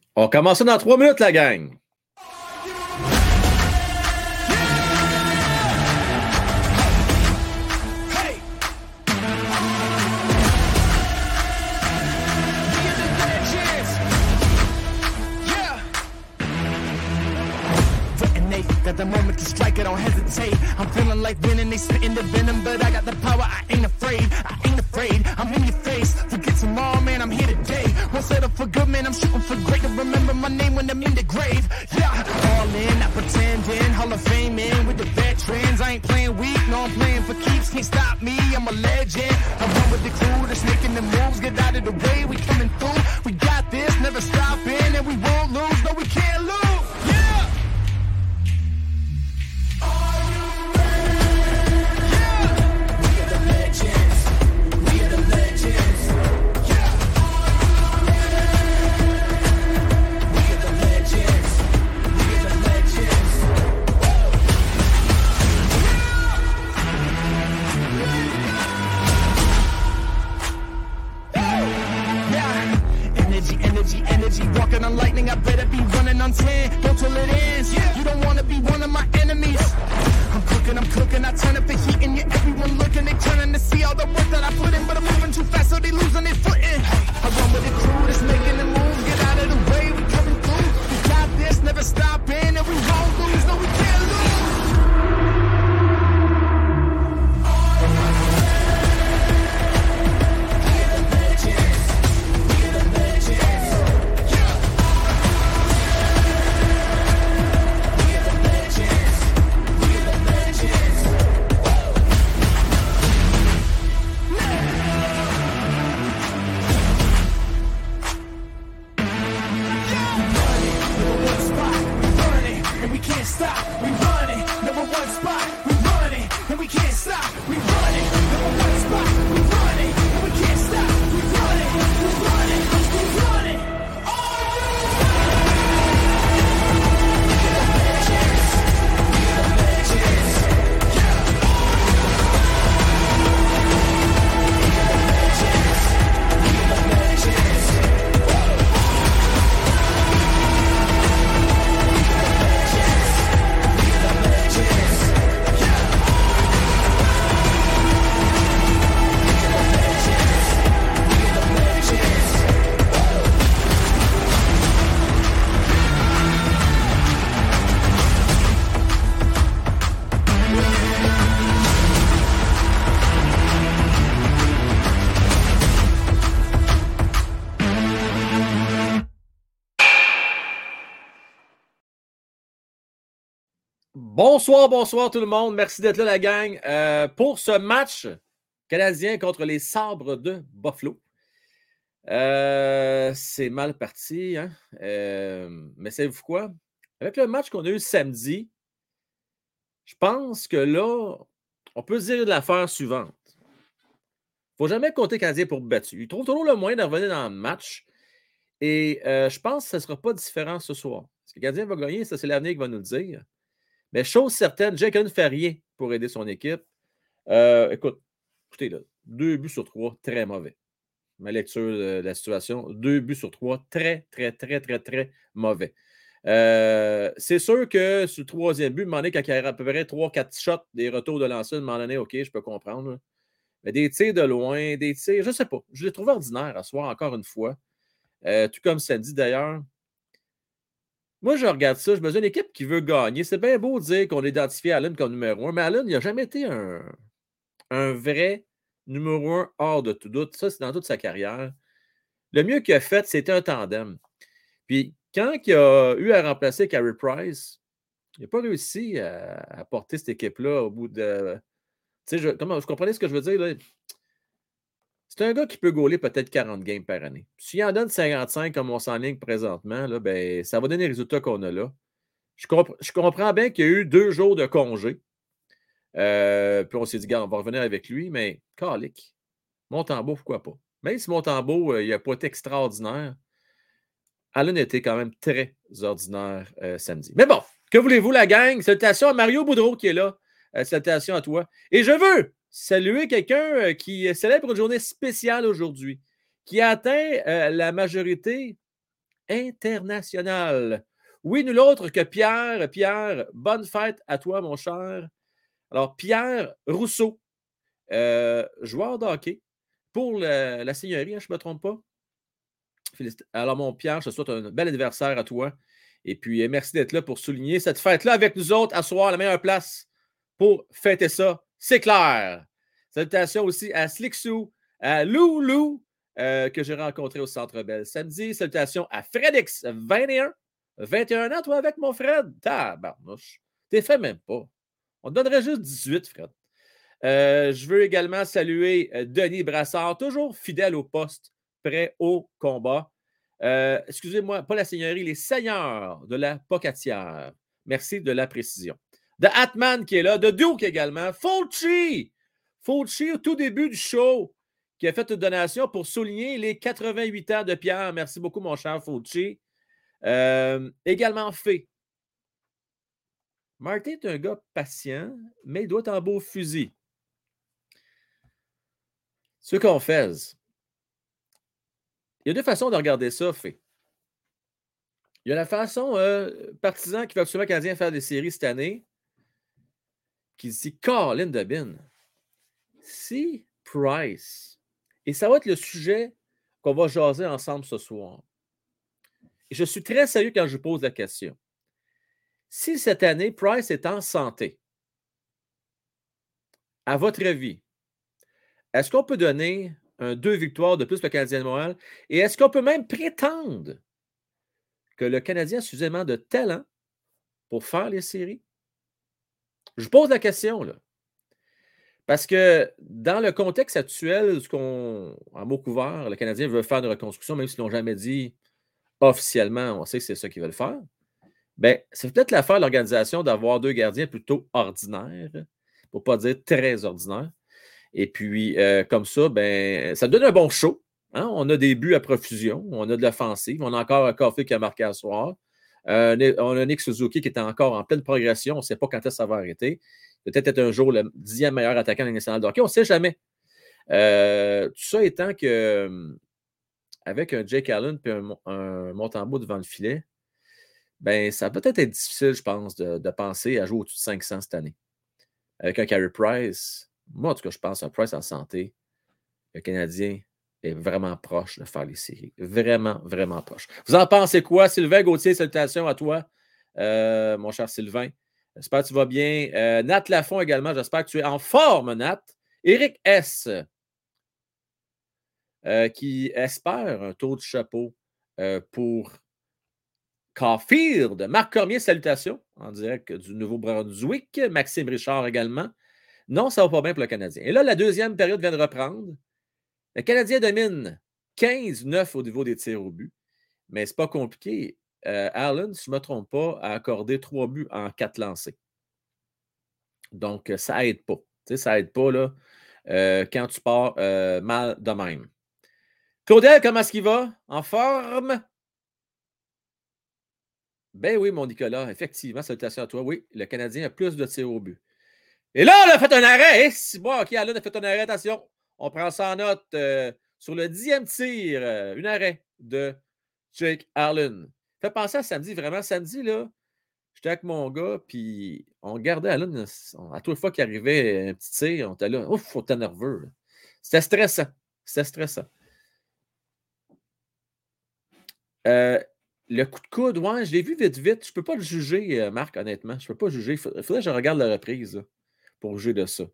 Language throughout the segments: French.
On commence ça dans 3 minutes, la gang. Got the moment to strike, I don't hesitate. I'm feeling like winning, they spitting the venom, but I got the power, I ain't afraid. I ain't afraid, I'm in your face. Forget tomorrow, man, I'm here today. Won't settle for good, man, I'm shooting for great. To remember my name when I'm in the grave. Yeah, all in, not pretending. Hall of Fame in with the veterans. I ain't playing weak, no, I'm playing for keeps. Can't stop me, I'm a legend. I run with the crew that's making the moves. Get out of the way, we coming through. We got this, never stopping, and we won't lose. No, we can't lose. Energy, walking on lightning, I better be running on 10. Go till it ends. You don't wanna be one of my enemies. I'm cooking, I turn up the heat and everyone looking, they turning to see all the work that I put in, but I'm moving too fast, so they losing their footing. I run with the crew that's making the move, get out of the way, we coming through. We got this, never stopping, and we won't lose, no, we can't lose. Bonsoir tout le monde. Merci d'être là, la gang. Pour ce match canadien contre les Sabres de Buffalo. C'est mal parti, hein? Mais savez-vous quoi? Avec le match qu'on a eu samedi, je pense que là, on peut se dire l'affaire suivante. Il ne faut jamais compter le Canadien pour battu. Il trouve toujours le moyen de revenir dans le match. Et je pense que ce ne sera pas différent ce soir. Est-ce que le Canadien va gagner? Ça, c'est l'avenir qui va nous le dire. Mais chose certaine, Jake ne fait rien pour aider son équipe. Écoutez, là, 2 buts sur 3, très mauvais. Ma lecture de la situation, 2 buts sur 3, très mauvais. C'est sûr que sur le troisième but, quand il y a à peu près 3-4 shots, des retours de lancer, à un moment donné, OK, je peux comprendre. Là. Mais des tirs de loin, des tirs, je ne sais pas. Je l'ai trouvé ordinaire à soir, encore une fois. Tout comme samedi d'ailleurs. Moi, je regarde ça, je me dis une équipe qui veut gagner. C'est bien beau de dire qu'on identifie Allen comme numéro 1, mais Allen, il n'a jamais été un vrai numéro 1 hors de tout doute. Ça, c'est dans toute sa carrière. Le mieux qu'il a fait, c'était un tandem. Puis, quand il a eu à remplacer Carey Price, il n'a pas réussi à porter cette équipe-là au bout de... Tu sais, vous comprenez ce que je veux dire? Là? C'est un gars qui peut gauler peut-être 40 games par année. S'il en donne 55 comme on s'enligne présentement, là, ben, ça va donner les résultats qu'on a là. Je comprends bien qu'il y a eu 2 jours de congé. Puis on s'est dit, on va revenir avec lui, mais calique. Montembeault, pourquoi pas? Même si Montembeault, il n'a pas été extraordinaire, Allen était quand même très ordinaire samedi. Mais bon, que voulez-vous, la gang? Salutations à Mario Boudreau qui est là. Salutations à toi. Et je veux saluer quelqu'un qui célèbre une journée spéciale aujourd'hui, qui a atteint la majorité international. Oui, nul autre que Pierre. Pierre, bonne fête à toi, mon cher. Alors, Pierre Rousseau, joueur de hockey pour la Seigneurie, je ne me trompe pas. Alors, mon Pierre, je te souhaite un bel anniversaire à toi. Et puis, merci d'être là pour souligner cette fête-là avec nous autres à soir, la meilleure place pour fêter ça, c'est clair. Salutations aussi à Slicksou, à Loulou, que j'ai rencontré au Centre Bell samedi. Salutations à Fredix, 21 ans, toi, avec mon Fred. Tabarnouche. T'es fait même pas. On te donnerait juste 18, Fred. Je veux également saluer Denis Brassard, toujours fidèle au poste, prêt au combat. Excusez-moi, pas la Seigneurie, les Seigneurs de la Pocatière. Merci de la précision. De Hatman qui est là, de Duke également. Fulci, au tout début du show, qui a fait une donation pour souligner les 88 ans de Pierre. Merci beaucoup, mon cher Fulci. Également fait. Martin est un gars patient, mais il doit être en beau fusil. Ce qu'on fait, il y a deux façons de regarder ça, fait. Il y a la façon partisan qui va absolument le Canadien faire des séries cette année, qui dit Colin Debin. Si Price, et ça va être le sujet qu'on va jaser ensemble ce soir. Et je suis très sérieux quand je pose la question. Si cette année, Price est en santé, à votre avis, est-ce qu'on peut donner 2 victoires de plus pour le Canadien de Montréal? Et est-ce qu'on peut même prétendre que le Canadien a suffisamment de talent pour faire les séries? Je pose la question, là. Parce que dans le contexte actuel, en mots couverts, le Canadien veut faire une reconstruction, même s'ils ne l'ont jamais dit officiellement, on sait que c'est ça qu'ils veulent faire. Bien, c'est peut-être l'affaire de l'organisation d'avoir 2 gardiens plutôt ordinaires, pour ne pas dire très ordinaires. Et puis, comme ça, ben, ça donne un bon show. Hein? On a des buts à profusion, on a de l'offensive, on a encore un Coffey qui a marqué à soir. On a Nick Suzuki qui est encore en pleine progression. On ne sait pas quand est-ce que ça va arrêter. Peut-être être un jour le 10e meilleur attaquant de la nationale de hockey. On ne sait jamais. Tout ça étant que avec un Jake Allen et un Montembeault devant le filet, ben, ça va peut-être être difficile, je pense, de penser à jouer au-dessus de 500 cette année. Avec un Carey Price, moi, en tout cas, je pense un Price en santé, le Canadien est vraiment proche de faire les séries. Vraiment, vraiment proche. Vous en pensez quoi? Sylvain Gauthier, salutations à toi, mon cher Sylvain. J'espère que tu vas bien. Nat Lafont également, j'espère que tu es en forme, Nat. Éric S., qui espère un tour de chapeau pour Caulfield. Marc Cormier, salutations, en direct du Nouveau-Brunswick. Maxime Richard également. Non, ça ne va pas bien pour le Canadien. Et là, la deuxième période vient de reprendre. Le Canadien domine 15-9 au niveau des tirs au but. Mais ce n'est pas compliqué. Allen, si je ne me trompe pas, a accordé 3 buts en 4 lancés. Donc, ça n'aide pas. Tu sais, ça n'aide pas là, quand tu pars mal de même. Claudel, comment est-ce qu'il va? En forme? Ben oui, mon Nicolas, effectivement, salutations à toi. Oui, le Canadien a plus de tirs au but. Et là, on a fait un arrêt. Eh, si bon, OK, Allen a fait un arrêt. Attention, on prend ça en note sur le 10e tir. Un arrêt de Jake Allen. Fait penser à samedi. Vraiment, samedi, là, j'étais avec mon gars, puis on regardait Allen. À toute fois qu'il arrivait un petit tir, on était là. Ouf, on était nerveux. Là. C'était stressant. C'était stressant. Le coup de coude, ouais, je l'ai vu vite. Je ne peux pas le juger, Marc, honnêtement. Je ne peux pas juger. Il faudrait que je regarde la reprise là, pour juger de ça.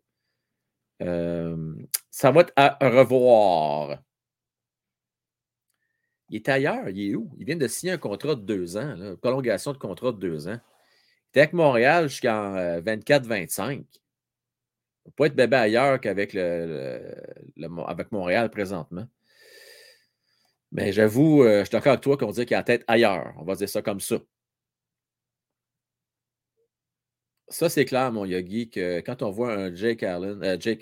Ça va être à revoir. Il est ailleurs. Il est où? Il vient de signer un contrat de 2 ans. Là, prolongation de contrat de 2 ans. Il est avec Montréal jusqu'en 24-25. Il ne peut pas être bébé ailleurs qu'avec avec Montréal présentement. Mais j'avoue, je suis d'accord avec toi qu'on dit qu'il a la tête ailleurs. On va dire ça comme ça. Ça, c'est clair, mon Yogi, que quand on voit un Jake Evans,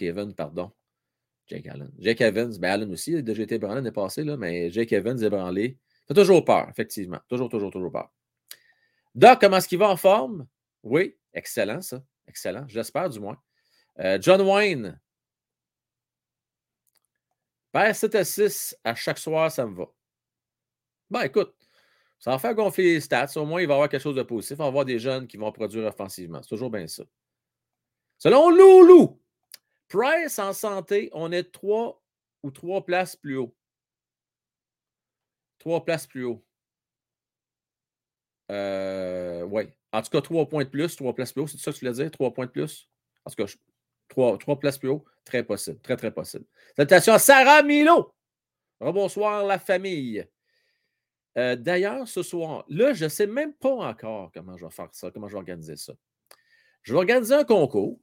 ben Allen aussi, il a déjà été ébranlé l'année passée, là, mais Jake Evans ébranlé. Ça fait toujours peur, effectivement. Toujours peur. Doc, comment est-ce qu'il va en forme? Oui, excellent, ça. Excellent, j'espère du moins. John Wayne. Père 7 à 6 à chaque soir, ça me va. Ben, écoute, Ça va faire gonfler les stats. Au moins, il va y avoir quelque chose de positif. On va avoir des jeunes qui vont produire offensivement. C'est toujours bien ça. Selon Loulou, Price en santé, on est 3 ou 3 places plus haut. 3 places plus haut. Oui. En tout cas, 3 points de plus, 3 places plus haut. C'est ça que tu voulais dire? 3 points de plus? En tout cas, 3 places plus haut, très possible. Très, très possible. Salutations à Sarah Milo. Rebonsoir, la famille. D'ailleurs, ce soir, là, je ne sais même pas encore comment je vais faire ça, comment je vais organiser ça. Je vais organiser un concours.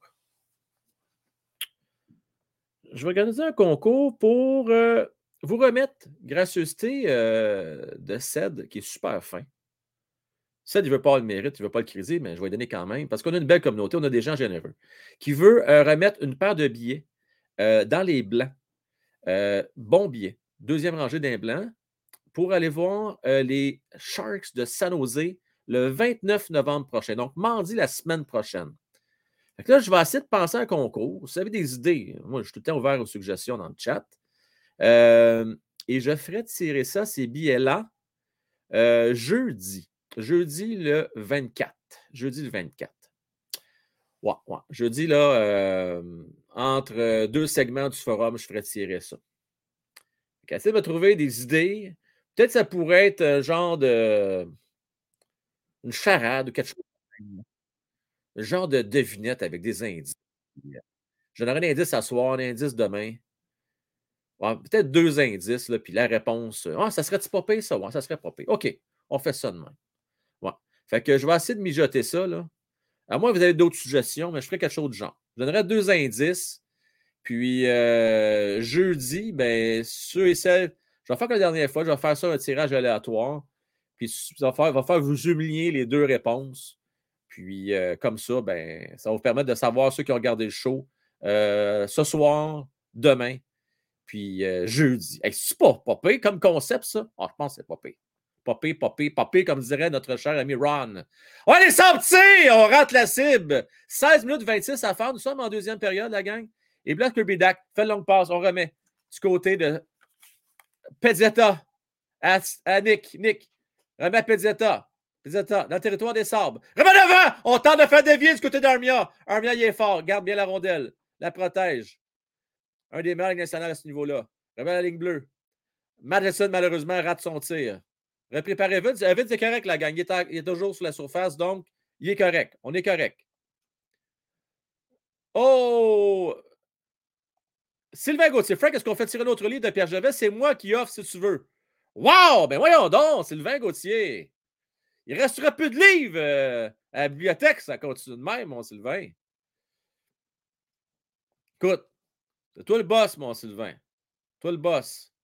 Je vais organiser un concours pour vous remettre gracieuseté de Ced, qui est super fin. Ced, il ne veut pas le mérite, il ne veut pas le crédit, mais je vais lui donner quand même, parce qu'on a une belle communauté, on a des gens généreux, qui veut remettre une paire de billets dans les blancs. Bons billets. Deuxième rangée d'un blanc pour aller voir les Sharks de San Jose le 29 novembre prochain. Donc, mardi, la semaine prochaine. Fait que là, je vais essayer de penser à un concours. Si vous avez des idées, moi, je suis tout le temps ouvert aux suggestions dans le chat. Et je ferai tirer ça, ces billets-là, jeudi. Jeudi le 24. Jeudi le 24. Ouais. Jeudi, là, entre deux segments du forum, je ferai tirer ça. Essayez de me trouver des idées. Peut-être que ça pourrait être un genre de. Une charade ou quelque chose. Un genre de devinette avec des indices. Je donnerai un indice à soir, un indice demain. Ouais, peut-être 2 indices, là, puis la réponse. Ça serait-tu pas pire, ça? Ouais, ça serait pas pire. OK, on fait ça demain. Ouais. Fait que je vais essayer de mijoter ça, là. À moins que vous avez d'autres suggestions, mais je ferai quelque chose de genre. Je donnerai 2 indices. Puis jeudi, ben, ceux et celles. Je vais faire comme la dernière fois, je vais faire ça un tirage aléatoire. Puis ça va faire vous humilier les 2 réponses. Puis comme ça, ben, ça va vous permettre de savoir ceux qui ont regardé le show ce soir, demain, puis jeudi. Hey, c'est pas pire comme concept, ça? Ah, je pense que c'est pas pire. Pas pire, comme dirait notre cher ami Ron. On est sortis! On rate la cible! 16 minutes 26 à faire. Nous sommes en deuxième période, la gang. Et Black Kirby Dak fait une longue passe. On remet du côté de Pezzetta à Nick. Nick, remet à Pezzetta. Pezzetta, dans le territoire des Sabres. Remet devant! On tente de faire dévier du côté d'Armia. Armia, il est fort. Garde bien la rondelle. La protège. Un des meilleurs nationaux à ce niveau-là. Remet la ligne bleue. Madison, malheureusement, rate son tir. Repris par Evans. Evans est correct, la gang. Il est toujours sur la surface, donc il est correct. On est correct. Oh! Sylvain Gauthier. Frank, est-ce qu'on fait tirer notre livre de Pierre Gervais? C'est moi qui offre, si tu veux. Wow! Ben voyons donc, Sylvain Gauthier. Il restera plus de livres à la bibliothèque, ça continue de même, mon Sylvain. Écoute, c'est toi le boss, mon Sylvain. Toi le boss.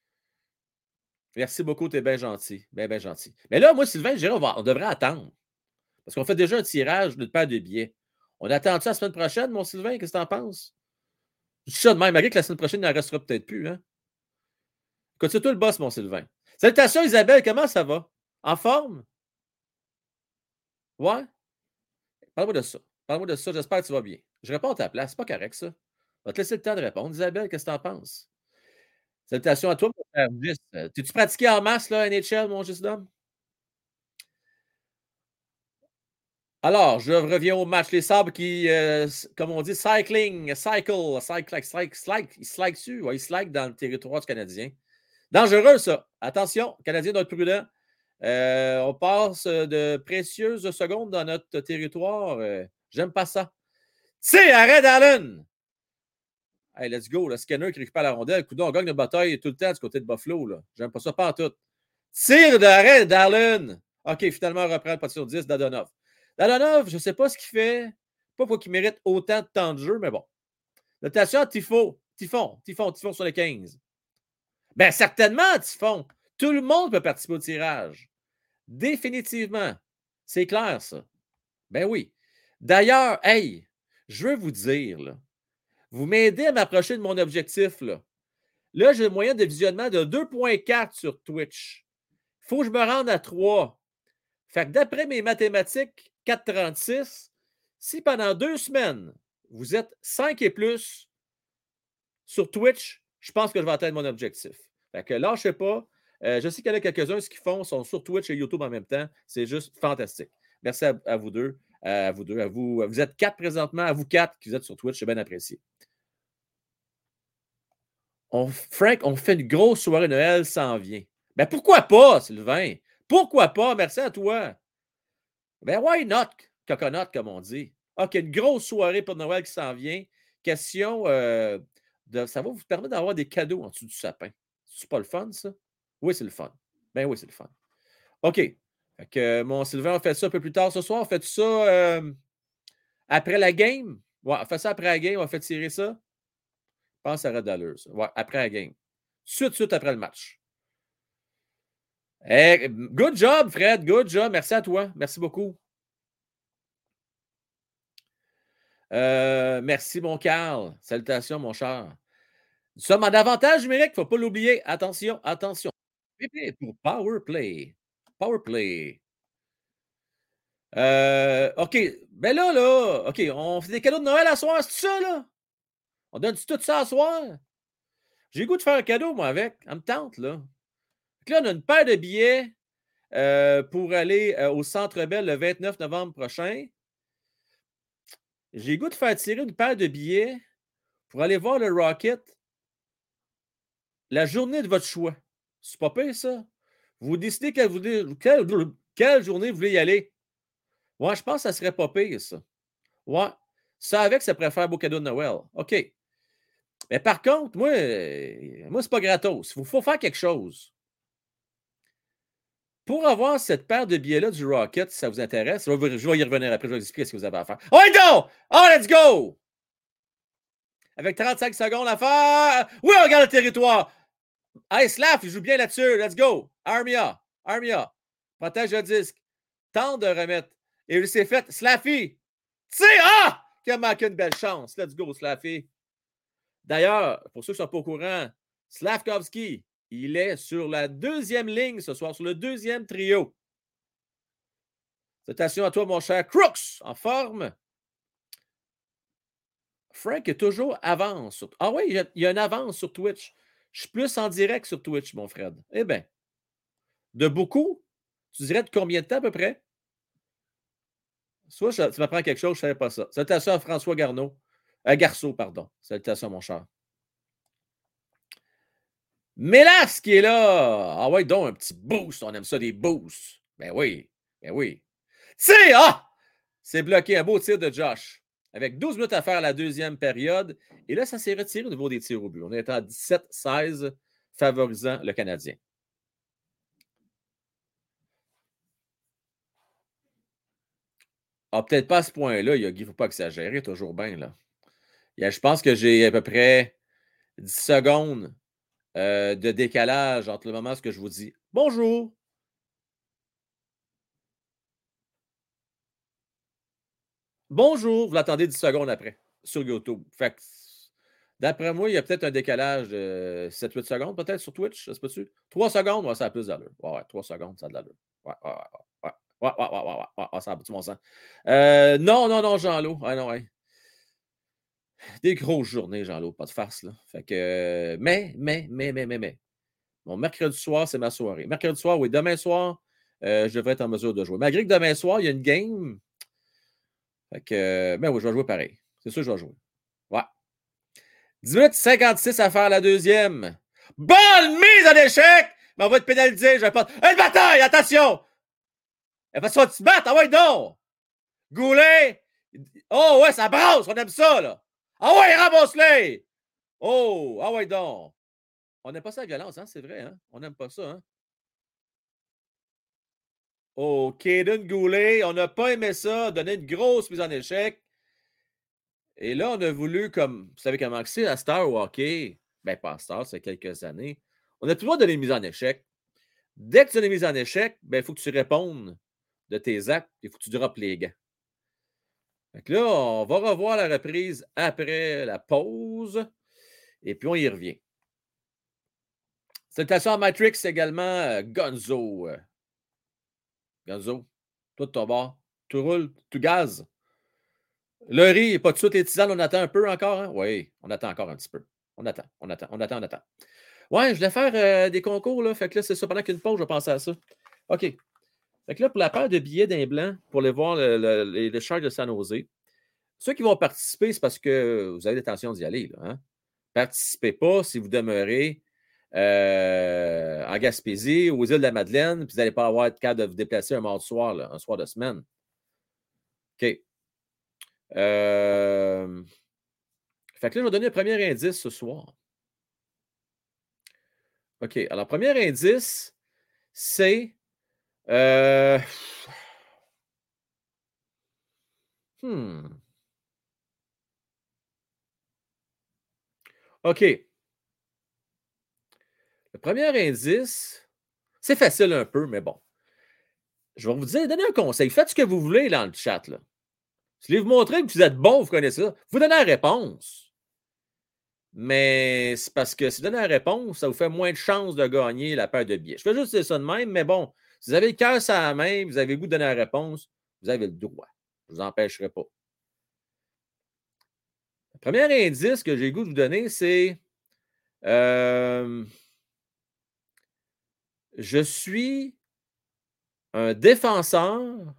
Merci beaucoup, t'es bien gentil. Bien gentil. Mais là, moi, Sylvain, je dirais, on devrait attendre. Parce qu'on fait déjà un tirage d'une paire de billets. On attend ça la semaine prochaine, mon Sylvain? Qu'est-ce que t'en penses? Je dis ça de même, malgré que la semaine prochaine, il n'en restera peut-être plus. Hein? Écoute, c'est toi le boss, mon Sylvain. Salutations, Isabelle, comment ça va? En forme? Ouais? Parle-moi de ça. Parle-moi de ça, j'espère que tu vas bien. Je réponds à ta place, c'est pas correct, ça. On va te laisser le temps de répondre. Isabelle, qu'est-ce que t'en penses? Salutations à toi, mon frère Gis. T'es-tu pratiqué en masse, là, NHL, mon Gis d'homme? Alors, je reviens au match. Les Sabres qui, comme on dit, ils slide dessus. Ouais, ils slide dans le territoire du Canadien. Dangereux, ça. Attention, le Canadien doit être prudent. On passe de précieuses secondes dans notre territoire. J'aime pas ça. C'est arrêt d'Allen! Hey, let's go. Le scanner qui récupère la rondelle. Coudon, on gagne la bataille tout le temps du côté de Buffalo. Là. J'aime pas ça, pas en tout. Tir d'arrêt d'Allen! OK, finalement, on reprend le position 10 d'Adonov. Dadonov, je ne sais pas ce qu'il fait. Pas pour qu'il mérite autant de temps de jeu, mais bon. Notation Typhon sur les 15. Bien, certainement, Typhon. Tout le monde peut participer au tirage. Définitivement. C'est clair, ça. Ben oui. D'ailleurs, hey, je veux vous dire, là, vous m'aidez à m'approcher de mon objectif. Là, j'ai le moyen de visionnement de 2,4 sur Twitch. Il faut que je me rende à 3. Fait que d'après mes mathématiques, 4,36, si pendant 2 semaines, vous êtes 5 et plus sur Twitch, je pense que je vais atteindre mon objectif. Fait que lâchez pas. Je sais qu'il y en a quelques-uns, ce qu'ils font, sont sur Twitch et YouTube en même temps. C'est juste fantastique. Merci à vous deux. À vous deux. Vous êtes 4 présentement. À vous 4 qui êtes sur Twitch. C'est bien apprécié. Frank, on fait une grosse soirée Noël, ça en vient. Ben pourquoi pas, Sylvain? Pourquoi pas? Merci à toi. Ben why not, coconut, comme on dit. OK, une grosse soirée pour Noël qui s'en vient. Question ça va vous permettre d'avoir des cadeaux en dessous du sapin. C'est pas le fun, ça? Oui, c'est le fun. Ben oui, c'est le fun. OK. Fait que, mon Sylvain, on fait ça un peu plus tard ce soir. On fait ça après la game? Ouais, on fait ça après la game. On fait tirer ça. Je pense que ça aurait d'allure, ça. Ouais, après la game. Suite après le match. Hey, good job, Fred. Good job. Merci à toi. Merci beaucoup. Merci, mon Carl. Salutations, mon cher. Nous sommes en avantage numérique, il ne faut pas l'oublier. Attention, attention. Pour Power Play. Power Play. OK. Ben là, OK, on fait des cadeaux de Noël à soir, c'est ça, là? On donne tout ça à soir? J'ai le goût de faire un cadeau, moi, avec. Ça me tente, là. Donc là, on a une paire de billets pour aller au Centre Bell le 29 novembre prochain. J'ai le goût de faire tirer une paire de billets pour aller voir le Rocket la journée de votre choix. C'est pas pire, ça? Vous décidez quelle journée vous voulez y aller. Ouais, je pense que ça serait pas pire, ça. Ouais. Ça avec, ça pourrait faire un beau cadeau de Noël. OK. Mais par contre, moi c'est pas gratos. Il faut faire quelque chose. Pour avoir cette paire de billets-là du Rocket, si ça vous intéresse, je vais y revenir après, je vais vous expliquer ce que vous avez à faire. Oh, donc! Oh, let's go! Avec 35 secondes à faire. Oui, on regarde le territoire. Hey, Slav, il joue bien là-dessus. Let's go. Armia. Armia. Protège le disque. Tente de remettre. Et il s'est fait. Slaffy. Tu sais, qui a manqué une belle chance. Let's go, Slaffy. D'ailleurs, pour ceux qui ne sont pas au courant, Slavkovski, il est sur la deuxième ligne ce soir, sur le deuxième trio. Salutations à toi, mon cher Crooks, en forme. Frank est toujours avance. Ah oui, il y a une avance sur Twitch. Je suis plus en direct sur Twitch, mon Fred. Eh bien, de beaucoup? Tu dirais de combien de temps à peu près? Soit tu m'apprends quelque chose, je ne savais pas ça. Salutations à François Garceau, pardon. Salutations, mon cher. Mélas qui est là! Ah ouais, donc un petit boost. On aime ça, des boosts. Ben oui, ben oui. C'est bloqué, un beau tir de Josh. Avec 12 minutes à faire à la deuxième période. Et là, ça s'est retiré au niveau des tirs au but. On est à 17-16, favorisant le Canadien. Ah, peut-être pas à ce point-là, Yogi. Il ne faut pas exagérer, toujours bien, là. Je pense que j'ai à peu près 10 secondes de décalage entre le moment où je vous dis « Bonjour ». Bonjour, vous l'attendez 10 secondes après sur YouTube. Fait que, d'après moi, il y a peut-être un décalage de 7-8 secondes, peut-être sur Twitch, ça se peut-tu? 3 secondes, ouais, ça a plus d'allure. Ouais, 3 secondes, ça a de l'allure. Ouais, ça a du bon sens. Non, Jean-Loup. Ouais, non, ouais. Des grosses journées, Jean-Loup, pas de farce, là. Fait que, mais. Bon, mercredi soir, c'est ma soirée. Mercredi soir, oui, demain soir, je devrais être en mesure de jouer. Malgré que demain soir, il y a une game. Fait que, mais oui, je vais jouer pareil. C'est sûr que je vais jouer. Ouais. 10 minutes 56 à faire la deuxième. Bonne mise en échec! Mais on va être pénalisé. Je vais pas. Une bataille! Attention! Elle va se battre. Ah ouais, non! Goulet! Oh ouais, ça brasse! On aime ça, là! Ah ouais, ramasse-les! Oh! Ah ouais, donc! On n'aime pas ça la violence, hein? C'est vrai, hein? On n'aime pas ça, hein? Oh, Caden Goulet, on n'a pas aimé ça, donner une grosse mise en échec. Et là, on a voulu, comme, vous savez comment c'est, à Star au hockey, ben pas à Star, c'est quelques années, on a plus le droit de donner une mise en échec. Dès que tu as une mise en échec, ben, il faut que tu répondes de tes actes, il faut que tu droppes les gants. Donc là, on va revoir la reprise après la pause, et puis on y revient. Salutations à Matrix également, Gonzo. Gonzo, toi de ton bord, tu roules, tu gazes. Le riz n'est pas tout de suite les tisanes, on attend un peu encore, hein? Oui, on attend encore un petit peu. On attend. Ouais, je voulais faire des concours, là. Fait que là, c'est ça. Pendant qu'une pause, je vais penser à ça. OK. Fait que là, pour la paire de billets d'un blanc, pour aller voir les Sharks de San Jose, ceux qui vont participer, c'est parce que vous avez l'intention d'y aller, là. Hein? Participez pas si vous demeurez en Gaspésie, aux îles de la Madeleine, puis vous n'allez pas avoir être capable de vous déplacer un mardi soir, là, un soir de semaine. OK. Fait que là, je vais donner un premier indice ce soir. OK. Alors, premier indice, c'est. OK. Le premier indice, c'est facile un peu, mais bon. Je vais vous dire, donner un conseil. Faites ce que vous voulez dans le chat. Là. Je voulais vous montrer que vous êtes bon, vous connaissez ça. Vous donnez la réponse. Mais c'est parce que si vous donnez la réponse, ça vous fait moins de chances de gagner la paire de billets. Je fais juste dire ça de même, mais bon, si vous avez le cœur sur la main, vous avez le goût de donner la réponse, vous avez le droit. Je ne vous empêcherai pas. Le premier indice que j'ai le goût de vous donner, c'est je suis un défenseur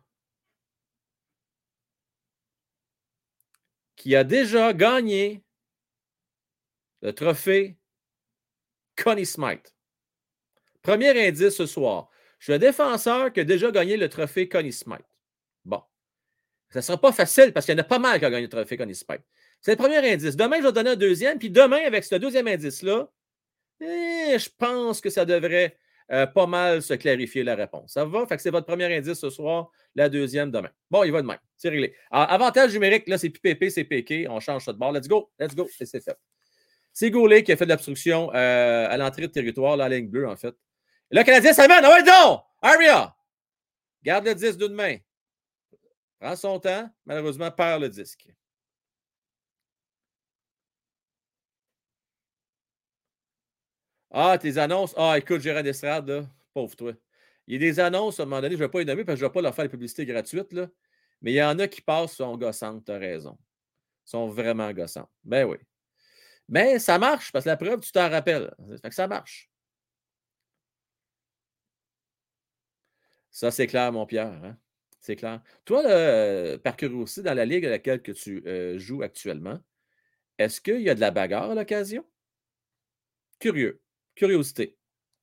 qui a déjà gagné le trophée Connie Smythe. Premier indice ce soir. Je suis un défenseur qui a déjà gagné le trophée Connie Smythe. Bon. Ça ne sera pas facile parce qu'il y en a pas mal qui ont gagné le trophée Connie Smythe. C'est le premier indice. Demain, je vais donner un deuxième. Puis demain, avec ce deuxième indice-là, je pense que ça devrait pas mal se clarifier la réponse. Ça va? Fait que c'est votre premier indice ce soir, la deuxième demain. Bon, il va de même. C'est réglé. Alors, avantage numérique, là, c'est plus PP, c'est PK. On change ça de bord. Let's go. Let's go. Et c'est fait. C'est Goulet qui a fait de l'obstruction à l'entrée de territoire, la ligne bleue, en fait. Et là, le Canadien s'amène. Ah ouais, donc! Aria! Garde le disque d'une main. Prend son temps. Malheureusement, perd le disque. Ah, tes annonces. Ah, écoute, Gérard d'Estrade, là. Pauvre toi. Il y a des annonces, à un moment donné, je ne vais pas les nommer parce que je ne vais pas leur faire les publicités gratuites, là. Mais il y en a qui passent, sont gossantes, tu as raison. Sont vraiment gossantes. Ben oui. Mais ça marche, parce que la preuve, tu t'en rappelles. Fait que ça marche. Ça, c'est clair, mon Pierre. Hein? C'est clair. Toi, là, par curiosité, dans la ligue à laquelle que tu joues actuellement, est-ce qu'il y a de la bagarre à l'occasion? Curieux. Curiosité.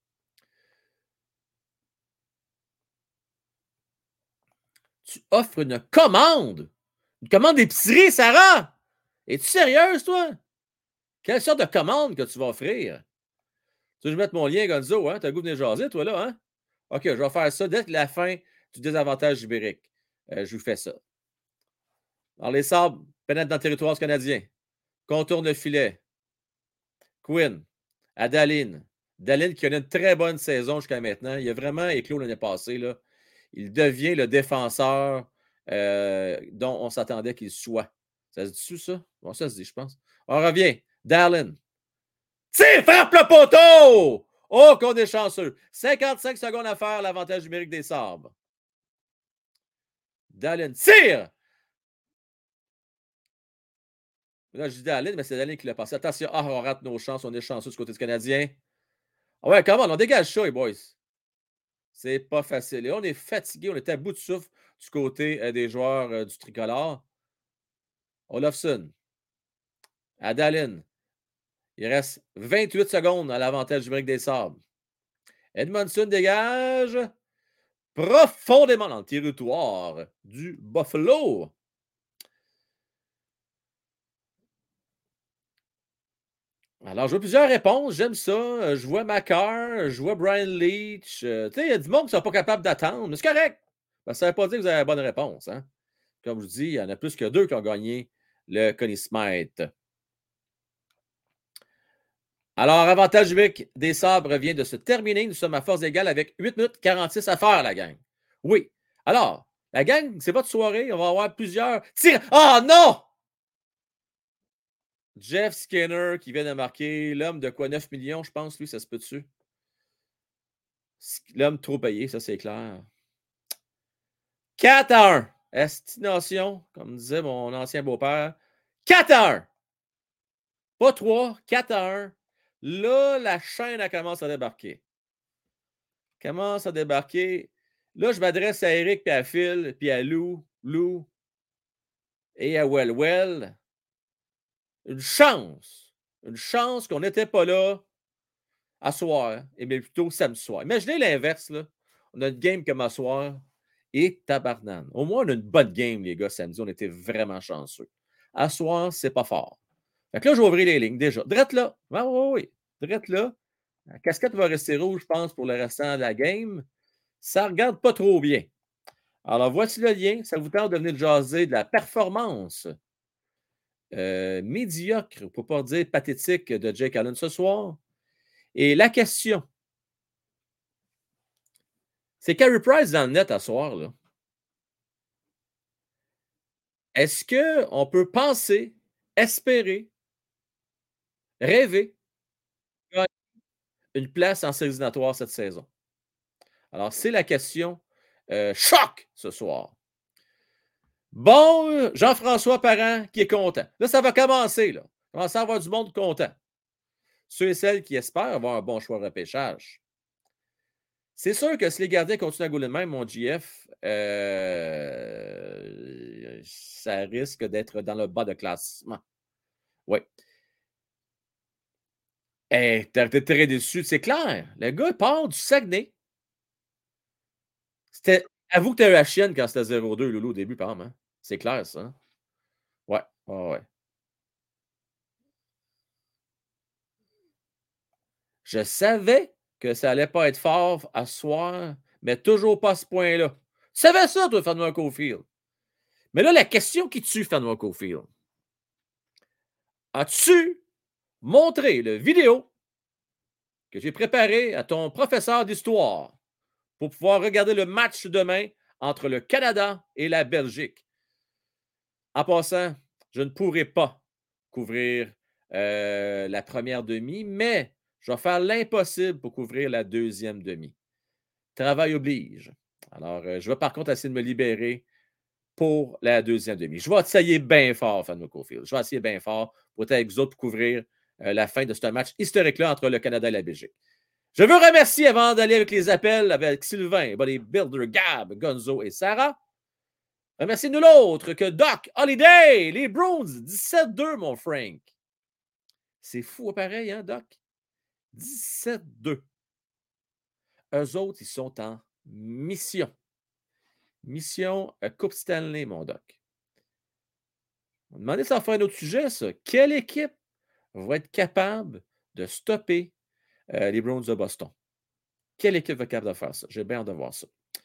Tu offres une commande. Une commande d'épicerie, Sarah! Es-tu sérieuse, toi? Quelle sorte de commande que tu vas offrir? Tu veux que je mette mon lien, Gonzo, hein? T'as le goût de venir jaser, toi, là, hein? OK, je vais faire ça dès la fin du désavantage ibérique. Je vous fais ça. Alors, les Sabres pénètrent dans le territoire canadien. Contourne le filet. Quinn. Adaline. Adaline qui a une très bonne saison jusqu'à maintenant. Il a vraiment éclos l'année passée. Là. Il devient le défenseur dont on s'attendait qu'il soit. Ça se dit-tu, ça? Bon, ça se dit, je pense. On revient. Dallin. Tire, frappe le poteau! Oh, qu'on est chanceux. 55 secondes à faire, l'avantage numérique des Sabres. Dallin. Tire! Là, je dis Dallin, mais c'est Dallin qui l'a passé. Attention, on rate nos chances. On est chanceux du côté du Canadien. Ah ouais, comment? On dégage ça, les boys. C'est pas facile. Et on est fatigué. On est à bout de souffle du côté des joueurs du tricolore. Olofsson. À Dallin. Il reste 28 secondes à l'avantage numérique des Sabres. Edmondson dégage profondément dans le territoire du Buffalo. Alors, je vois plusieurs réponses. J'aime ça. Je vois Macar, je vois Brian Leach. Tu sais, il y a du monde qui ne sont pas capables d'attendre. Mais c'est correct. Ça ne veut pas dire que vous avez la bonne réponse. Hein? Comme je vous dis, il y en a plus que 2 qui ont gagné le Connie Smythe. Alors, avantage numérique des Sabres vient de se terminer. Nous sommes à force égale avec 8 minutes 46 à faire, la gang. Oui. Alors, la gang, c'est votre soirée. On va avoir plusieurs tirs. Oh non! Jeff Skinner qui vient de marquer. L'homme de quoi? 9 millions, je pense, lui, ça se peut dessus. L'homme trop payé, ça, c'est clair. 4-1. Estination, comme disait mon ancien beau-père. 4-1. Pas 3, 4-1. Là, la chaîne, elle commence à débarquer. Commence à débarquer. Là, je m'adresse à Eric, puis à Phil, puis à Lou, et à Well. Une chance qu'on n'était pas là à soir, et bien plutôt samedi soir. Imaginez l'inverse, là. On a une game comme à soir et tabarnane. Au moins, on a une bonne game, les gars, samedi. On était vraiment chanceux. À soir, c'est pas fort. Fait que là, je vais ouvrir les lignes déjà. Drette là. Oui. Drette là. La casquette va rester rouge, je pense, pour le restant de la game. Ça regarde pas trop bien. Alors, voici le lien. Ça vous tente de venir jaser de la performance médiocre, pour ne pas dire pathétique, de Jake Allen ce soir. Et la question, c'est Carey Price dans le net à soir, là. Est-ce qu'on peut penser, espérer, rêver une place en séries éliminatoires cette saison? Alors, c'est la question choc ce soir. Bon, Jean-François Parent qui est content. Là, ça va commencer, là. On va avoir du monde content. Ceux et celles qui espèrent avoir un bon choix de repêchage. C'est sûr que si les gardiens continuent à gauler de même, mon GF, ça risque d'être dans le bas de classement. Oui. Hey, t'es très déçu, c'est clair. Le gars part du Saguenay. Avoue que t'as eu la chienne quand c'était 0-2, Loulou, au début, par exemple. Hein? C'est clair, ça. Hein? Ouais. Je savais que ça allait pas être fort à ce soir, mais toujours pas à ce point-là. Tu savais ça, toi, Fenway Cofield. Mais là, la question qui tue Fenway Cofield. As-tu montré le vidéo que j'ai préparé à ton professeur d'histoire pour pouvoir regarder le match demain entre le Canada et la Belgique? En passant, je ne pourrai pas couvrir la première demi, mais je vais faire l'impossible pour couvrir la deuxième demi. Travail oblige. Alors, je vais par contre essayer de me libérer pour la deuxième demi. Je vais essayer bien fort, Fenway Cofield. Je vais essayer bien fort pour être avec vous autres pour couvrir la fin de ce match historique-là entre le Canada et la Belgique. Je veux remercier, avant d'aller avec les appels avec Sylvain, les Builder, Gab, Gonzo et Sarah. Remerciez nous l'autre que Doc Holiday, les Browns, 17-2, mon Frank. C'est fou pareil, hein, Doc? 17-2. Eux autres, ils sont en mission. Mission Coupe Stanley, mon Doc. On va demander ça à faire un autre sujet, ça. Quelle équipe va être capable de stopper les Browns de Boston? Quelle équipe va être capable de faire ça? J'ai bien hâte de voir ça.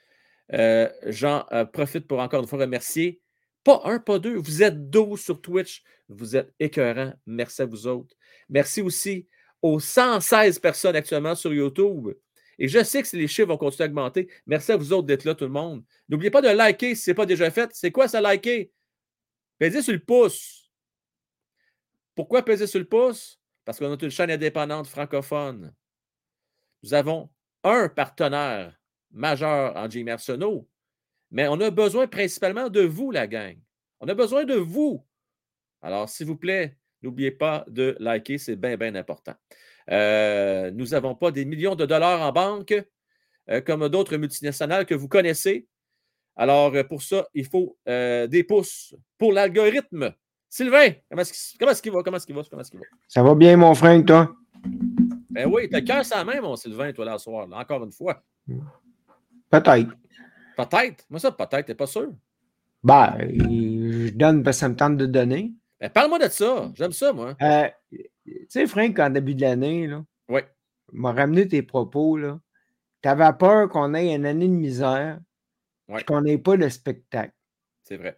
J'en profite pour encore une fois remercier. Pas un, pas deux. Vous êtes 12 sur Twitch. Vous êtes écœurants. Merci à vous autres. Merci aussi aux 116 personnes actuellement sur YouTube. Et je sais que les chiffres vont continuer à augmenter. Merci à vous autres d'être là, tout le monde. N'oubliez pas de liker si ce n'est pas déjà fait. C'est quoi ça, liker? Pesez sur le pouce. Pourquoi peser sur le pouce? Parce qu'on est une chaîne indépendante francophone. Nous avons un partenaire majeur en Jimmy Arsenault, mais on a besoin principalement de vous, la gang. On a besoin de vous. Alors, s'il vous plaît, n'oubliez pas de liker, c'est bien, bien important. Nous n'avons pas des millions de dollars en banque comme d'autres multinationales que vous connaissez. Alors, pour ça, il faut des pouces pour l'algorithme. Sylvain, comment est-ce qu'il va? Ça va bien, mon frère, toi? Ben oui, t'as le cœur sans main, mon Sylvain, toi, là, ce soir. Là, encore une fois. Peut-être. Peut-être? Moi, ça, peut-être, t'es pas sûr? Ben, je donne parce que ça me tente de donner. Ben, parle-moi de ça. J'aime ça, moi. Tu sais, Frank, en début de l'année, là, oui. m'a ramené tes propos, là. T'avais peur qu'on ait une année de misère, et qu'on n'ait pas de spectacle. C'est vrai.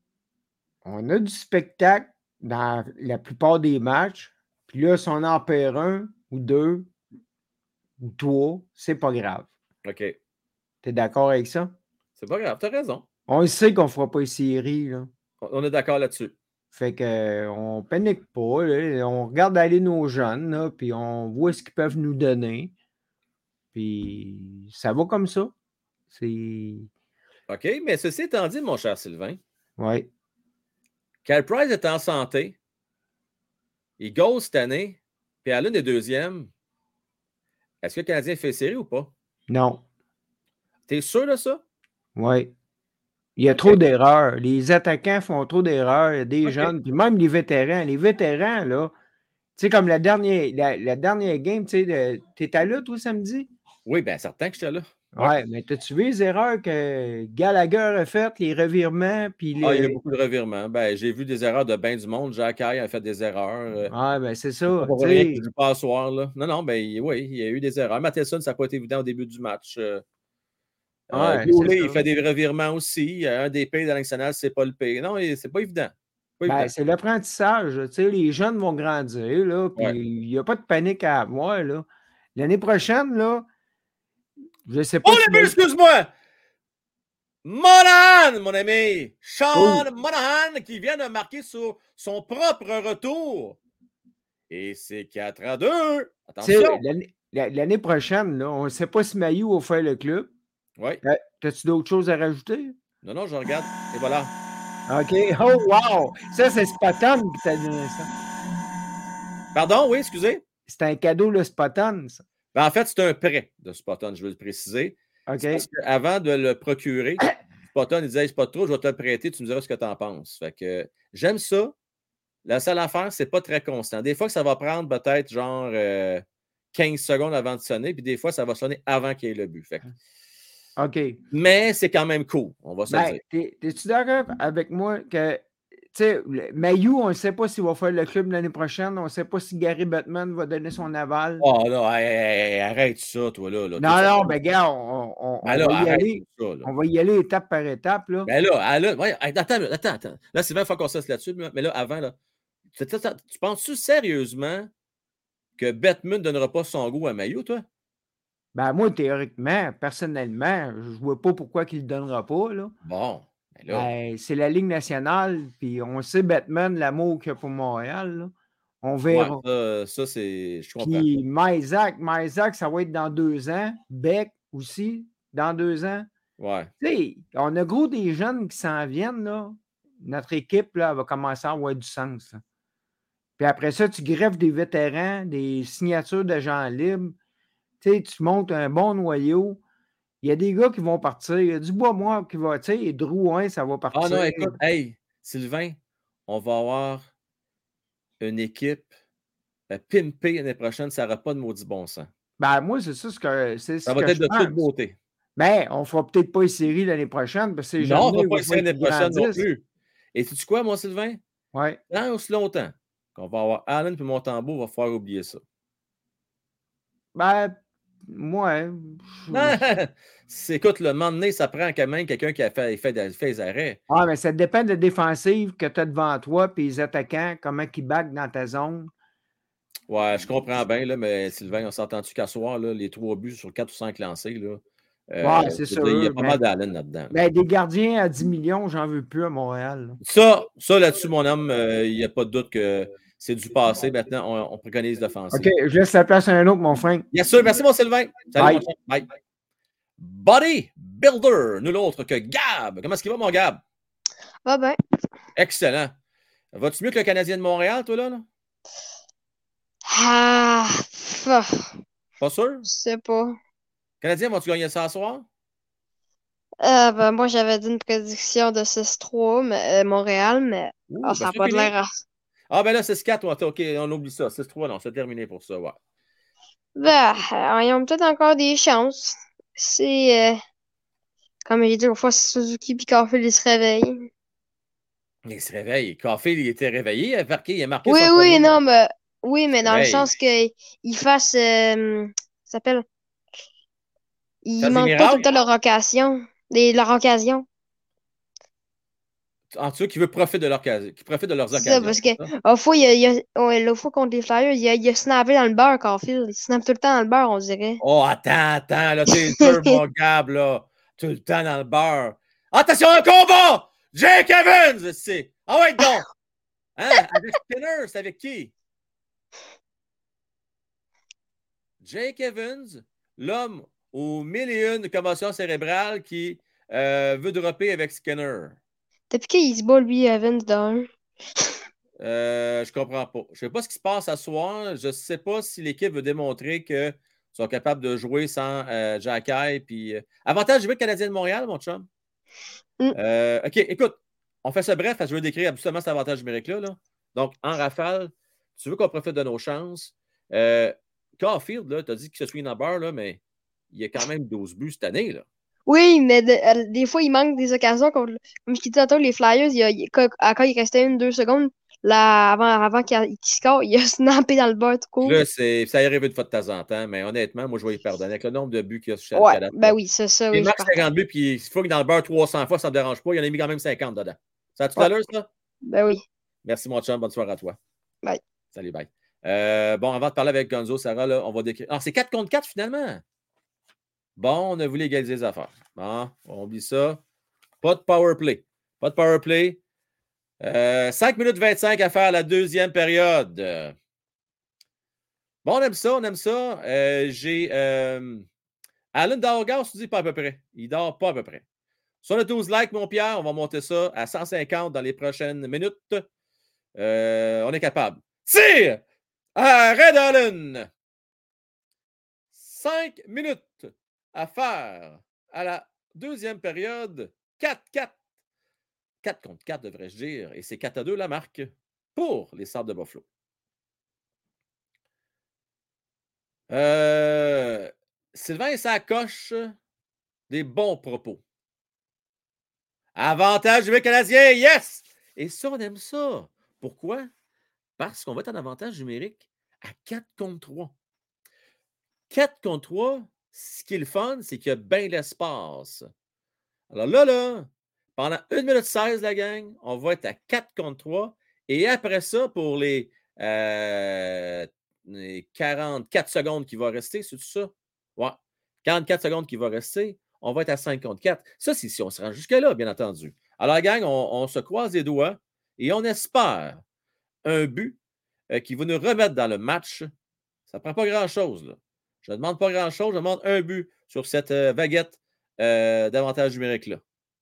On a du spectacle dans la plupart des matchs, puis là, si on en perd un ou deux ou trois, c'est pas grave. OK. T'es d'accord avec ça? C'est pas grave, t'as raison. On sait qu'on fera pas les séries, là. On est d'accord là-dessus. Fait qu'on panique pas, là. On regarde aller nos jeunes, là, puis on voit ce qu'ils peuvent nous donner. Puis ça va comme ça. C'est. OK, mais ceci étant dit, mon cher Sylvain, oui. Carey Price est en santé. Il goal cette année. puis Allen est deuxième, est-ce que le Canadien fait série ou pas? Non. T'es sûr de ça? Oui. Il y a trop d'erreurs. Les attaquants font trop d'erreurs. Il y a des jeunes, puis même les vétérans. Les vétérans, là, tu sais, comme la dernière game, tu sais, t'étais là, toi, samedi? Oui, bien, certain que j'étais là. Ouais, mais t'as-tu vu les erreurs que Gallagher a faites, les revirements, puis Il y a beaucoup de revirements. Ben, j'ai vu des erreurs de bien du monde. Jacques Caille a fait des erreurs. Ouais, ben c'est ça. Pas pour rien qu'il ne joue pas ce soir. Là. Non, ben oui, il y a eu des erreurs. Matheson, ça n'a pas été évident au début du match. Goulet, il fait des revirements aussi. Un des pays de la nationale, c'est pas le pays. Non, c'est pas évident. Ben, c'est l'apprentissage. Tu sais, les jeunes vont grandir, là, puis il n'y a pas de panique à avoir. Là. L'année prochaine, là, je ne sais pas. Oh, les buts, excuse-moi! Monahan, mon ami! Sean Monahan qui vient de marquer sur son propre retour. Et c'est 4-2. Attention! L'année prochaine, là, on ne sait pas si Mailloux va faire le club. Oui. As-tu d'autres choses à rajouter? Non, je regarde. Et voilà. OK. Oh, wow! Ça, c'est Spotton qui t'a donné ça. Pardon, oui, excusez. C'est un cadeau de Spotton, ça. Ben, en fait, c'est un prêt de Spotton, je veux le préciser. OK. Parce qu'avant de le procurer, Spotton, il disait hey, c'est pas trop, je vais te le prêter, tu me diras ce que tu en penses. Fait que j'aime ça. La seule affaire, c'est pas très constant. Des fois que ça va prendre peut-être genre 15 secondes avant de sonner, puis des fois, ça va sonner avant qu'il y ait le but. Fait que... OK. Mais c'est quand même cool, on va se le dire. Es-tu d'accord avec moi que, tu sais, Mailloux, on ne sait pas s'il va faire le club l'année prochaine, on ne sait pas si Gary Bettman va donner son aval. Oh non, arrête ça, toi, là. Non, ben gars, on va y aller. Ça, on va y aller étape par étape, là. Ben là, ouais, attends. Là, c'est 20 fois qu'on cesse là-dessus, mais là, avant, là, tu penses-tu sérieusement que Bettman ne donnera pas son goût à Mailloux, toi? Ben moi, théoriquement, personnellement, je ne vois pas pourquoi il ne le donnera pas, là. Bon, ben là. Ben, c'est la Ligue nationale, puis on sait Bettman, l'amour qu'il a pour Montréal, là. On verra. Ouais, ça c'est... Je comprends. Puis Maisac, ça va être dans 2 ans. Beck aussi, dans 2 ans. Ouais. Tu sais, on a gros des jeunes qui s'en viennent, là. Notre équipe, là, va commencer à avoir du sens, là. Puis après ça, tu greffes des vétérans, des signatures de gens libres. Tu sais, tu montes un bon noyau. Il y a des gars qui vont partir. Il y a du Bois-Moi qui va, tu sais, et Drouin, ça va partir. Ah non, écoute, hey, Sylvain, on va avoir une équipe pimpée l'année prochaine, ça n'aura pas de maudit bon sens. Ben, moi, c'est ça ce que ça va être de toute beauté. Ben, on ne fera peut-être pas une série l'année prochaine parce que non, on ne fera pas une série l'année prochaine non plus. Et sais-tu quoi, moi, Sylvain? Oui. Dans aussi longtemps qu'on va avoir Allen et Montembeault, va falloir oublier ça. Ben, ouais. Écoute, le moment donné, ça prend quand même quelqu'un qui a fait des arrêts. Ah, mais ça dépend de la défensive que tu as devant toi et les attaquants, comment ils backent dans ta zone. Ouais, je comprends bien, là, mais Sylvain, on s'est entendu qu'à soir, là, les 3 buts sur 4 ou 5 lancés, là. Ouais, c'est sûr. Il y a pas mal d'Allen là-dedans. Ben, des gardiens à 10 millions, j'en veux plus à Montréal. Là. Ça là-dessus, mon homme, il n'y a pas de doute que c'est du passé. Maintenant, on préconise l'offensive. OK, je laisse la place à un autre, mon frère. Bien sûr, merci, mon Sylvain. Salut, Bye. Bye. Body Builder, nul autre que Gab. Comment est-ce qu'il va, mon Gab? Va bien. Excellent. Vas-tu mieux que le Canadien de Montréal, toi, là? Ah, pas sûr? Je sais pas. Canadien, vas-tu gagner ça ce soir? Ben, moi, j'avais dit une prédiction de 6-3, mais, Montréal, mais ça n'a pas de l'air à... Ah, ben là, 6-4, OK, on oublie ça. 6-3, non, c'est terminé pour ça, ouais. Ben, ils ont peut-être encore des chances. C'est, comme j'ai dit autrefois, c'est Suzuki puis Caulfield, ils se réveillent. Il se réveille. Caulfield, il était réveillé, il a marqué oui, son oui, non, mais... Oui, mais dans le sens qu'il fasse... ça s'appelle... Il manque pas tout le temps leur occasion. Leur occasion. En tout cas, qui veut profiter de l'occasion. Qui profite de leurs occasions. Ça, parce que l'autre fois contre les Flyers, il a snappé dans le beurre, Caulfield. Il snappe tout le temps dans le beurre, on dirait. Oh, attends, là, t'es dur, mon Gab, là. Tout le temps dans le beurre. Attention, un combat! Jake Evans, c'est. Ah ouais, donc! Hein? Avec Skinner, c'est avec qui? Jake Evans, l'homme aux 1001 commotions cérébrales qui veut dropper avec Skinner. Depuis qu'il se bat, lui, Evans, d'un. Je comprends pas. Je sais pas ce qui se passe à soir. Je sais pas si l'équipe veut démontrer qu'ils sont capables de jouer sans Jacky. Puis, avantage du Canadien de Montréal, mon chum. OK, écoute, on fait ça bref parce que je veux décrire absolument cet avantage numérique-là. Là. Donc, en rafale, tu veux qu'on profite de nos chances. Caulfield, tu as dit qu'il se suit number, là, mais il y a quand même 12 buts cette année. Là. Oui, mais des fois, il manque des occasions. Comme je disais tantôt, les Flyers, quand il restait 1-2 secondes, là, avant qu'il score, il a snappé dans le bas tout court. Là, ça y arrive une fois de temps en temps, mais honnêtement, moi, je vais y pardonner. Avec le nombre de buts qu'il y a sur Ouais, Canada. ben oui, c'est ça. Il Oui, marque 50 buts, puis il faut que dans le beurre 300 fois, ça ne me dérange pas. Il en a mis quand même 50 dedans. Ça a tout à l'heure, ça? Ben oui. Merci, mon chum. Bonne soirée à toi. Bye. Salut, bye. Bon, avant de parler avec Gonzo, Sarah, là, on va décrire. Ah, c'est 4 contre 4 finalement. Bon, on a voulu égaliser les affaires. Bon, on oublie ça. Pas de power play. Pas de power play. 5 minutes 25 à faire la deuxième période. Bon, on aime ça, on aime ça. J'ai Alan Dalgar, se dit pas à peu près. Il dort pas à peu près. Sur le 12 likes, mon Pierre, on va monter ça à 150 dans les prochaines minutes. On est capable. Tire! Red Allen! 5 minutes à faire à la deuxième période. 4-4. 4 contre 4, devrais-je dire. Et c'est 4-2 la marque pour les Sabres de Buffalo. Sylvain, ça coche des bons propos. Avantage du Canadien, yes! Et ça, on aime ça. Pourquoi? Parce qu'on va être en avantage numérique à 4 contre 3. 4 contre 3, ce qui est le fun, c'est qu'il y a bien l'espace. Alors là, pendant 1 minute 16, la gang, on va être à 4 contre 3. Et après ça, pour les 44 secondes qui vont rester, c'est tout ça? Ouais. 44 secondes qui vont rester, on va être à 5 contre 4. Ça, c'est si on se rend jusque-là, bien entendu. Alors, gang, on se croise les doigts et on espère un but qui va nous remettre dans le match. Ça ne prend pas grand-chose. Là. Je ne demande pas grand-chose, je demande un but sur cette baguette d'avantage numérique-là.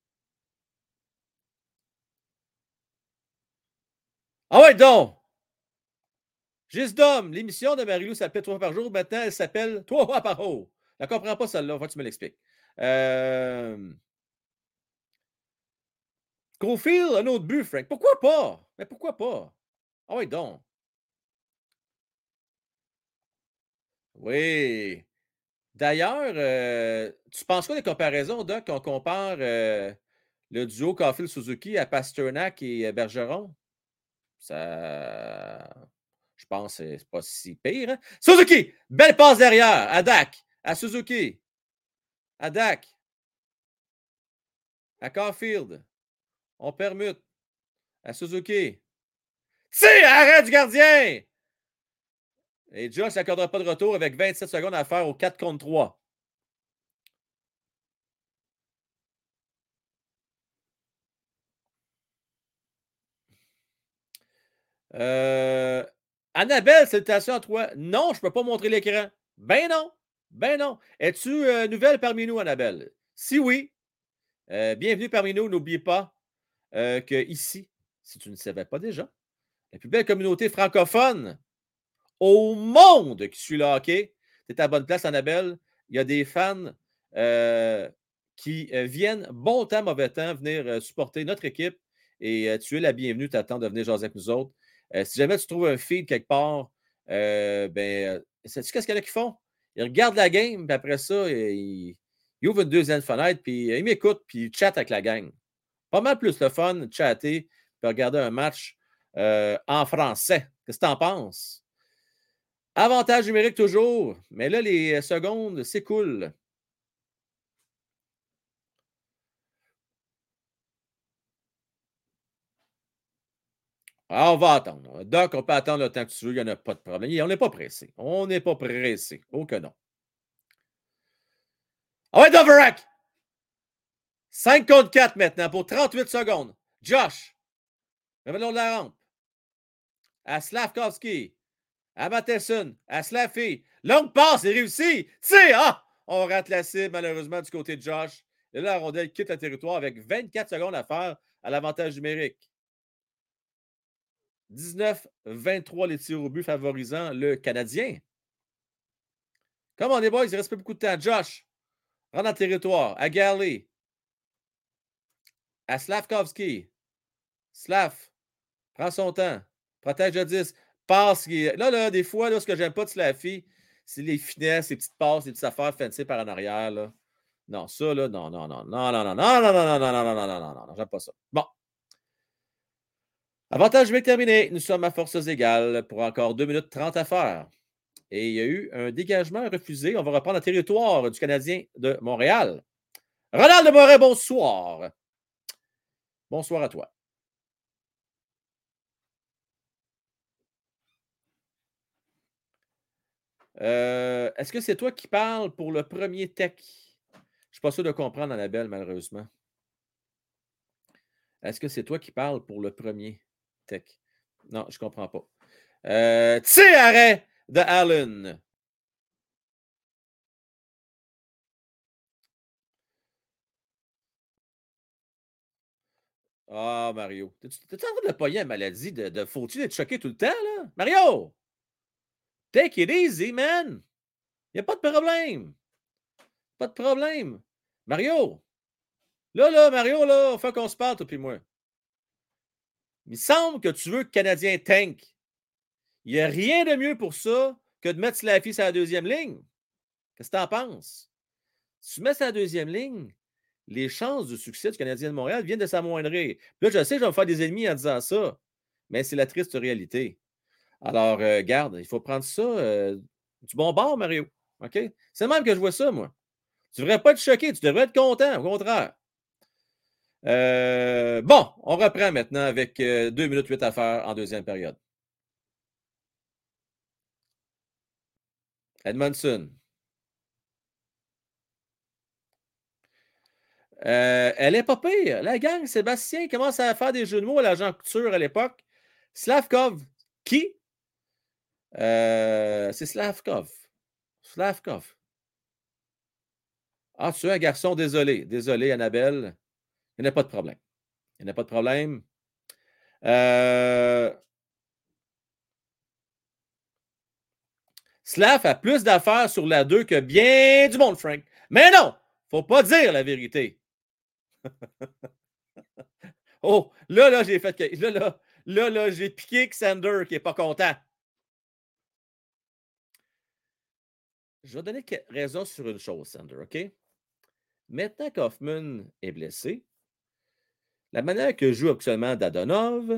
Ah ouais, donc! Gisdom, l'émission de Marie-Lou s'appelle 3 fois par jour. Maintenant, elle s'appelle 3 fois par jour. Je ne comprends pas celle-là. Faut que tu me l'expliques. Caulfield, un autre but, Frank. Pourquoi pas? Mais pourquoi pas? Ah ouais, donc. Oui. D'ailleurs, tu penses quoi des comparaisons, Doc, qu'on compare le duo Caulfield-Suzuki à Pasternak et Bergeron? Ça... Je pense que c'est pas si pire. Hein? Suzuki! Belle passe derrière à Dak, à Suzuki, à Dak, à Caulfield. On permute à Suzuki. Tire! Arrête du gardien! Et Josh n'accordera pas de retour avec 27 secondes à faire au 4 contre 3. Annabelle, salutations à toi. Non, je ne peux pas montrer l'écran. Ben non. Ben non. Es-tu nouvelle parmi nous, Annabelle? Si oui, bienvenue parmi nous. N'oubliez pas que ici, si tu ne savais pas déjà, la plus belle communauté francophone au monde qui suit le hockey, tu es à la bonne place, Annabelle. Il y a des fans qui viennent bon temps, mauvais temps, venir supporter notre équipe. Et tu es la bienvenue, tu attends de venir jaser avec nous autres. Si jamais tu trouves un feed quelque part, sais-tu qu'est-ce qu'il y en a qui font? Ils regardent la game, puis après ça, ils ouvrent une deuxième fenêtre, puis ils m'écoutent, puis ils chattent avec la gang. Pas mal plus le fun de chatter, puis regarder un match en français. Qu'est-ce que tu en penses? Avantage numérique toujours, mais là, les secondes s'écoulent. Alors, on va attendre. Doc, on peut attendre le temps que tu veux, il n'y en a pas de problème. On n'est pas pressé. On n'est pas pressé. Oh que non. Ah ouais, Doverack! 5 contre 4 maintenant pour 38 secondes. Josh. Revenons de la rampe. À Slavkovski. À Matheson. À Slaffy. Longue passe, c'est réussi. Tire! Ah! On rate la cible, malheureusement, du côté de Josh. Et là, la rondelle quitte le territoire avec 24 secondes à faire à l'avantage numérique. 19-23 les tirs au but favorisant le Canadien. Come on, les boys, il ne reste pas beaucoup de temps. Josh, rentre dans le territoire. À Galley. À Slavkovski. Slav, prends son temps. Protège le 10. Passe. Là, des fois, là, ce que j'aime pas de Slaffy, c'est les finesses, les petites passes, les petites affaires fancy par en arrière. Là. Non, ça, là, non, j'aime pas ça. Bon. Avantage numérique terminé. Nous sommes à forces égales pour encore 2 minutes 30 à faire. Et il y a eu un dégagement refusé. On va reprendre le territoire du Canadien de Montréal. Ronald Moret, bonsoir. Bonsoir à toi. Est-ce que c'est toi qui parles pour le premier tech? Je ne suis pas sûr de comprendre, Annabelle, malheureusement. Est-ce que c'est toi qui parles pour le premier tech? Non, je ne comprends pas. Tir arrêt de Allen. Ah, Mario. T'es en train de pogner la maladie de faut-il être choqué tout le temps, là? Mario! Take it easy, man! Il n'y a pas de problème. Pas de problème. Mario! Là, Mario, là, faut qu'on se parle, toi puis moi. Il semble que tu veux que le Canadien tank. Il n'y a rien de mieux pour ça que de mettre Slaffy sur la deuxième ligne. Qu'est-ce que tu en penses? Si tu mets sur la deuxième ligne, les chances de succès du Canadien de Montréal viennent de s'amoindrir. Là, je sais que je vais me faire des ennemis en disant ça, mais c'est la triste réalité. Alors, garde, il faut prendre ça du bon bord, Mario. OK? C'est même que je vois ça, moi. Tu ne devrais pas être choqué, tu devrais être content, au contraire. Bon, on reprend maintenant avec 2 minutes 8 à faire en deuxième période. Edmondson. Elle est pas pire. La gang, Sébastien commence à faire des jeux de mots à l'agent Couture à l'époque. Slavkov. Qui? C'est Slavkov. Slavkov. Ah, tu es un garçon, désolé. Désolé, Annabelle. Il n'y a pas de problème. Il n'y a pas de problème. Slav a plus d'affaires sur la 2 que bien du monde, Frank. Mais non! Faut pas dire la vérité. Oh, là, j'ai fait. Là, j'ai piqué Xander qui n'est pas content. Je vais donner raison sur une chose, Sander, OK? Maintenant qu'Hoffman est blessé, la manière que joue actuellement Dadonov,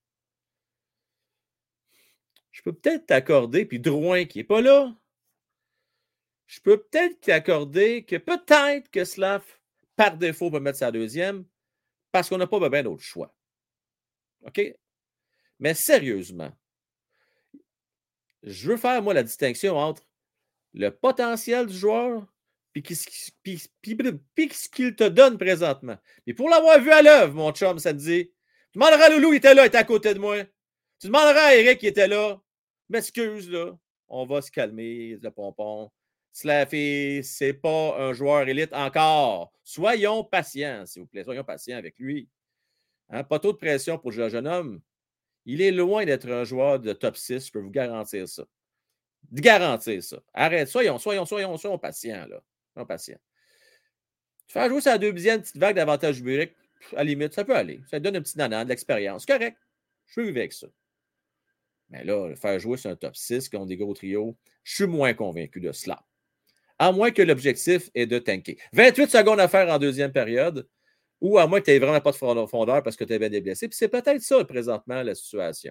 je peux peut-être t'accorder, puis Drouin qui n'est pas là, je peux peut-être t'accorder que peut-être que Slav, par défaut, peut mettre sa deuxième, parce qu'on n'a pas bien d'autre choix. OK? Mais sérieusement, je veux faire, moi, la distinction entre le potentiel du joueur puis ce qu'il te donne présentement. Et pour l'avoir vu à l'œuvre, mon chum, ça te dit, tu demanderas à Loulou, il était là, il était à côté de moi. Tu demanderas à Eric, il était là. M'excuse, là. On va se calmer, le pompon. Slaffy, c'est pas un joueur élite encore. Soyons patients, s'il vous plaît. Soyons patients avec lui. Hein? Pas trop de pression pour le jeune homme. Il est loin d'être un joueur de top 6, je peux vous garantir ça. De garantir ça. Arrête, soyons patients, là. Soyons patients. Faire jouer sa deuxième petite vague d'avantage numérique, à la limite, ça peut aller. Ça donne un petit nanan, de l'expérience. Correct. Je peux vivre avec ça. Mais là, le faire jouer sur un top 6 contre des gros trios, je suis moins convaincu de cela. À moins que l'objectif est de tanker. 28 secondes à faire en deuxième période, ou à moins que tu n'aies vraiment pas de fondeur parce que tu es bien déblessé. Puis c'est peut-être ça, présentement, la situation.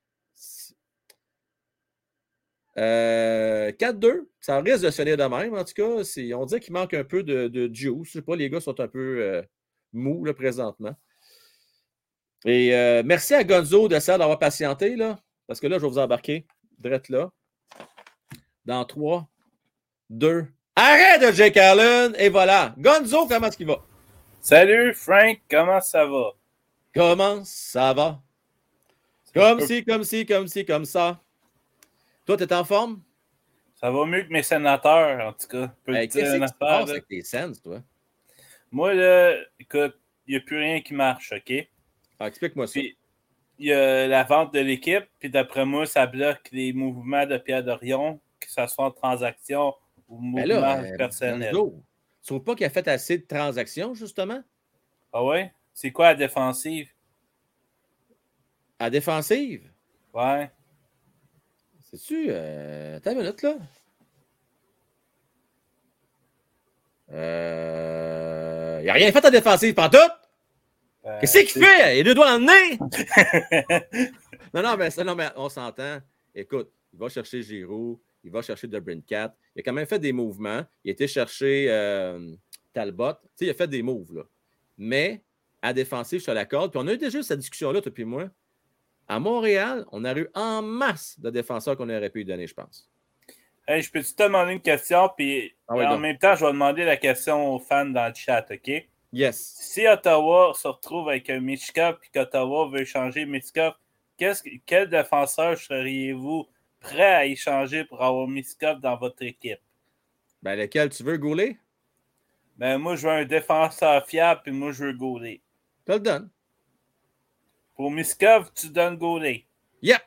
4-2, ça risque de sonner de même. En tout cas, on dit qu'il manque un peu de juice. Je sais pas, les gars sont un peu mous là, présentement. Et merci à Gonzo de ça d'avoir patienté, là, parce que là, je vais vous embarquer direct là. Dans 3, 2. Arrête de Jake Allen! Et voilà. Gonzo, comment est-ce qu'il va? Salut, Frank. Comment ça va? Comment ça va? Comme ça. Toi, t'es en forme? Ça va mieux que mes sénateurs, en tout cas. Qu'est-ce qui se passe avec tes Sens, toi? Moi, là, écoute, il n'y a plus rien qui marche, OK? Ah, explique-moi ça. il y a la vente de l'équipe, puis d'après moi, ça bloque les mouvements de Pierre Dorion, que ce soit en transaction ou mouvement personnel. Gonzo, tu trouves pas qu'il a fait assez de transactions, justement? Ah ouais? C'est quoi la défensive? À défensive? Ouais. Sais-tu? Attends une minute, là. Il n'a rien fait à défensive, pantoute! Qu'est-ce qu'il fait? Il a 2 doigts dans le nez! non, mais on s'entend. Écoute, il va chercher Giroud, il va chercher DeBrincat. Il a quand même fait des mouvements. Il a été chercher Talbot. Tu sais, il a fait des moves, là. Mais à défensive, je te l'accorde. Puis on a eu déjà cette discussion-là, toi et moi. À Montréal, on a eu en masse de défenseurs qu'on aurait pu lui donner, je pense. Hey, je peux-tu te demander une question? Puis en même temps, je vais demander la question aux fans dans le chat, OK? Yes. Si Ottawa se retrouve avec un Michkov et qu'Ottawa veut échanger Michkov, quel défenseur seriez-vous prêt à échanger pour avoir Michkov dans votre équipe? Ben, lequel tu veux, Goulet? Ben, moi, je veux un défenseur fiable puis moi, je veux Goulet. Je te le donne. Pour Michkov, tu donnes Goulet. Yep.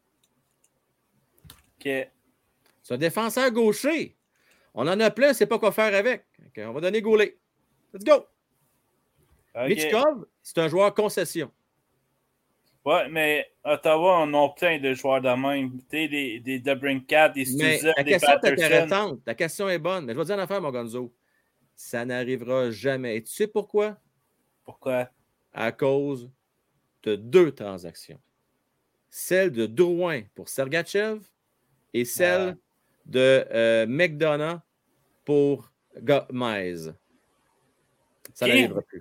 OK. C'est un défenseur gaucher. On en a plein, on ne sait pas quoi faire avec. Okay, on va donner Goulet. Let's go. Okay. Michkov, c'est un joueur concession. Ouais, mais Ottawa en ont plein de joueurs de même. Tu sais, des DeBrincat, des Stuzel, des question Patterson. est intéressante. Ta question est bonne. Mais je vais te dire une affaire, mon Gonzo. Ça n'arrivera jamais. Et tu sais pourquoi? Pourquoi? À cause de 2 transactions. Celle de Drouin pour Sergachev et celle de McDonough pour Gomez. Ça n'arrivera plus.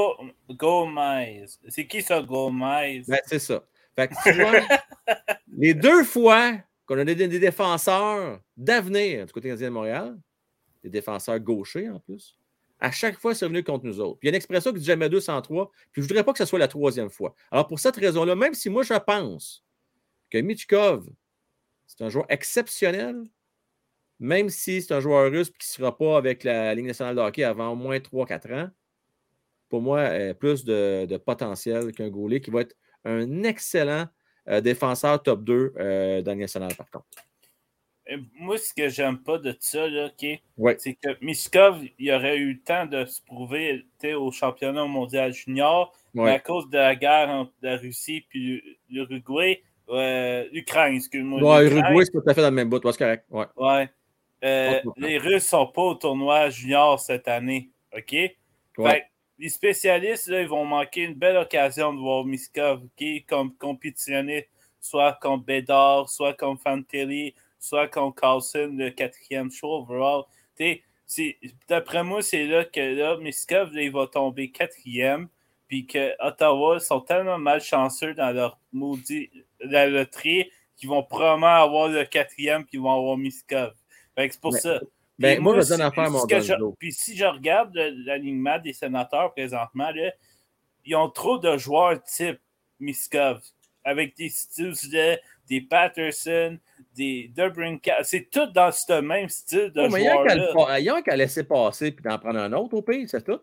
Gomez. C'est qui ça, Gomez? Ben, c'est ça. Fait que tu vois, les 2 fois qu'on a des défenseurs d'avenir du côté canadien de Montréal, des défenseurs gauchers en plus, à chaque fois, c'est revenu contre nous autres. Puis il y a une expression qui dit jamais 2 sans 3, puis je ne voudrais pas que ce soit la 3e fois. Alors pour cette raison-là, même si moi je pense que Michkov, c'est un joueur exceptionnel, même si c'est un joueur russe qui ne sera pas avec la Ligue nationale de hockey avant au moins 3-4 ans, pour moi, plus de potentiel qu'un Goulet qui va être un excellent défenseur top 2 dans la Ligue nationale, par contre. Moi, ce que j'aime pas de ça, là, okay, ouais. c'est que Michkov, il aurait eu le temps de se prouver au championnat mondial junior, mais à cause de la guerre entre la Russie et l'Uruguay, l'Ukraine, excuse-moi. Ouais, l'Uruguay, c'est tout à fait dans le même bout, c'est correct. Ouais. Les Russes sont pas au tournoi junior cette année, OK? Fait, les spécialistes, là, ils vont manquer une belle occasion de voir Michkov, comme compétitionner, soit contre Bédard, soit contre Fantilli, soit contre Carlson, le 4e choix overall. D'après moi, c'est là que Michkov, il va tomber 4e, puis que Ottawa sont tellement malchanceux dans leur maudit la loterie qu'ils vont probablement avoir le 4e, puis ils vont avoir Michkov. C'est pour ça. Ben, moi, je vais te donner affaire, mon gars. Puis si je regarde l'alignement des sénateurs présentement, là, ils ont trop de joueurs type Michkov, avec des Stuzel, des Patterson, des DeBrincat. C'est tout dans ce même style de joueur-là. Il y a qu'à laisser passer et d'en prendre un autre au pays, c'est tout.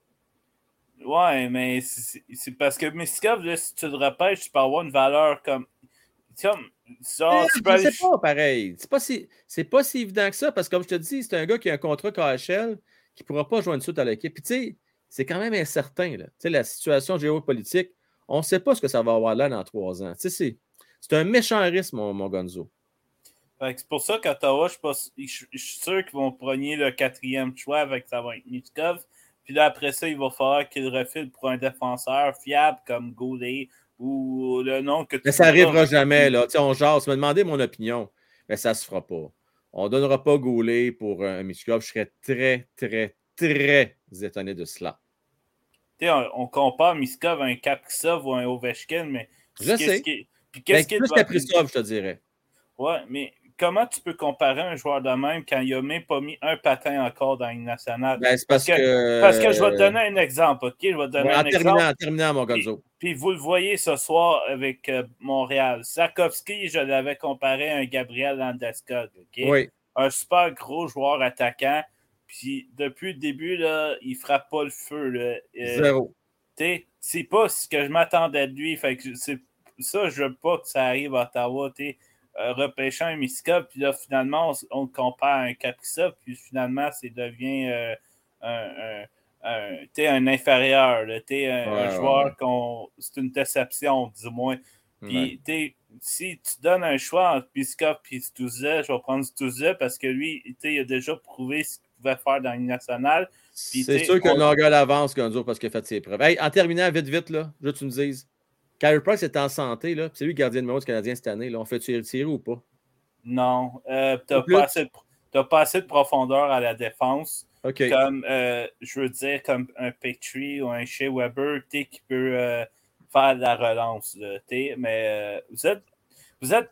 Ouais, mais c'est parce que Michkov, là, si tu le repêches, tu peux avoir une valeur comme c'est pas pareil. C'est pas si évident que ça, parce que comme je te dis, c'est un gars qui a un contrat KHL qui ne pourra pas joindre suite à l'équipe. Puis tu sais, c'est quand même incertain. Là. Tu sais, la situation géopolitique, on ne sait pas ce que ça va avoir là dans 3 ans. Tu sais, c'est un méchant risque, mon Gonzo. C'est pour ça qu'Ottawa, je suis sûr qu'ils vont prendre le 4e choix avec ça va être Michkov. Puis là, après ça, il va falloir qu'ils refilent pour un défenseur fiable comme Goulet ou le nom que tu mais ça n'arrivera jamais. Là. On jase. Tu m'as demandé mon opinion. Mais ça ne se fera pas. On ne donnera pas Goulet pour un Michkov. Je serais très, très, très étonné de cela. On compare Michkov à un Kaprizov ou un Ovechkin, mais je sais. Puis qu'est-ce plus Kaprizov, je te dirais. Ouais, mais comment tu peux comparer un joueur de même quand il n'a même pas mis un patin encore dans une nationale? Ben, c'est parce que je vais te donner un exemple, OK? Je vais te donner un exemple. En terminant, mon Gonzo. Puis vous le voyez ce soir avec Montréal. Sarkovski, je l'avais comparé à un Gabriel Landeskog, OK? Oui. Un super gros joueur attaquant. Puis depuis le début, là, il ne frappe pas le feu. Là. Zéro. C'est pas ce que je m'attendais de lui. Fait que c'est ça, je veux pas que ça arrive à Ottawa, repêchant un Miskov, puis là, finalement, on le compare à un Kaprizov, puis finalement, ça devient un inférieur, un joueur c'est une déception, du moins. Puis, si tu donnes un choix entre Miskov et Stouza, je vais prendre Stouza parce que lui, il a déjà prouvé ce qu'il pouvait faire dans l'Union nationale. C'est sûr que le gars l'avance, Gonzo, parce qu'il a fait ses preuves. Hey, en terminant, vite, là, je veux que tu me dises, Carey Price est en santé, là, c'est lui le gardien numéro du Canadien cette année, là. On fait-tu retirer ou pas? Non. T'as pas assez de profondeur à la défense. Okay. Comme, je veux dire, comme un Petrie ou un Shea Weber, qui peut faire de la relance, là, mais vous êtes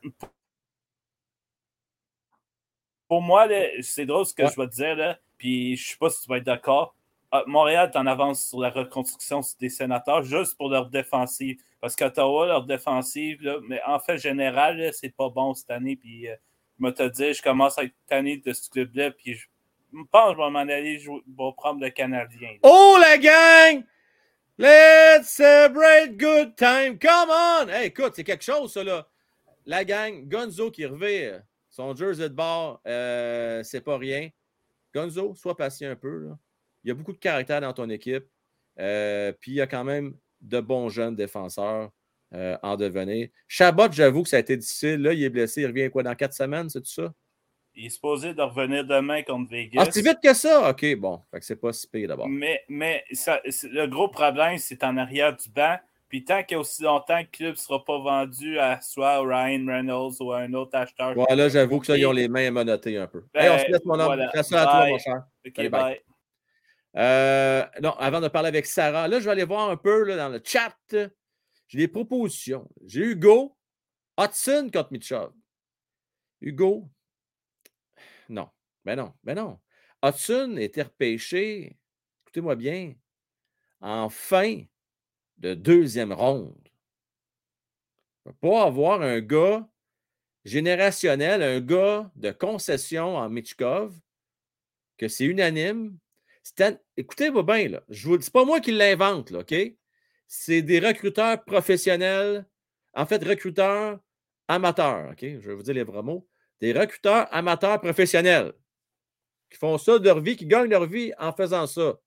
pour moi, là, c'est drôle ce que je vais te dire, là, puis je sais pas si tu vas être d'accord. Montréal est en avance sur la reconstruction des Sénateurs juste pour leur défensive. Parce qu'Ottawa, leur défensive, là, mais en fait, général, là, c'est pas bon cette année. Puis, je vais te dire, je commence à être tanné de ce club-là. Puis, je pense que je vais m'en aller, je vais prendre le Canadien. Là. Oh, la gang! Let's celebrate good time! Come on! Hey, écoute, c'est quelque chose, ça, là. La gang, Gonzo qui revient son jersey de bord, c'est pas rien. Gonzo, sois patient un peu, là. Il y a beaucoup de caractère dans ton équipe. Puis il y a quand même de bons jeunes défenseurs en devenir. Chabot, j'avoue que ça a été difficile. Là, il est blessé. Il revient quoi dans 4 semaines, c'est tout ça? Il est supposé de revenir demain contre Vegas. Ah, c'est vite que ça? OK, bon. Fait que c'est pas si pire d'abord. Mais le gros problème, c'est en arrière du banc. Puis tant qu'il y a aussi longtemps que le club ne sera pas vendu à soit Ryan Reynolds ou à un autre acheteur. Ouais, là, j'avoue que ça, ils ont les mains monottées un peu. Hey, on se laisse, mon homme. Voilà. Je ça à toi, mon cher. OK, Salut, bye. Non, avant de parler avec Sarah, là, je vais aller voir un peu là, dans le chat. J'ai des propositions. J'ai Hugo, Hudson contre Mitchell. Hugo, non. Ben non. Hudson était repêché, écoutez-moi bien, en fin de deuxième ronde. On ne peut pas avoir un gars générationnel, un gars de concession en Michkov, que c'est unanime. Écoutez-moi bien, là. C'est pas moi qui l'invente, là, OK? C'est des recruteurs professionnels, en fait, recruteurs amateurs, OK? Je vais vous dire les vrais mots. Des recruteurs amateurs professionnels qui font ça de leur vie, qui gagnent leur vie en faisant ça.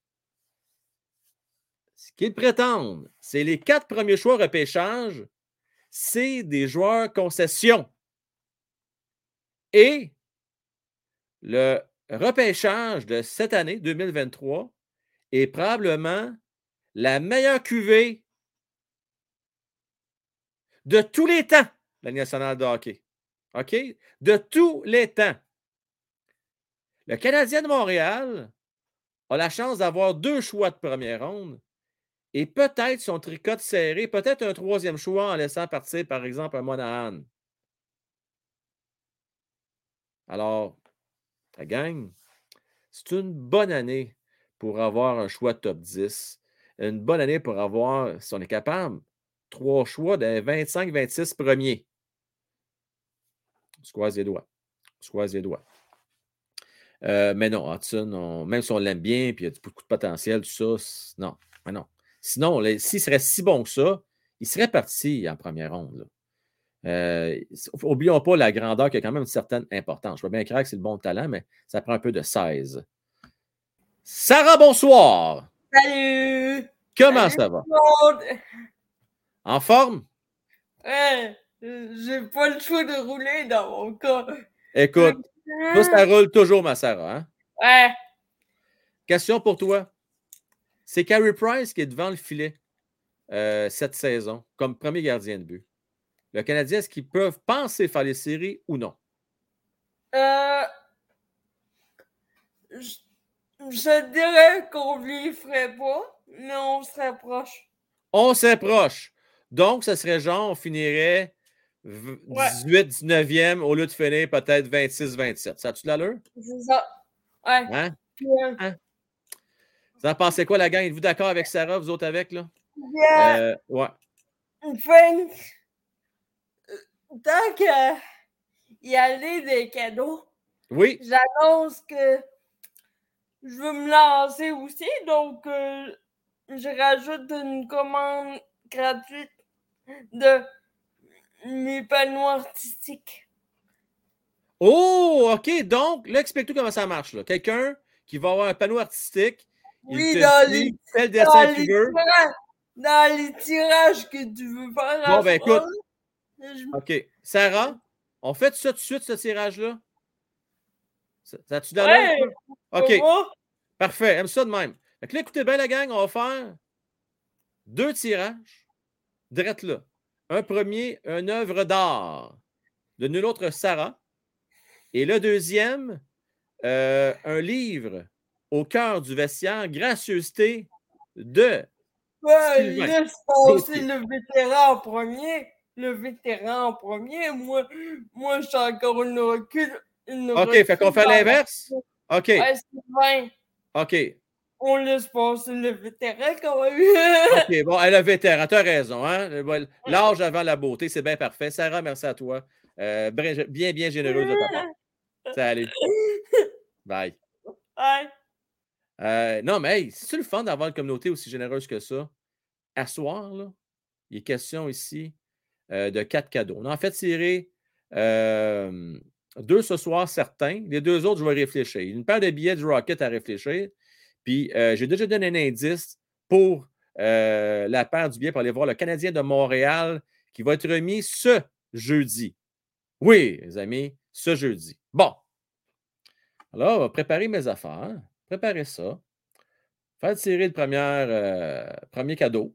Ce qu'ils prétendent, c'est les 4 premiers choix repêchage, c'est des joueurs concession. Et le repêchage de cette année, 2023, est probablement la meilleure cuvée de tous les temps, la Ligue nationale de hockey. OK? De tous les temps. Le Canadien de Montréal a la chance d'avoir 2 choix de première ronde et peut-être son tricote serré, peut-être un 3e choix en laissant partir, par exemple, un Monahan. Alors, la gang, c'est une bonne année pour avoir un choix de top 10. Une bonne année pour avoir, si on est capable, 3 choix des 25-26 premiers. On se croise les doigts. Mais non, Hudson, même si on l'aime bien, puis il y a beaucoup de potentiel, tout ça, non. Mais non. Sinon, s'il serait si bon que ça, il serait parti en première ronde. Oublions pas la grandeur qui a quand même une certaine importance. Je vois bien clair que c'est le bon talent, mais ça prend un peu de 16. Sarah, bonsoir! Salut! Comment ça va? En forme? Ouais, j'ai pas le choix de rouler dans mon cas. Écoute, toi, ça roule toujours, ma Sarah. Hein? Ouais. Question pour toi. C'est Carey Price qui est devant le filet cette saison comme premier gardien de but. Le Canadien, est-ce qu'ils peuvent penser faire les séries ou non? Je dirais qu'on ne les ferait pas, mais on se rapproche. On s'approche. Donc, ça serait genre, on finirait 18-19e au lieu de finir peut-être 26-27. Ça a-tu de l'allure? C'est ça. Ouais. Hein? Hein? Vous en pensez quoi, la gang? Êtes-vous d'accord avec Sarah, vous autres avec, là? Yeah. Ouais. Enfin, tant qu'il y a des cadeaux, oui. J'annonce que je veux me lancer aussi, donc je rajoute une commande gratuite de les panneaux artistiques. Oh, OK. Donc, là, explique-toi comment ça marche. Quelqu'un qui va avoir un panneau artistique, Oui, il te dit quel dessin qu'il veut. Dans les tirages que tu veux faire Bon, ben écoute. je... OK. Sarah, on fait ça tout de suite, ce tirage-là? Ça tu Ouais, OK. Parfait. Aime ça de même. Fait que là, écoutez bien, la gang, on va faire 2 tirages. Drette là. Un premier, une œuvre d'art de nul autre Sarah. Et le deuxième, un livre au cœur du vestiaire, gracieuseté de Sylvain. Laisse passer le vétéran en premier. Le vétéran en premier. Moi je suis encore une recul. OK, fait qu'on fait l'inverse? OK. Ouais, Sylvain. OK. On laisse passer le vétéran quand même. OK, bon, le vétéran, tu as raison. Hein? L'âge avant la beauté, c'est bien parfait. Sarah, merci à toi. Bien, bien généreuse de ta part. Salut. Bye. Bye. Non, mais hey, c'est-tu le fun d'avoir une communauté aussi généreuse que ça? À soir, là, il est question ici de 4 cadeaux. On a en fait tiré 2 ce soir, certains. Les 2 autres, je vais réfléchir. Une paire de billets du Rocket à réfléchir. Puis, j'ai déjà donné un indice pour la paire du billet pour aller voir le Canadien de Montréal qui va être remis ce jeudi. Oui, les amis, ce jeudi. Bon. Alors, on va préparer mes affaires. Préparer ça. Faire tirer le premier cadeau.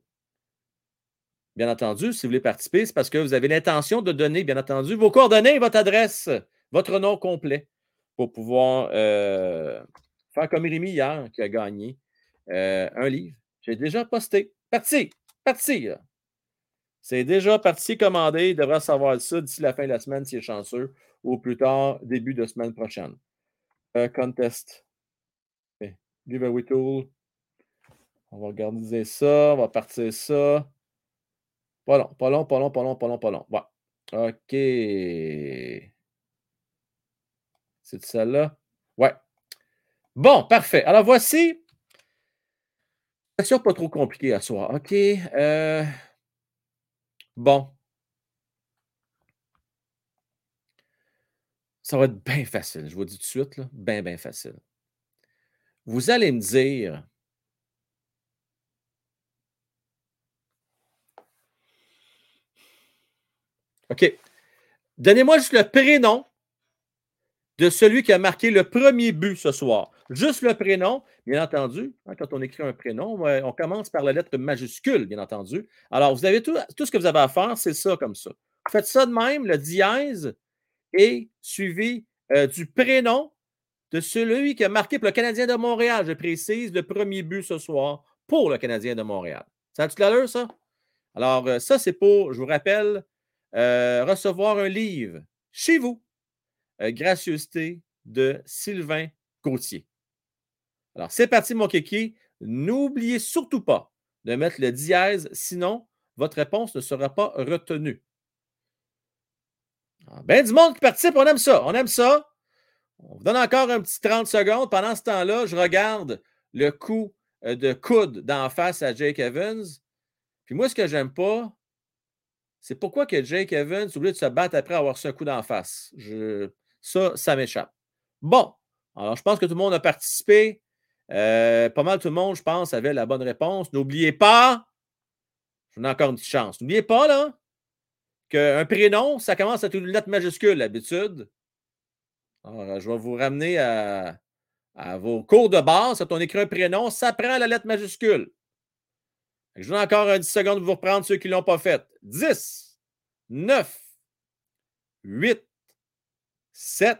Bien entendu, si vous voulez participer, c'est parce que vous avez l'intention de donner, bien entendu, vos coordonnées, votre adresse, votre nom complet pour pouvoir faire comme Rémi hier qui a gagné un livre. J'ai déjà posté. Parti! Là. C'est déjà parti commandé. Il devrait savoir ça d'ici la fin de la semaine s'il est chanceux ou plus tard, début de semaine prochaine. Contest. Okay. Giveaway tool. On va regarder ça. On va partir ça. Pas long. Ouais. OK. C'est celle-là? Ouais. Bon, parfait. Alors, voici. Question pas trop compliquée à soir. OK. Bon. Ça va être bien facile. Je vous dis tout de suite, là. Bien, bien facile. Vous allez me dire. OK. Donnez-moi juste le prénom de celui qui a marqué le premier but ce soir. Juste le prénom, bien entendu. Hein, quand on écrit un prénom, on commence par la lettre majuscule, bien entendu. Alors, vous avez tout ce que vous avez à faire, c'est ça comme ça. Vous faites ça de même, le dièse est suivi du prénom de celui qui a marqué pour le Canadien de Montréal, je précise, le premier but ce soir pour le Canadien de Montréal. Ça a-tu l'allure, ça? Alors, ça, c'est pour, je vous rappelle, recevoir un livre chez vous. Gracieuseté de Sylvain Gauthier. Alors, c'est parti, mon kéké. N'oubliez surtout pas de mettre le dièse, sinon, votre réponse ne sera pas retenue. Ben du monde qui participe, on aime ça. On aime ça. On vous donne encore un petit 30 secondes. Pendant ce temps-là, je regarde le coup de coude d'en face à Jake Evans. Puis moi, ce que j'aime pas, c'est pourquoi que Jake Evans oublie de se battre après avoir reçu un coup d'en face. Ça m'échappe. Bon, alors je pense que tout le monde a participé. Pas mal tout le monde, je pense, avait la bonne réponse. N'oubliez pas, j'en ai encore une petite chance. N'oubliez pas, là, qu'un prénom, ça commence avec une lettre majuscule, d'habitude. Alors, je vais vous ramener à vos cours de base. Quand on écrit un prénom, ça prend la lettre majuscule. Je vous donne encore 10 secondes pour vous reprendre ceux qui ne l'ont pas fait. 10, 9, 8, 7,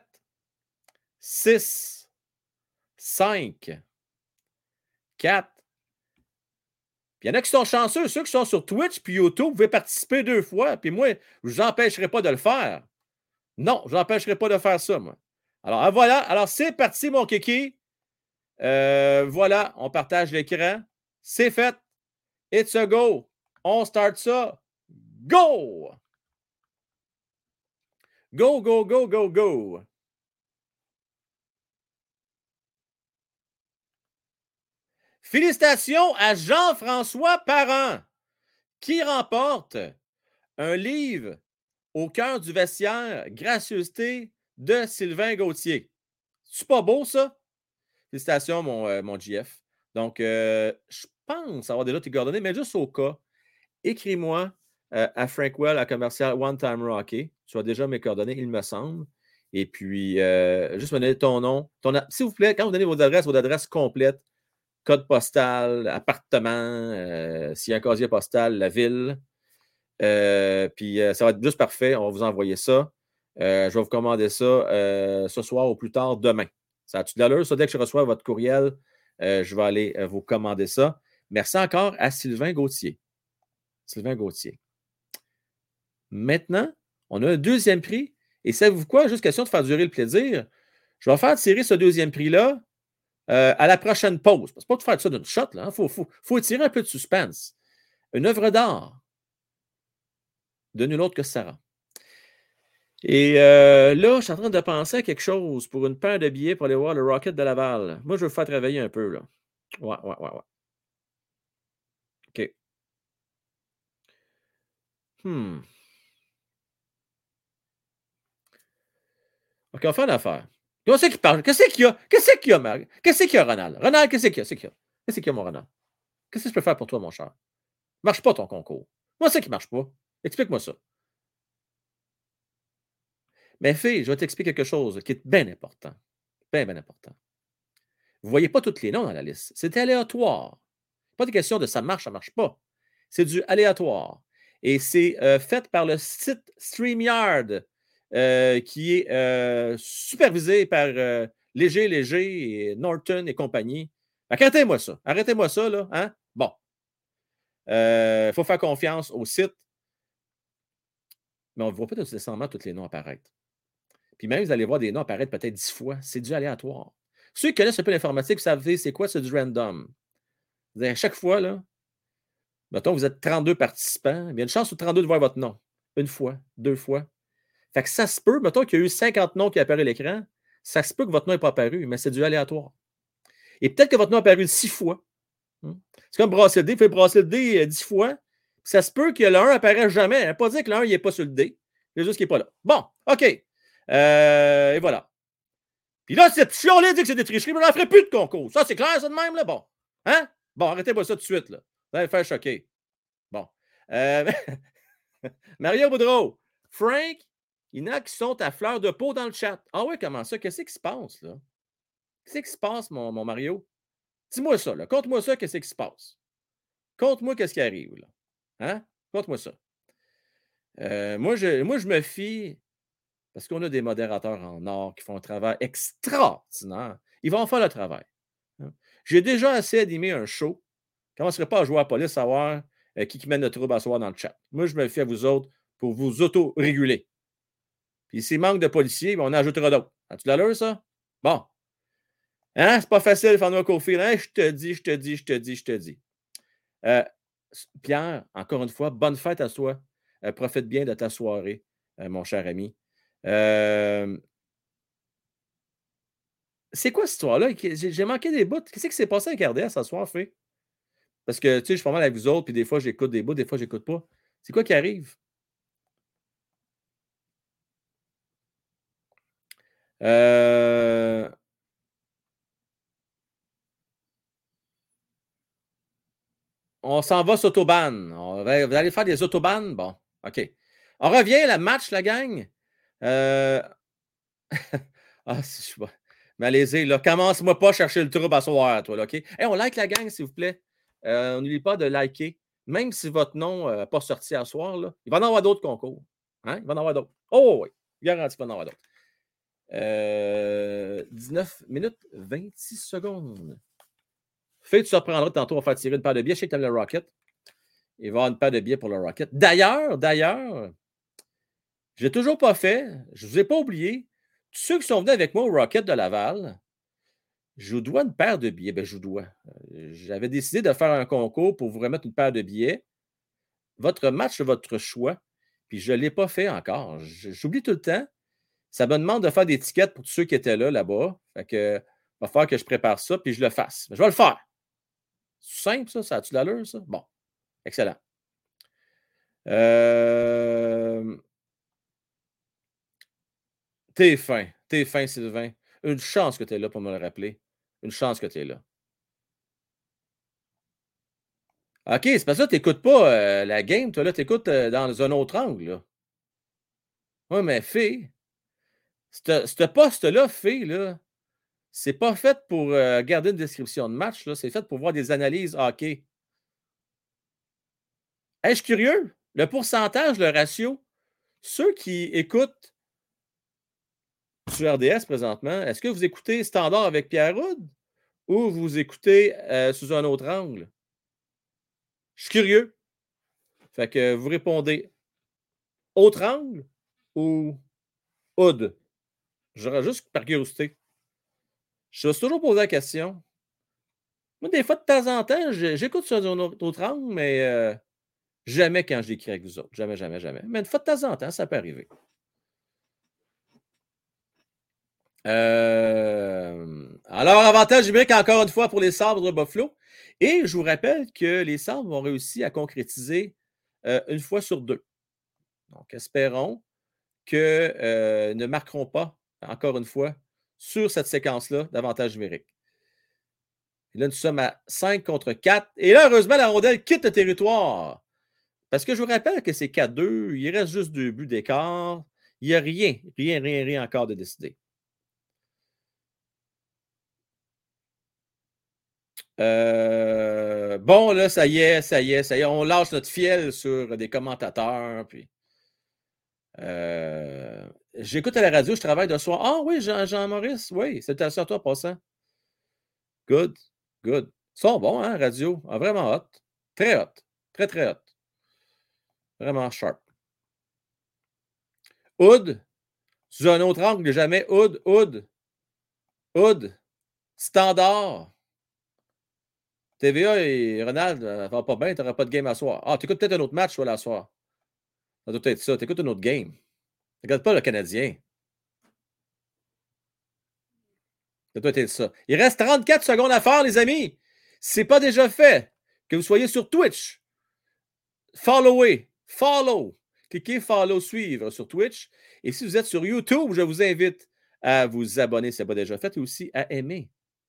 6, 5, 4. Puis il y en a qui sont chanceux. Ceux qui sont sur Twitch puis YouTube, vous pouvez participer 2 fois. Puis moi, je ne vous empêcherai pas de le faire. Non, je ne vous empêcherai pas de faire ça, moi. Alors, voilà. Alors, c'est parti, mon kiki. Voilà, on partage l'écran. C'est fait. It's a go. On start ça. Go! Go, go, go, go, go. Félicitations à Jean-François Parent qui remporte un livre au cœur du vestiaire, gracieuseté de Sylvain Gauthier. C'est pas beau, ça? Félicitations, mon GF. Donc, je pense avoir déjà tes coordonnées, mais juste au cas, écris-moi à Frankwell, à commercial One Time Rocky. Tu as déjà mes coordonnées, il me semble. Et puis, juste me donner ton nom. S'il vous plaît, quand vous donnez vos adresses complètes, code postal, appartement, s'il y a un casier postal, la ville. Puis, ça va être juste parfait. On va vous envoyer ça. Je vais vous commander ça ce soir ou plus tard demain. Ça a-tu de l'allure? Ça, dès que je reçois votre courriel, je vais aller vous commander ça. Merci encore à Sylvain Gauthier. Sylvain Gauthier. Maintenant, on a un deuxième prix. Et savez-vous quoi? Juste question de faire durer le plaisir. Je vais faire tirer ce deuxième prix-là à la prochaine pause. C'est pas de faire ça d'une shot. Il faut étirer un peu de suspense. Une œuvre d'art de nul autre que Sarah. Et là, je suis en train de penser à quelque chose pour une paire de billets pour aller voir le Rocket de Laval. Moi, je veux vous faire travailler un peu, là. Ouais. OK. OK, on va faire l'affaire. Qu'est-ce qu'il parle? Qu'est-ce qu'il y a, Marc? Qu'est-ce qu'il y a, Ronald? Ronald, qu'est-ce qu'il y a? Qu'est-ce qu'il y a, mon Ronald? Qu'est-ce que je peux faire pour toi, mon cher? Marche pas ton concours. Moi, c'est qui marche pas. Explique-moi ça. Mais fille, je vais t'expliquer quelque chose qui est bien important. Bien important. Vous ne voyez pas tous les noms dans la liste. C'est aléatoire. Pas de question de ça marche pas. C'est du aléatoire. Et c'est fait par le site StreamYard, qui est supervisé par Léger et Norton et compagnie. Arrêtez-moi ça. Arrêtez-moi ça, là. Hein? Bon. Il faut faire confiance au site. Mais on ne voit pas nécessairement tous les noms apparaître. Puis même, vous allez voir des noms apparaître peut-être 10 fois. C'est du aléatoire. Ceux qui connaissent un peu l'informatique, vous savez c'est quoi? C'est du random. Vous avez à chaque fois, là, mettons, vous êtes 32 participants, il y a une chance sur 32 de voir votre nom. Une fois, deux fois. Fait que ça se peut, mettons qu'il y a eu 50 noms qui apparus à l'écran, ça se peut que votre nom n'ait pas apparu, mais c'est du aléatoire. Et peut-être que votre nom a apparu 6 fois. C'est comme brasser le dé, il faut brasser le dé 10 fois. Ça se peut que le 1 apparaisse jamais. Pas dire que le 1 n'est pas sur le dé. C'est juste qu'il n'est pas là. Bon, OK. Et voilà. Puis là, cette chion-là dit que c'est des tricheries, mais on n'en ferait plus de concours. Ça, c'est clair, ça de même, là? Bon. Hein? Bon, arrêtez-moi ça tout de suite, là. Vous allez me faire choquer. Bon. Mario Boudreau. Frank, il y en a qui sont à fleur de peau dans le chat. Ah ouais, comment ça? Qu'est-ce qui se passe, là? Qu'est-ce qui se passe, mon Mario? Dis-moi ça, là. Conte-moi ça, qu'est-ce qui se passe? Conte-moi qu'est-ce qui arrive, là. Hein? Conte-moi ça. Moi, je me fie, parce qu'on a des modérateurs en or qui font un travail extraordinaire. Ils vont faire le travail. J'ai déjà assez animé un show. Je ne commencerai pas à jouer à la police, savoir qui mène le trouble à soir dans le chat. Moi, je me fie à vous autres pour vous auto-réguler. Puis s'il manque de policiers, on en ajoutera d'autres. As-tu l'allure, ça? Bon. Hein? C'est pas facile de faire un court fil. Hein? Je te dis. Pierre, encore une fois, bonne fête à toi. Profite bien de ta soirée, mon cher ami. C'est quoi cette histoire-là? J'ai manqué des bouts. Qu'est-ce qui s'est passé avec RDS ce soir, fait? Parce que, tu sais, je suis pas mal avec vous autres, puis des fois, j'écoute des bouts, des fois, j'écoute pas. C'est quoi qui arrive? On s'en va s'autoban. Vous allez faire des autobans? Bon, OK. On revient, le match, la gang. Mais allez-y, là, commence-moi pas à chercher le trouble à soir, toi, là, OK? Hey, on like la gang, s'il vous plaît. On n'oublie pas de liker. Même si votre nom n'a pas sorti à soir, là, il va en avoir d'autres concours. Hein? Il va en avoir d'autres. Oh oui, garanti qu'il va en avoir d'autres. 19 minutes 26 secondes. Tu te surprendras tantôt, on va faire tirer une paire de billets. Je sais que tu aimes le Rocket. Il va y avoir une paire de billets pour le Rocket. D'ailleurs, je n'ai toujours pas fait, je ne vous ai pas oublié, tous ceux qui sont venus avec moi au Rocket de Laval, je vous dois une paire de billets. Ben, je vous dois. J'avais décidé de faire un concours pour vous remettre une paire de billets. Votre match, votre choix. Puis je ne l'ai pas fait encore. J'oublie tout le temps. Ça me demande de faire des tickets pour tous ceux qui étaient là-bas. Fait que, il va falloir que je prépare ça puis je le fasse. Mais je vais le faire. C'est simple, ça? Ça a-tu l'allure, ça? Bon. Excellent. T'es fin, Sylvain. Une chance que tu es là pour me le rappeler. Une chance que tu es là. OK, c'est pas ça, tu n'écoutes pas la game, toi, là, tu écoutes dans un autre angle, là. Oui, mais fille, ce poste-là, fille, là, c'est pas fait pour garder une description de match, là, c'est fait pour voir des analyses hockey. Hey, je suis curieux. Le pourcentage, le ratio, ceux qui écoutent sur RDS présentement, est-ce que vous écoutez Standard avec Pierre Houd ou vous écoutez sous un autre angle? Je suis curieux. Fait que vous répondez autre angle ou Houd? J'aurais juste par curiosité. Je me suis toujours posé la question. Moi, des fois, de temps en temps, j'écoute sur un autre angle, mais jamais quand j'écris avec vous autres. Jamais, jamais, jamais. Mais une fois de temps en temps, ça peut arriver. Alors, avantage numérique encore une fois pour les Sabres de Buffalo. Et je vous rappelle que les Sabres ont réussi à concrétiser une fois sur 2. Donc, espérons que ne marqueront pas, encore une fois, sur cette séquence-là d'avantage numérique. Et là, nous sommes à 5 contre 4. Et là, heureusement, la rondelle quitte le territoire. Parce que je vous rappelle que c'est 4-2. Il reste juste 2 buts d'écart. Il n'y a rien encore de décidé. Bon, là, ça y est. On lâche notre fiel sur des commentateurs. Puis, j'écoute à la radio, je travaille de soir. Ah oui, Jean-Maurice, oui, c'était à toi passant. Good. Ils sont bons, hein, radio. Ah, vraiment hot. Très hot. Très, très hot. Vraiment sharp. Houd, sous un autre angle, jamais. Houd. Standard. TVA et Ronald, ça va pas bien, tu n'auras pas de game à soir. Ah, tu écoutes peut-être un autre match, toi, la soir. Ça doit être ça. Tu écoutes un autre game. Tu regardes pas le Canadien. Ça doit être ça. Il reste 34 secondes à faire, les amis. Si ce n'est pas déjà fait, que vous soyez sur Twitch, follow. Cliquez follow, suivre sur Twitch. Et si vous êtes sur YouTube, je vous invite à vous abonner si ce n'est pas déjà fait et aussi à aimer.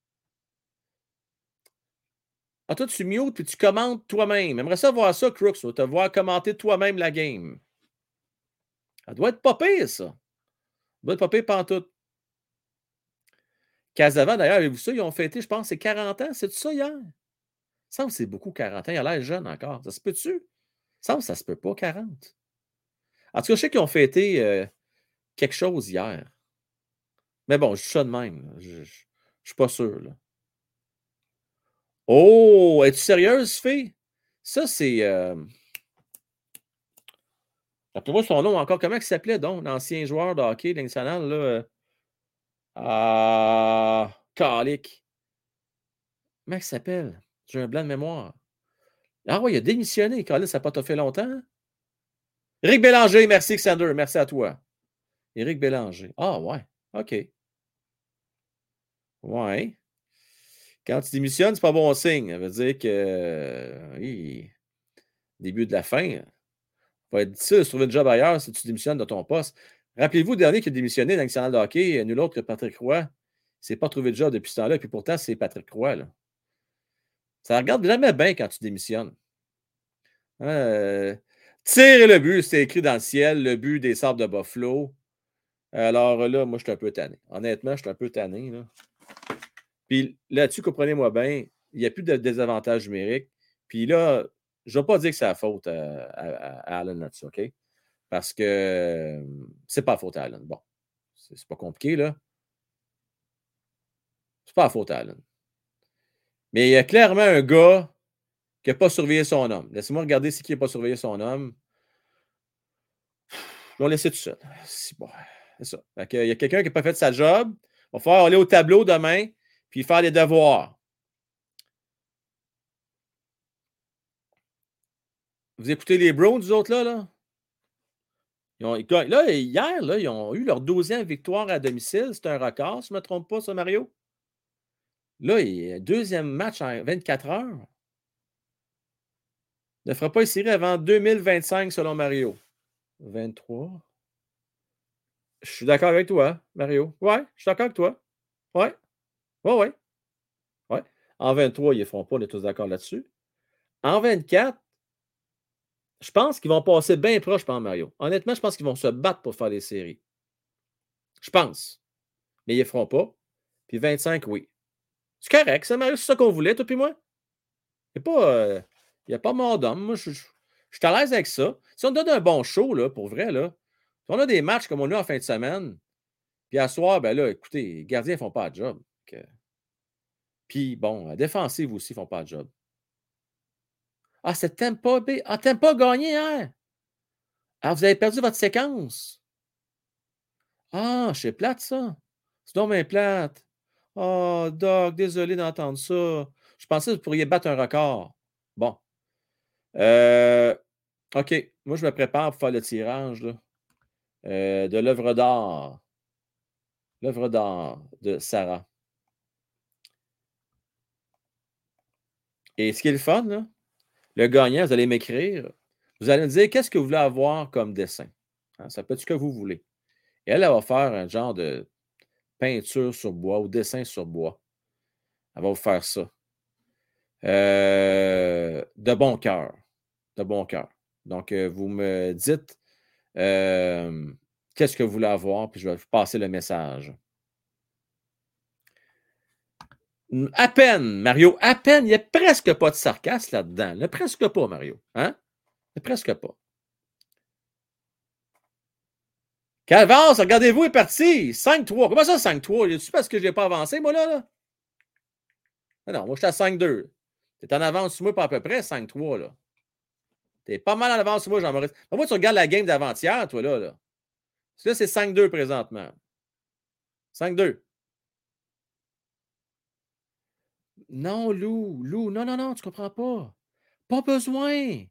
Ah, toi, tu mutes puis tu commentes toi-même. J'aimerais ça voir ça, Crooks, te voir commenter toi-même la game. Ça doit être pas pire, ça. Ça doit être pas pire pantoute. Casavant, d'ailleurs, avez-vous ça? Ils ont fêté, je pense, c'est 40 ans. C'est ça hier? Ça semble que c'est beaucoup 40 ans. Il a l'air jeune encore. Ça se peut-tu? Ça semble que ça se peut pas 40. En tout cas, je sais qu'ils ont fêté quelque chose hier. Mais bon, je dis ça de même. Je ne suis pas sûr. Là. Oh, es-tu sérieuse, fille? Ça, c'est... Rappelez-moi son nom encore. Comment il s'appelait, donc, l'ancien joueur de hockey de nationale, là? Calique. Comment il s'appelle? J'ai un blanc de mémoire. Ah oui, il a démissionné. Calique, ça n'a pas fait longtemps. Éric Bélanger, merci, Xander. Merci à toi. Éric Bélanger. Ah, ouais. OK. Ouais. Quand tu démissionnes, c'est pas bon signe. Ça veut dire que oui, début de la fin, va être difficile de trouver un job ailleurs si tu démissionnes de ton poste. Rappelez-vous, le dernier qui a démissionné dans le national de hockey, nul autre que Patrick Roy. Il ne s'est pas trouvé de job depuis ce temps-là. Puis pourtant, c'est Patrick Roy. Là. Ça regarde jamais bien quand tu démissionnes. Tirer le but, c'est écrit dans le ciel, le but des Sabres de Buffalo. Alors là, moi, je suis un peu tanné. Honnêtement, je suis un peu tanné. Là. Puis là-dessus, comprenez-moi bien, il n'y a plus de désavantage numérique. Puis là, je ne vais pas dire que c'est la faute à Allen là-dessus, OK? Parce que c'est pas la faute à Allen. Bon, c'est pas compliqué, là. C'est pas la faute à Allen. Mais il y a clairement un gars qui n'a pas surveillé son homme. Laissez-moi regarder qui n'a pas surveillé son homme. Je vais le laisser tout seul. C'est bon. C'est ça. Il y a quelqu'un qui n'a pas fait sa job. Il va falloir aller au tableau demain puis faire les devoirs. Vous écoutez les Browns, vous autres, là? Hier, là, ils ont eu leur 12e victoire à domicile. C'est un record, si je ne me trompe pas, ça, Mario. Là, il y a un deuxième match en 24 heures. Ne fera pas une série avant 2025, selon Mario. 23. Je suis d'accord avec toi, Mario. Ouais, je suis d'accord avec toi. Ouais. Ouais. En 23, ils ne feront pas, on est tous d'accord là-dessus. En 24, je pense qu'ils vont passer bien proche par Mario. Honnêtement, je pense qu'ils vont se battre pour faire des séries. Je pense. Mais ils ne les feront pas. Puis 25, oui. C'est correct, ça, Mario, c'est ça qu'on voulait, toi puis moi. Il n'y a pas mort d'homme. Moi, je suis à l'aise avec ça. Si on donne un bon show, là, pour vrai, là, si on a des matchs comme on a en fin de semaine, puis à soir, ben là, écoutez, les gardiens ne font pas de job. Puis, bon, la défensive aussi ne font pas de job. Ah, c'est Tampa Bay. Ah, Tampa a gagné hier. Ah, vous avez perdu votre séquence. Ah, c'est plate, ça. C'est donc bien plate. Oh, Doc, désolé d'entendre ça. Je pensais que vous pourriez battre un record. Bon. OK. Moi, je me prépare pour faire le tirage là, de l'œuvre d'art. L'œuvre d'art de Sarah. Et ce qui est le fun, là, le gagnant, vous allez m'écrire. Vous allez me dire qu'est-ce que vous voulez avoir comme dessin. Hein, ça peut être ce que vous voulez. Et elle va faire un genre de peinture sur bois ou dessin sur bois. Elle va vous faire ça. De bon cœur. De bon cœur. Donc, vous me dites qu'est-ce que vous voulez avoir, puis je vais vous passer le message. À peine, Mario, à peine. Il n'y a presque pas de sarcasme là-dedans. Il n'y a presque pas, Mario. Hein? Il n'y a presque pas. Calvance, regardez-vous, est parti. 5-3. Comment ça, 5-3? Y a-tu parce que je n'ai pas avancé, moi, là? Non, moi, je suis à 5-2. Tu es en avance sur moi, pas à peu près 5-3, là. Tu es pas mal en avance sur moi, Jean-Maurice. Moi, tu regardes la game d'avant-hier, toi, là. Parce que là, c'est 5-2 présentement. 5-2. Non, Lou, non, tu comprends pas. Pas besoin.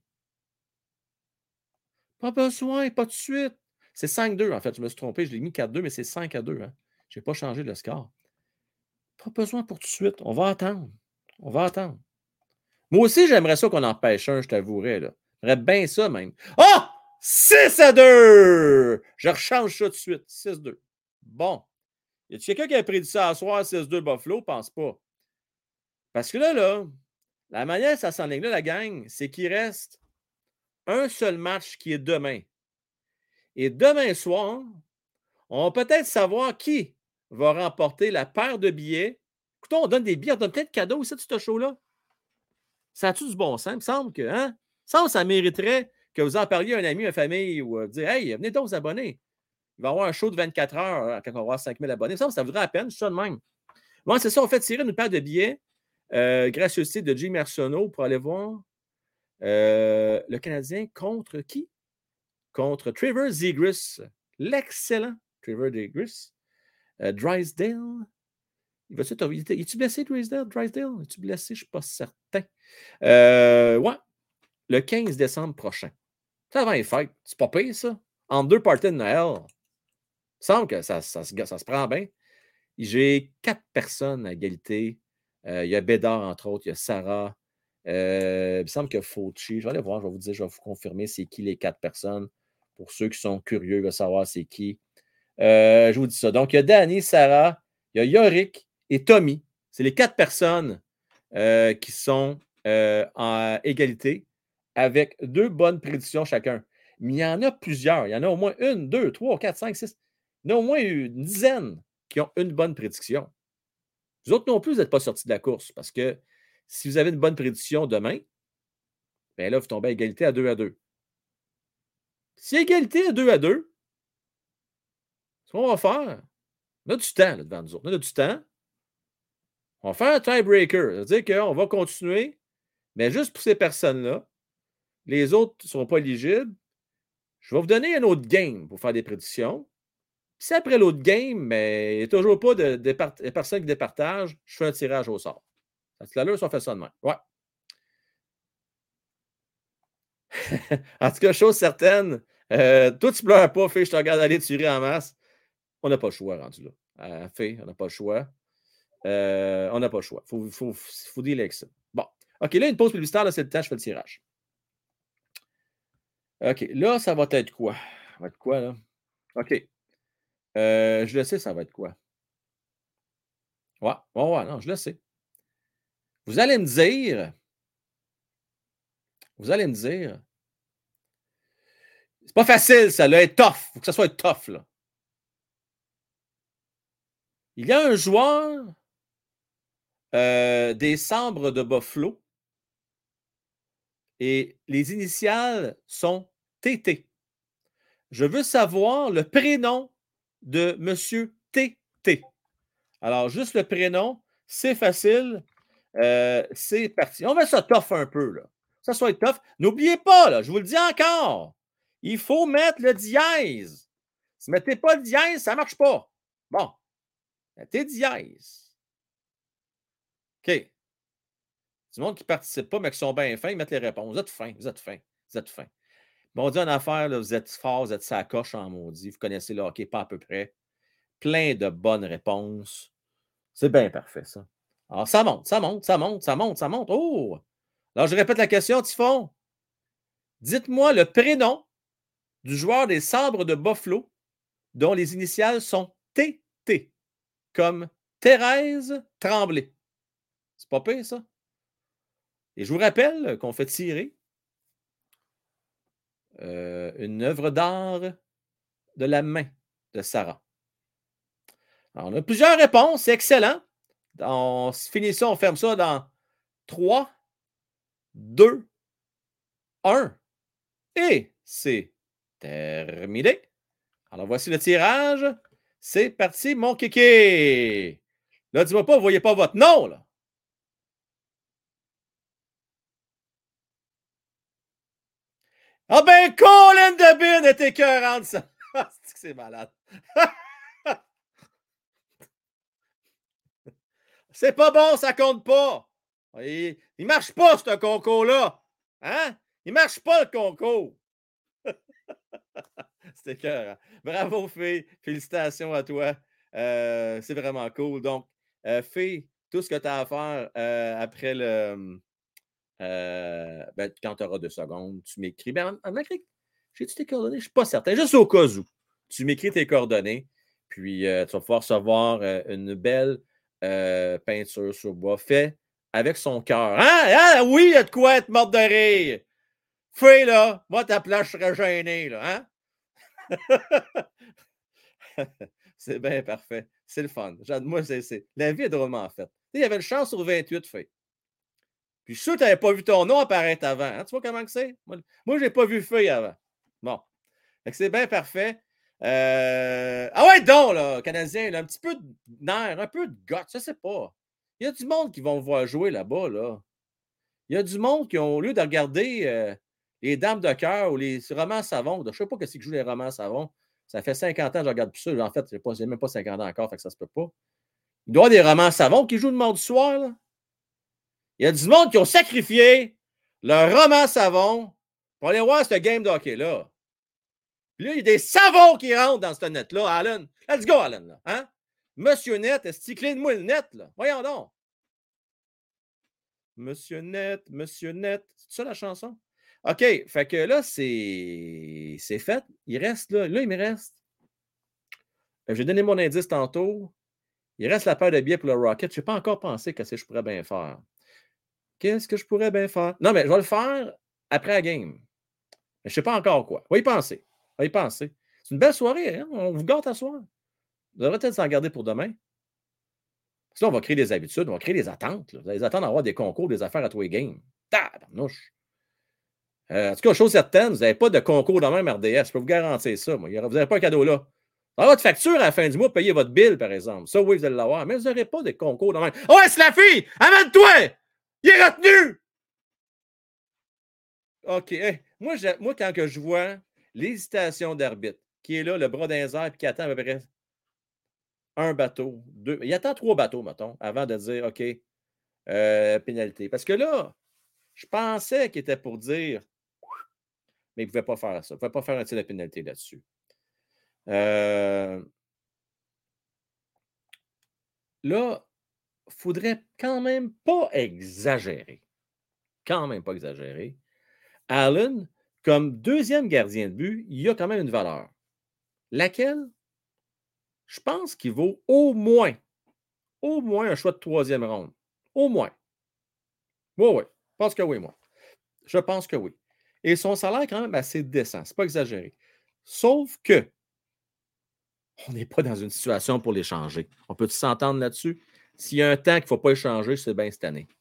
Pas besoin, pas de suite. C'est 5-2, en fait. Je me suis trompé, je l'ai mis 4-2, mais c'est 5-2. Hein. Je n'ai pas changé le score. Pas besoin pour tout de suite. On va attendre. On va attendre. Moi aussi, j'aimerais ça qu'on en pêche un, je t'avouerais. J'aimerais bien ça, même. Ah! 6-2! Je rechange ça tout de suite. 6-2. Bon. Y a-t-il quelqu'un qui a prédit ça à soir, 6-2 Buffalo? Pense pas. Parce que là, la manière ça s'enligne là, la gang, c'est qu'il reste un seul match qui est demain. Et demain soir, on va peut-être savoir qui va remporter la paire de billets. Écoutez, on donne des billets, on donne plein de cadeaux aussi de ce show-là. Ça a-tu du bon sens? Il me semble que, hein? Ça mériterait que vous en parliez à un ami, à une famille, ou dire hey, venez donc vous abonner. Il va y avoir un show de 24 heures quand on va avoir 5000 abonnés. Ça vaudrait la peine, c'est ça de même. Bon, c'est ça, on fait tirer une paire de billets. Gracieuseté de Jim Arsenault pour aller voir le Canadien contre qui? Contre Trevor Zegras. L'excellent Trevor Zegras. Drysdale. Es-tu blessé, Drysdale? Es-tu blessé? Je ne suis pas certain. Ouais. Le 15 décembre prochain. Ça avant les fêtes. C'est pas pire, ça. En 2 parties de Noël. Il me semble que ça se prend bien. J'ai 4 personnes à égalité. Il y a Bédard, entre autres. Il y a Sarah. Il me semble qu'il y a Fauci. Je vais aller voir, je vais vous dire, je vais vous confirmer c'est qui les 4 personnes. Pour ceux qui sont curieux de savoir c'est qui. Je vous dis ça. Donc, il y a Danny, Sarah, il y a Yorick et Tommy. C'est les 4 personnes qui sont en égalité avec 2 bonnes prédictions chacun. Mais il y en a plusieurs. Il y en a au moins 1, 2, 3, 4, 5, 6. Il y en a au moins une dizaine qui ont une bonne prédiction. Vous autres non plus, vous n'êtes pas sortis de la course parce que si vous avez une bonne prédiction demain, bien là, vous tombez à égalité à 2-2. Si égalité à 2-2, ce qu'on va faire, on a du temps là, devant nous autres. On a du temps. On va faire un tiebreaker. C'est-à-dire qu'on va continuer, mais juste pour ces personnes-là, les autres ne seront pas éligibles. Je vais vous donner un autre game pour faire des prédictions. Puis si après l'autre game, mais il n'y a toujours pas de personnes qui départagent, je fais un tirage au sort. Ça te l'allure si on fait ça de même. Ouais. En tout cas, chose certaine, toi, tu ne pleures pas, Fé, je te regarde aller tirer en masse. On n'a pas le choix rendu là. Fé, on n'a pas le choix. On n'a pas le choix. Il faut dealer avec ça. Bon. OK, là, une pause publicitaire, là, c'est le temps, je fais le tirage. OK, là, ça va être quoi? Ça va être quoi, là? OK. Je le sais, ça va être quoi? Ouais, non, je le sais. Vous allez me dire, c'est pas facile, ça, là, être tough. Il faut que ça soit tough, là. Il y a un joueur des Sabres de Buffalo et les initiales sont TT. Je veux savoir le prénom de M. TT. Alors, juste le prénom, c'est facile. C'est parti. On met ça tough un peu, là. Ça soit tough. N'oubliez pas, là, je vous le dis encore, il faut mettre le dièse. Si vous ne mettez pas le dièse, ça ne marche pas. Bon, mettez dièse. OK. Du monde qui ne participe pas, mais qui sont bien fins, ils mettent les réponses. Vous êtes fins. Bon, on dit en affaire, là, vous êtes fort, vous êtes sacoche en maudit, vous connaissez le hockey pas à peu près. Plein de bonnes réponses. C'est bien parfait, ça. Alors, ça monte. Oh! Alors, je répète la question, Typhon. Dites-moi le prénom du joueur des Sabres de Buffalo dont les initiales sont TT, comme Thérèse Tremblay. C'est pas pire, ça? Et je vous rappelle qu'on fait tirer une œuvre d'art de la main de Sarah. Alors, on a plusieurs réponses, c'est excellent. On finit ça, on ferme ça dans 3, 2, 1. Et c'est terminé. Alors, voici le tirage. C'est parti, mon kéké. Là, dis-moi pas, vous ne voyez pas votre nom, là. Ah ben, Colin de Bin est écœurante, ça. C'est malade. C'est pas bon, ça compte pas. Il marche pas, ce concours-là. Hein? Il marche pas, le concours. C'est écœurant. Bravo, Fée. Félicitations à toi. C'est vraiment cool. Donc, Fée, tout ce que tu as à faire après le... quand tu auras 2 secondes, tu m'écris. J'ai-tu tes coordonnées? Je ne suis pas certain. Juste au cas où. Tu m'écris tes coordonnées. Puis, tu vas pouvoir recevoir une belle peinture sur bois faite avec son cœur. Hein? Oui, il y a de quoi être morte de rire. Fais, là. Moi, ta place, je serais gêné, là. Hein? C'est bien parfait. C'est le fun. Moi, la vie est drôlement faite. Il y avait une chance sur 28, fait. Puis je suis sûr que tu n'avais pas vu ton nom apparaître avant. Hein? Tu vois comment que c'est? Moi, je n'ai pas vu Feuille avant. Bon. C'est bien parfait. Ah ouais, donc, là, Canadien, là, un petit peu de nerf, un peu de gosse, je ne sais pas. Il y a du monde qui vont voir jouer là-bas, là. Il y a du monde qui, au lieu de regarder les Dames de cœur ou les romans savons, je ne sais pas qu'est-ce qu'ils jouent les romans savons. Ça fait 50 ans que je ne regarde plus ça. En fait, je n'ai même pas 50 ans encore, fait que ça ne se peut pas. Il doit y avoir des romans savons qui jouent le mardi soir, là. Il y a du monde qui ont sacrifié leur roman savon pour aller voir ce game de hockey-là. Puis là, il y a des savons qui rentrent dans ce net-là, Alan. Let's go, Alan. Là. Hein? Monsieur Net, clé-de-moi le net. Là. Voyons donc. Monsieur Net. C'est ça la chanson? OK. Fait que là, c'est fait. Il reste, là, il me reste. J'ai donné mon indice tantôt. Il reste la paire de billets pour le Rocket. Je n'ai pas encore pensé qu'est-ce que je pourrais bien faire. Qu'est-ce que je pourrais bien faire? Non, mais je vais le faire après la game. Mais je ne sais pas encore quoi. On va y penser. C'est une belle soirée. Hein? On vous gâte à soir. Vous devrez peut-être s'en garder pour demain. Sinon, on va créer des habitudes, on va créer des attentes. Là. Vous allez attendre à avoir des concours, des affaires à tous les games. Tabarnouche. En tout cas, chose certaine, vous n'avez pas de concours de même RDS. Je peux vous garantir ça. Moi. Vous n'avez pas un cadeau là. Dans votre facture à la fin du mois, payez votre bill, par exemple. Ça, oui, vous allez l'avoir. Mais vous n'aurez pas de concours de même. Oh, ouais, c'est la fille! Amène-toi! Il est retenu! OK. Hey, moi, quand que je vois l'hésitation d'arbitre, qui est là, le bras dans les airs, puis qui attend à peu près un bateau, 2. Il attend 3 bateaux, mettons, avant de dire OK, pénalité. Parce que là, je pensais qu'il était pour dire, mais il ne pouvait pas faire ça. Il ne pouvait pas faire un tir de pénalité là-dessus. Là, il ne faudrait quand même pas exagérer. Allen, comme deuxième gardien de but, il a quand même une valeur. Laquelle? je pense qu'il vaut au moins un choix de 3e ronde. Au moins. Oui. Je pense que oui, moi. Je pense que oui. Et son salaire est quand même assez décent. C'est pas exagéré. Sauf que on n'est pas dans une situation pour l'échanger. On peut s'entendre là-dessus? S'il y a un temps qu'il ne faut pas échanger, c'est bien cette année.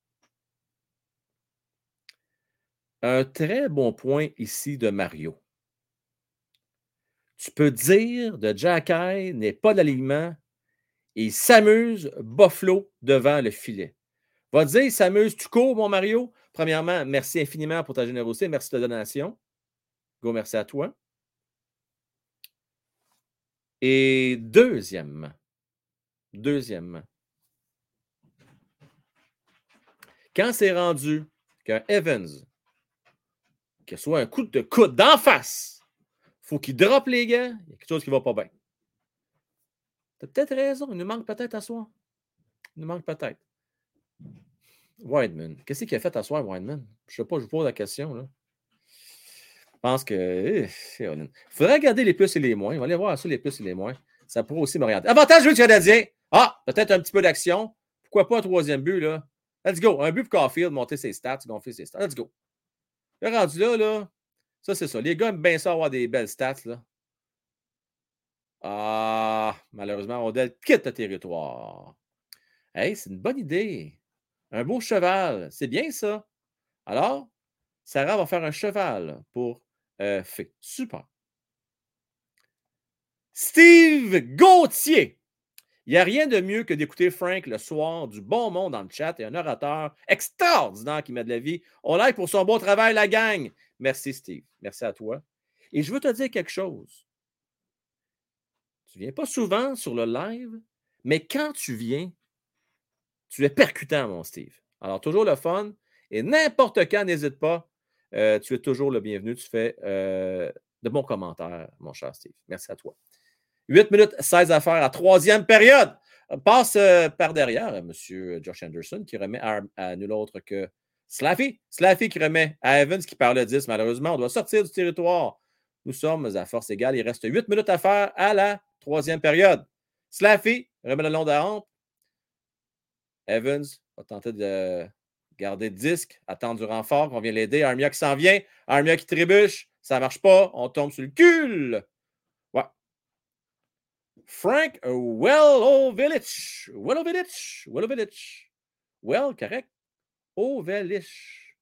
Un très bon point ici de Mario. Tu peux dire de Jacky n'est pas d'alignement et il s'amuse Buffalo devant le filet. Va te dire, il s'amuse, tu cours, mon Mario. Premièrement, merci infiniment pour ta générosité. Merci de ta donation. Go, merci à toi. Et deuxièmement, quand c'est rendu qu'un Evans, que ce soit un coup de coude d'en face, il faut qu'il droppe les gants, il y a quelque chose qui ne va pas bien. Tu as peut-être raison, il nous manque peut-être à soir. Il nous manque peut-être. Wideman. Qu'est-ce qu'il a fait à soir, Wideman? Je ne sais pas, je vous pose la question. Là. Je pense que. Il faudrait regarder les plus et les moins. On va aller voir ça, les plus et les moins. Ça pourrait aussi m'orienter. Avantage du Canadien. Ah, peut-être un petit peu d'action. Pourquoi pas un 3e but, là? Let's go. Un but pour Caulfield, monter ses stats, gonfler ses stats. Let's go. Le rendu là, ça, c'est ça. Les gars aiment bien ça avoir des belles stats, là. Ah, malheureusement, Odell quitte le territoire. Hey, c'est une bonne idée. Un beau cheval. C'est bien, ça. Alors, Sarah va faire un cheval pour Fé. Super. Steve Gauthier. Il n'y a rien de mieux que d'écouter Frank le soir, du bon monde dans le chat et un orateur extraordinaire qui met de la vie. On like pour son beau travail, la gang. Merci, Steve. Merci à toi. Et je veux te dire quelque chose. Tu ne viens pas souvent sur le live, mais quand tu viens, tu es percutant, mon Steve. Alors, toujours le fun. Et n'importe quand, n'hésite pas. Tu es toujours le bienvenu. Tu fais de bons commentaires, mon cher Steve. Merci à toi. 8 minutes 16 à faire à 3e période. On passe par derrière M. Josh Anderson qui remet à nul autre que Slaffy. Slaffy qui remet à Evans qui parle 10. Malheureusement, on doit sortir du territoire. Nous sommes à force égale. Il reste 8 minutes à faire à la 3e période. Slaffy remet le long de la rampe. Evans va tenter de garder le disque, attendre du renfort, qu'on vient l'aider. Armia qui s'en vient. Armia qui trébuche. Ça ne marche pas. On tombe sur le cul. Ouais. Frank Welovich. Well, correct. Ovelich.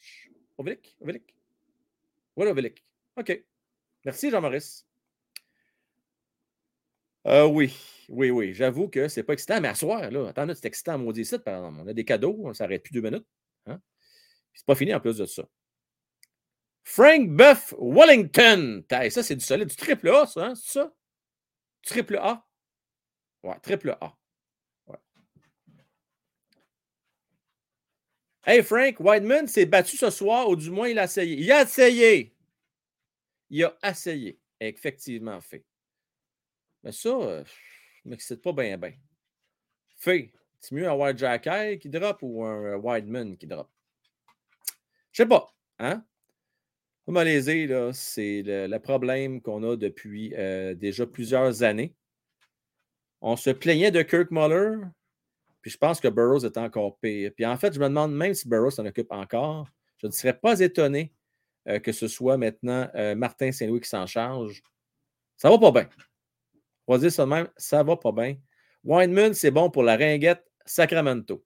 OK. Merci, Jean-Maurice. Oui. J'avoue que c'est pas excitant, mais à soir, là, attends, c'est excitant à maudit site, par exemple. On a des cadeaux, on ne s'arrête plus 2 minutes. Hein? C'est pas fini en plus de ça. Frank Buff Wellington. Ça, c'est du solide, du triple A, ça, hein? C'est ça? Triple A? Ouais, triple A. Ouais. Hey, Frank, Wideman s'est battu ce soir, ou du moins, il a essayé. Il a essayé. Effectivement fait. Mais ça, je ne m'excite pas bien. Fait, c'est mieux un Wild Jacky qui drop ou un Wideman qui drop? Je sais pas. Hein? Le malaisé, là, c'est le problème qu'on a depuis déjà plusieurs années. On se plaignait de Kirk Muller, puis je pense que Burroughs est encore pire. Puis en fait, je me demande même si Burroughs s'en occupe encore. Je ne serais pas étonné que ce soit maintenant Martin Saint-Louis qui s'en charge. Ça va pas bien. On va dire ça de même, ça va pas bien. Wideman, c'est bon pour la ringuette Sacramento.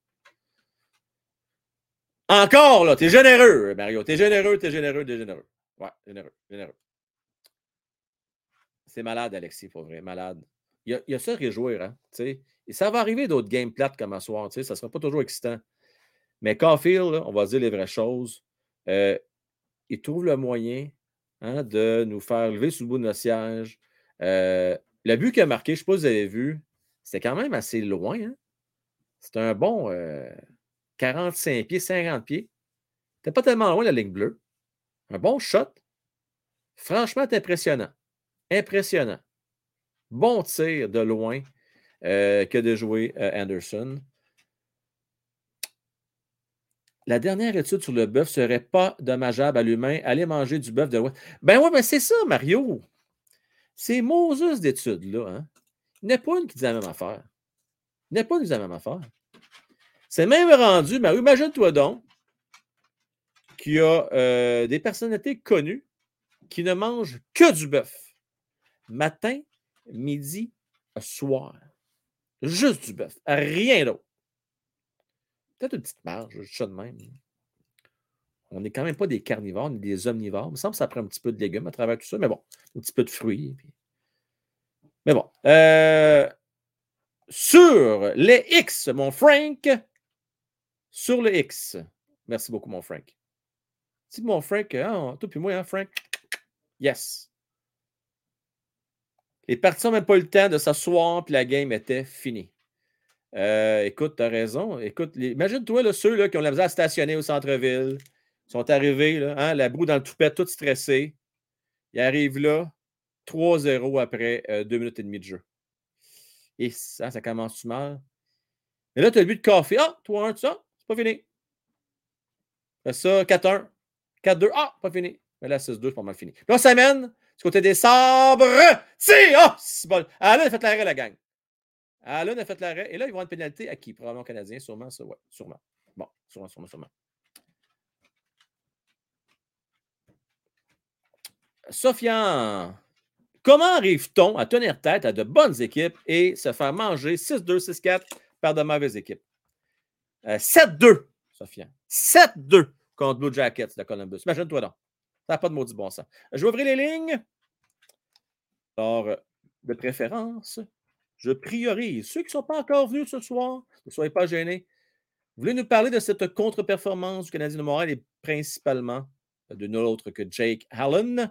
Encore, là, t'es généreux, Mario. T'es généreux. Ouais, généreux. C'est malade, Alexis, pour vrai, malade. Il y a ça à réjouir, hein, tu sais. Et ça va arriver d'autres games plates comme à soir, tu sais, ça ne sera pas toujours excitant. Mais Caulfield, là, on va dire les vraies choses. Il trouve le moyen de nous faire lever sous le bout de notre siège. Le but qu'il a marqué, je ne sais pas si vous avez vu, c'était quand même assez loin. Hein? C'était un bon 45 pieds, 50 pieds. C'était pas tellement loin de la ligne bleue. Un bon shot. Franchement, impressionnant. Impressionnant. Bon tir de loin que de jouer Anderson. La dernière étude sur le bœuf serait pas dommageable à l'humain. Aller manger du bœuf de... Ben oui, mais c'est ça, Mario. Ces Moses d'études-là, hein? Il n'y en a pas une qui dit la même affaire. Il n'y en a pas une qui dit la même affaire. C'est même rendu, mais imagine-toi donc qu'il y a des personnalités connues qui ne mangent que du bœuf. Matin, midi, soir. Juste du bœuf. Rien d'autre. Peut-être une petite marge, je dis ça de même. On n'est quand même pas des carnivores, on est des omnivores. Il me semble que ça prend un petit peu de légumes à travers tout ça, mais bon, un petit peu de fruits. Puis... Mais bon. Sur les X, mon Frank. Sur le X. Merci beaucoup, mon Frank. Si mon Frank, toi puis moi, hein, Frank? Yes. Les parties n'ont même pas eu le temps de s'asseoir, puis la game était finie. Écoute, tu as raison. Écoute, imagine-toi là, ceux là, qui ont la misère à stationner au centre-ville, sont arrivés, là, hein, la broue dans le toupet, tout stressé. Ils arrivent là, 3-0 après 2 minutes et demie de jeu. Et ça commence-tu mal? Mais là, tu as le but de café. Ah, 3-1, tout ça, c'est pas fini. Fait ça, 4-1, 4-2, pas fini. Mais là, 6-2, c'est pas mal fini. Là, on s'amène du côté des sabres. C'est bon. Ah, là, on a fait l'arrêt, la gang. Ah, là, on a fait l'arrêt. Et là, ils vont avoir une pénalité à qui? Probablement Canadien, sûrement, ça. Ouais, sûrement. Bon, sûrement. Sofiane, comment arrive-t-on à tenir tête à de bonnes équipes et se faire manger 6-2, 6-4 par de mauvaises équipes? 7-2, Sofiane. 7-2 contre Blue Jackets de Columbus. Imagine-toi donc. Ça n'a pas de maudit bon sens. Je vais ouvrir les lignes. Alors, de préférence, je priorise ceux qui ne sont pas encore venus ce soir. Ne soyez pas gênés. Vous voulez nous parler de cette contre-performance du Canadien de Montréal et principalement de nul autre que Jake Allen?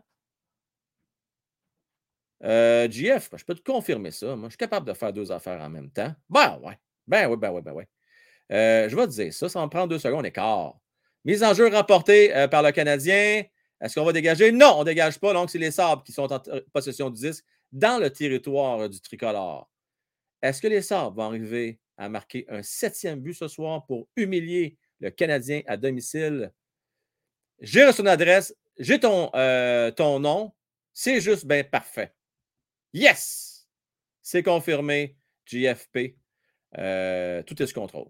GF, je peux te confirmer ça. Moi, je suis capable de faire 2 affaires en même temps. Ben oui. Je vais te dire ça. Ça va me prendre 2 secondes et quart. Mise en jeu remportée par le Canadien. Est-ce qu'on va dégager? Non, on ne dégage pas. Donc, c'est les Sabres qui sont en possession du disque dans le territoire du tricolore. Est-ce que les Sabres vont arriver à marquer un 7e but ce soir pour humilier le Canadien à domicile? J'ai reçu ton adresse, j'ai ton nom. C'est juste bien parfait. Yes! C'est confirmé. JFP. Tout est sous contrôle.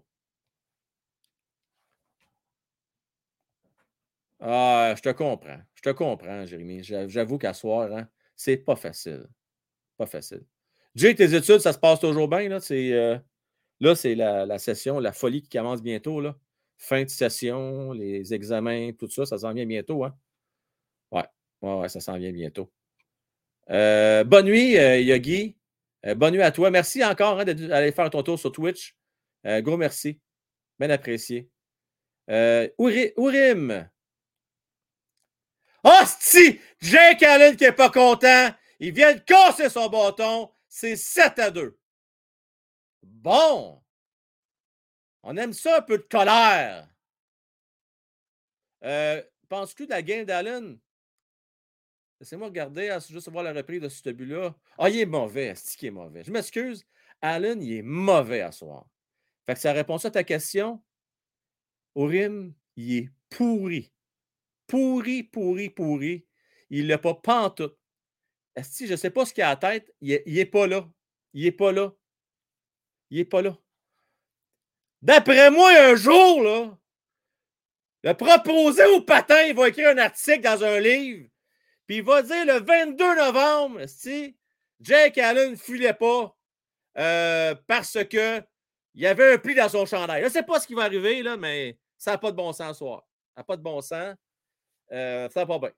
Ah, je te comprends, Jérémy. J'avoue qu'à soir, hein, c'est pas facile. Pas facile. Jay, tes études, ça se passe toujours bien. Là, c'est la session, la folie qui commence bientôt. Là. Fin de session, les examens, tout ça, ça s'en vient bientôt. Hein? Ouais, ça s'en vient bientôt. Bonne nuit, Yogi. Bonne nuit à toi. Merci encore d'aller faire ton tour sur Twitch. Gros merci. Bien apprécié. Ourim. Hostie! Jake Allen qui n'est pas content. Il vient de casser son bâton. C'est 7-2. Bon. On aime ça, un peu de colère. Penses-tu de la game d'Allen? Laissez-moi regarder, juste voir la reprise de ce but-là. Ah, il est mauvais. C'est qui est mauvais. Je m'excuse. Allen, il est mauvais à soir. Fait que ça répond à ta question. Ourim, il est pourri. Pourri. Il ne l'a pas pantoute. Esti, je ne sais pas ce qu'il a à la tête. Il n'est pas là. Il n'est pas là. D'après moi, un jour, là, le proposé au patin, il va écrire un article dans un livre, puis il va dire le 22 novembre, esti, Jake Allen ne filait pas parce qu'il y avait un pli dans son chandail. Je ne sais pas ce qui va arriver, là, mais ça n'a pas de bon sens ce soir. Ça n'a pas de bon sens. Ça va pas bien.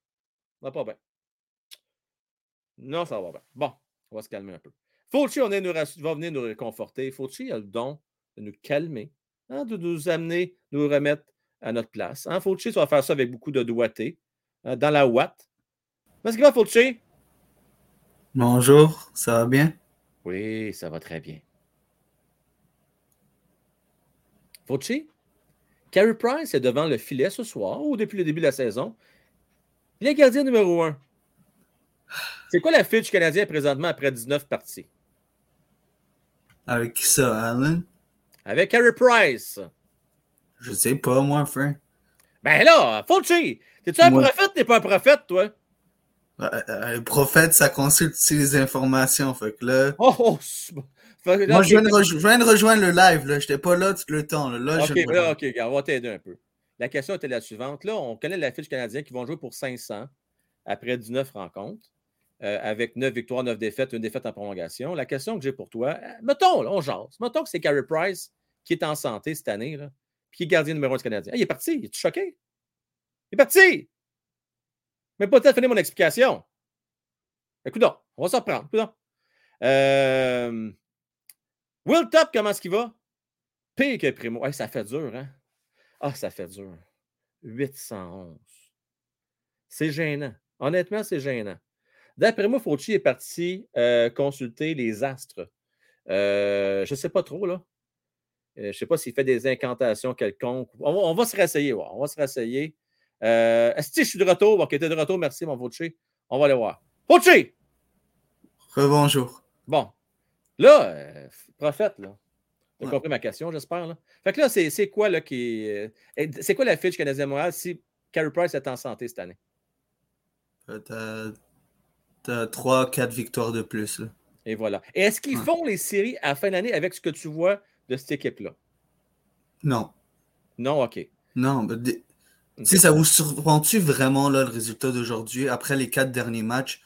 Non, ça va bien. Bon, on va se calmer un peu. Fauci va venir nous réconforter. Fauci a le don de nous calmer, hein, de nous amener, nous remettre à notre place. Hein, Fauci, ça va faire ça avec beaucoup de doigté, hein, dans la ouate. Qu'est-ce qu'il va, Fauci? Bonjour, ça va bien? Oui, ça va très bien. Fauci, Carey Price est devant le filet ce soir, ou depuis le début de la saison. Il est gardien numéro 1. C'est quoi la fiche du Canadien présentement après 19 parties? Avec qui ça, Allen? Avec Carey Price. Je sais pas, moi, frère. Ben là, Fauci, t'es-tu un prophète? T'es pas un prophète, toi? Le prophète, ça consulte les informations. Fait que là. Là, moi, je viens de rejoindre le live. Je n'étais pas là tout le temps. Là, OK, on va t'aider un peu. La question était la suivante. Là, on connaît la fiche canadienne qui vont jouer pour 500 après 19 rencontres, avec 9 victoires, 9 défaites, une défaite en prolongation. La question que j'ai pour toi, mettons, là, on jase. Mettons que c'est Carey Price qui est en santé cette année, là, puis qui est gardien numéro 1 du Canadien. Il est parti. Il est choqué? Il est parti! Mais peut-être finir mon explication. Écoute donc, on va s'en reprendre. Will Top, comment est-ce qu'il va? Pire que Primo. Hey, ça fait dur, hein? Ah, ça fait dur. 811. C'est gênant. Honnêtement, c'est gênant. D'après moi, Fauci est parti consulter les astres. Je ne sais pas trop, là. Je ne sais pas s'il fait des incantations quelconques. On va se réessayer. Ouais. On va se réessayer. Est-ce que je suis de retour? OK, tu es de retour. Merci, mon Fauci. On va aller voir. Fauci! Rebonjour. Bon. Là, prophète, là. Tu as compris ma question, j'espère. Là. Fait que là, c'est quoi là qui c'est quoi la fiche Canadien Montréal si Carey Price est en santé cette année? T'as 3-4 victoires de plus. Là. Et voilà. Et est-ce qu'ils font les séries à la fin d'année avec ce que tu vois de cette équipe-là? Non. Non, OK. Non, okay. Ça vous surprend-tu vraiment là, le résultat d'aujourd'hui après les 4 derniers matchs?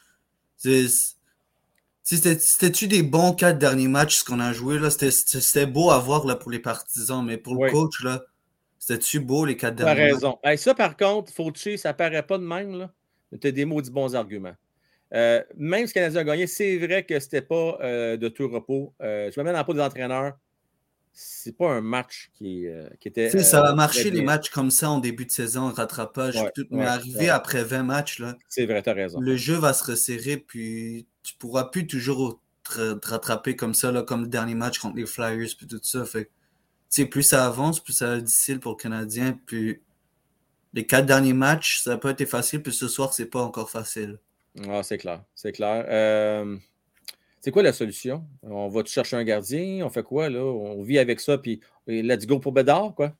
C'était-tu des bons 4 derniers matchs ce qu'on a joué? Là? C'était beau à voir là, pour les partisans, mais pour le coach, là, c'était-tu beau les 4 derniers matchs? Tu as raison. Hey, ça, par contre, Fauci, ça paraît pas de même. Là. Tu as des maudits bons arguments. Même si le Canadien a gagné, c'est vrai que c'était pas de tout repos. Je me mets dans la peau des entraîneurs. C'est pas un match qui était. Ça a marché les matchs comme ça en début de saison, rattrapage, mais arrivé après 20 matchs, là, c'est vrai, tu as raison. Le jeu va se resserrer, puis tu pourras plus toujours te rattraper comme ça, là, comme le dernier match contre les Flyers, puis tout ça. Fait plus ça avance, plus ça va être difficile pour le Canadien. Puis les 4 derniers matchs, ça n'a pas été facile, puis ce soir, c'est pas encore facile. Ah, c'est clair, c'est clair. C'est quoi la solution? On va-tu chercher un gardien? On fait quoi, là? On vit avec ça, puis let's go pour Bédard, quoi?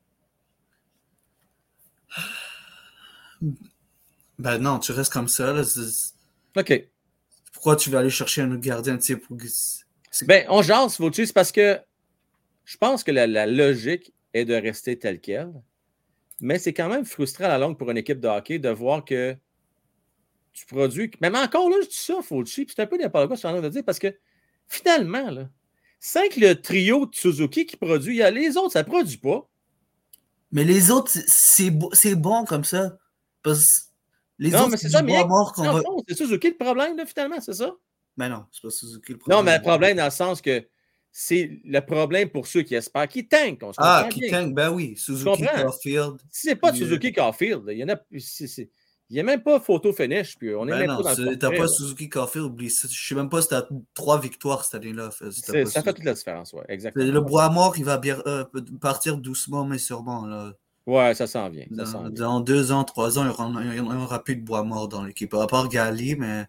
Ben non, tu restes comme ça, là. OK. Pourquoi tu vas aller chercher un autre gardien, tu sais, pour... Ben, on jase, Fauci, c'est parce que je pense que la logique est de rester telle quelle, mais c'est quand même frustrant à la longue pour une équipe de hockey de voir que tu produis. Même encore là, je dis ça, Fauci, puis c'est un peu n'importe quoi, je suis en train de dire, parce que finalement, là, c'est que le trio de Suzuki qui produit, il y a les autres, ça ne produit pas. Mais les autres, c'est bon comme ça. Parce que les non, autres, mais c'est ça, mais va... c'est Suzuki le problème, là, finalement, c'est ça? Mais non, c'est pas Suzuki le problème. Non, mais le problème dans le sens que c'est le problème pour ceux qui espèrent, qui tankent. Qui tankent, ben oui. Suzuki, Caulfield. Si c'est pas Suzuki, Caulfield, il y en a... Il n'y a même pas photo finish. Puis on est même non, pas dans le t'as pas Suzuki Caulfield, oublie ça. Je sais même pas si t'as 3 victoires cette année-là. Ça fait toute la différence, oui, exactement. Le bois mort, il va partir doucement, mais sûrement. Là. Ouais, ça s'en vient. Dans 2 ans, 3 ans, il n'y aura plus de bois mort dans l'équipe. À part Gali, mais.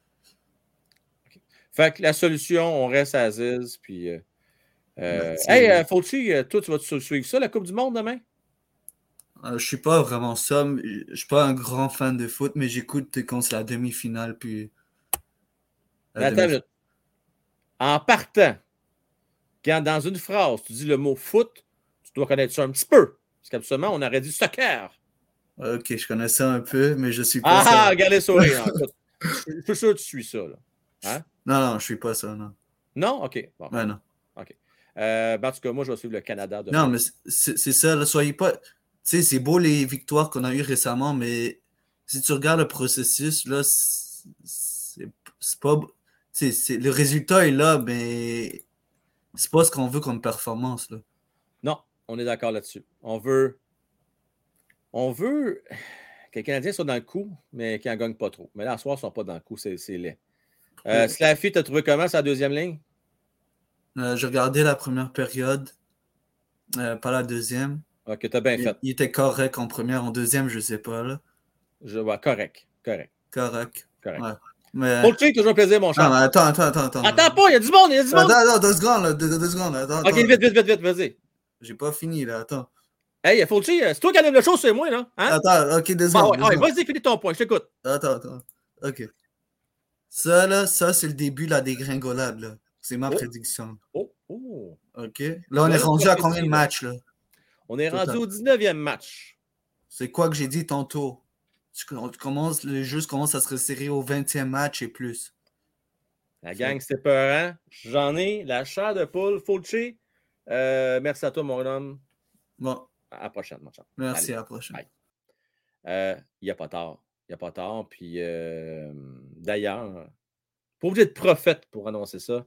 Okay. Fait que la solution, on reste à Aziz. Puis. Hey, Fauci, toi, tu vas suivre ça, la Coupe du Monde demain? Je suis pas vraiment ça. Je suis pas un grand fan de foot, mais j'écoute quand c'est la demi-finale. Puis. Attends, en partant, quand dans une phrase, tu dis le mot foot, tu dois connaître ça un petit peu. Parce qu'absolument, on aurait dit soccer. Ok, je connais ça un peu, mais je suis pas ça. Ah, regardez sourire. Je suis sûr que tu suis ça. Là. Hein? Non, je suis pas ça, non. Non? OK. Bon. Ben non. OK. En tout cas, moi, je vais suivre le Canada. Non, mais c'est ça. Là, soyez pas... Tu sais, c'est beau les victoires qu'on a eues récemment, mais si tu regardes le processus, là, c'est pas... Tu sais, le résultat est là, mais c'est pas ce qu'on veut comme performance, là. Non, on est d'accord là-dessus. On veut que les Canadiens soient dans le coup, mais qu'ils n'en gagnent pas trop. Mais là, à soir, ils ne sont pas dans le coup, c'est laid. Slaffy, tu as trouvé comment sa deuxième ligne? J'ai regardé la première période, pas la deuxième. Ok, t'as bien fait. Il était correct en première, en deuxième, je sais pas, là. Correct. Ouais. Mais... Fauci, toujours un plaisir, mon cher. Non, mais attends. Attends pas, il y a du monde, Attends, 2 secondes, là, 2 secondes. Attends, ok, vite, vas-y. J'ai pas fini, là, attends. Hey, Fauci, c'est toi qui anime le show, c'est moi, là. Hein? Attends, ok, 2 secondes. Vas-y, finis ton point, je t'écoute. Attends. OK. Ça, c'est le début de la dégringolade, là. C'est ma prédiction. Oh. OK. Là, on est rendu à combien de matchs, là? On est rendu au 19e match. C'est quoi que j'ai dit tantôt? Le jeu commence à se resserrer au 20e match et plus. La gang, c'est peurant. J'en ai la chair de poule. Fulci, merci à toi, mon homme. Bon. À la prochaine, mon cher. Merci, à la prochaine. Il n'y a pas tard. Il n'y a pas tard. Puis, d'ailleurs, pas obligé de prophète pour annoncer ça.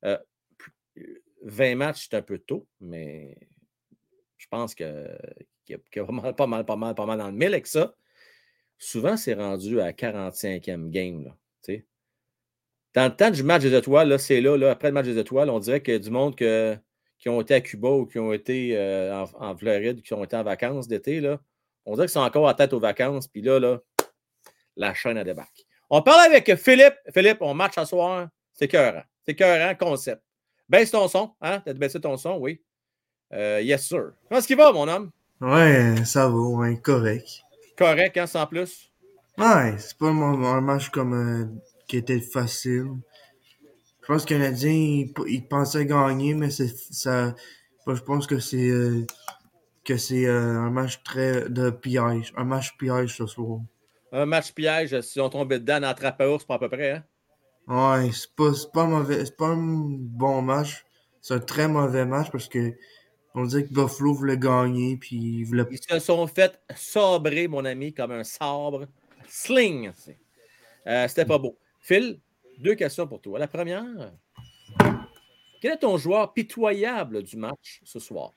20 matchs, c'est un peu tôt, mais je pense qu'il y a pas mal dans le mille avec ça. Souvent, c'est rendu à 45e game. Là, t'sais. Dans le temps du match des étoiles, là, c'est là, après le match des étoiles, on dirait qu'il y a du monde qui ont été à Cuba ou qui ont été en Floride, qui ont été en vacances d'été. Là. On dirait qu'ils sont encore à tête aux vacances. Puis là, la chaîne a débarqué. On parle avec Philippe. Philippe, on match ce soir. C'est écœurant. C'est écœurant, concept. Baisse ton son. Hein? T'as baissé ton son, oui. Yes, sir. Comment est-ce qu'il va, mon homme? Ouais, ça va, ouais, correct. Correct, hein, sans plus? Ouais, c'est pas un match comme qui était facile. Je pense que le Canadien, il pensait gagner, mais je pense que c'est un match très de piège. Un match piège ce soir. Un match piège, si on tombait dedans, en attrape-ours, pas à peu près, hein? Ouais, c'est pas mauvais, c'est pas un bon match. C'est un très mauvais match parce que on dirait que Buffalo voulait gagner, puis Ils se sont fait sabrer, mon ami, comme un sabre. Sling! C'était pas beau. Phil, 2 questions pour toi. La première, quel est ton joueur pitoyable du match ce soir?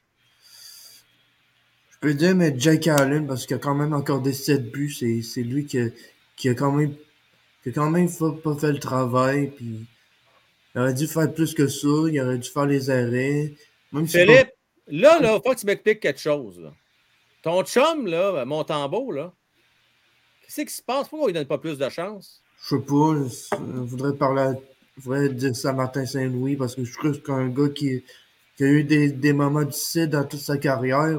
Je peux dire, mais Jake Allen, parce qu'il a quand même accordé 7 buts. C'est lui qui a quand même pas fait le travail. Puis il aurait dû faire plus que ça. Il aurait dû faire les arrêts. Même Philippe, là, il faut que tu m'expliques quelque chose. Là. Ton chum, là, Montembeault, là, qu'est-ce qui se passe? Pourquoi on lui donne pas plus de chance? Je sais pas. Je voudrais dire ça à Martin Saint-Louis, parce que je trouve qu'un gars qui a eu des moments difficiles dans toute sa carrière.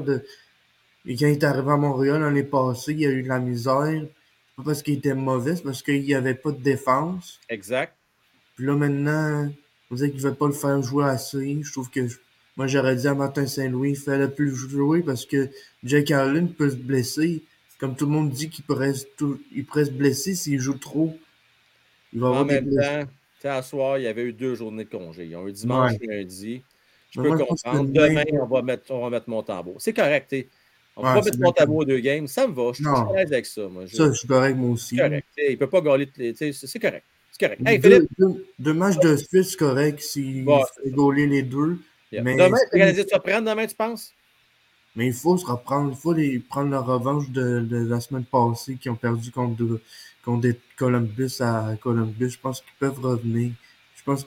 Et quand il est arrivé à Montréal l'année passée, il a eu de la misère. Pas parce qu'il était mauvais, c'est parce qu'il n'y avait pas de défense. Exact. Puis là, maintenant, on dirait qu'il ne veut pas le faire jouer assez. Je trouve que moi, j'aurais dit à Martin Saint-Louis, il fallait plus jouer parce que Jake Allen peut se blesser. Comme tout le monde dit qu'il pourrait se blesser s'il joue trop. Il va avoir des blessures. En même temps, à soir, il y avait eu 2 journées de congé. Ils ont eu dimanche et lundi. Je peux moi, comprendre. Demain, on va mettre Montembeault. C'est correct, on ne peut pas mettre Montembeault à 2 games. Ça me va. Je suis à l'aise avec ça. Moi. Ça, je suis correct, moi aussi. C'est correct. Il ne peut pas gauler. C'est correct. C'est correct. Hey, Philippe. Deux matchs de suite, c'est correct s'il fait gauler les deux. Yeah. Mais demain, le Canadien se reprendre demain, tu penses? Mais il faut se reprendre. Il faut prendre la revanche de la semaine passée qui ont perdu contre Columbus à Columbus. Je pense qu'ils peuvent revenir. Je pense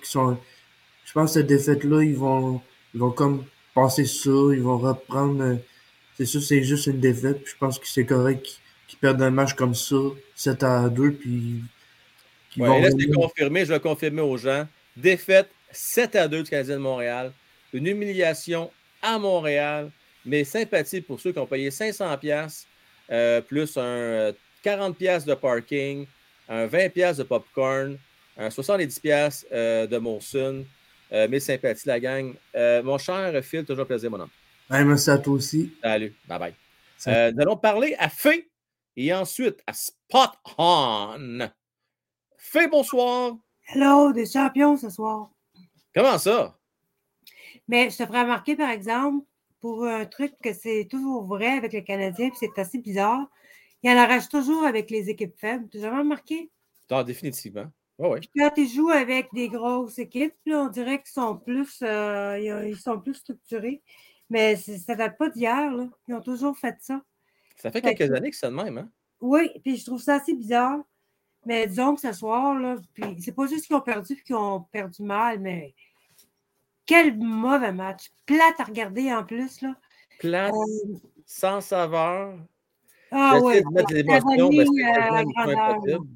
que cette défaite-là, ils vont comme passer ça. Ils vont reprendre. C'est sûr, c'est juste une défaite. Puis je pense que c'est correct qu'ils perdent un match comme ça, 7-2, puis là, c'est confirmé. Je vais confirmer aux gens. Défaite 7-2 du Canadien de Montréal. Une humiliation à Montréal. Mes sympathies pour ceux qui ont payé 500$, plus un 40$ de parking, un 20$ de popcorn, un 70$ de Molson. Mes sympathies, la gang. Mon cher Phil, toujours un plaisir, mon homme. Merci à toi aussi. Salut. Bye-bye. Nous allons parler à Fé et ensuite à Spot On. Fé, bonsoir. Hello, des champions ce soir. Comment ça? Mais je te ferai remarquer, par exemple, pour un truc que c'est toujours vrai avec les Canadiens, puis c'est assez bizarre, il y en arrache toujours avec les équipes faibles. Tu as jamais remarqué? Non, définitivement. Oui. Quand tu joues avec des grosses équipes, là, on dirait qu'ils sont plus, ils sont plus structurés. Mais ça ne date pas d'hier. Là. Ils ont toujours fait ça. Ça fait quelques années que c'est le même, hein? Oui, puis je trouve ça assez bizarre. Mais disons que ce soir, là, puis c'est pas juste qu'ils ont perdu et qu'ils ont perdu mal, mais quel mauvais match. Plate à regarder en plus, là. Plate, sans saveur. Ah ouais. De mettre les émotions, mais c'est impossible.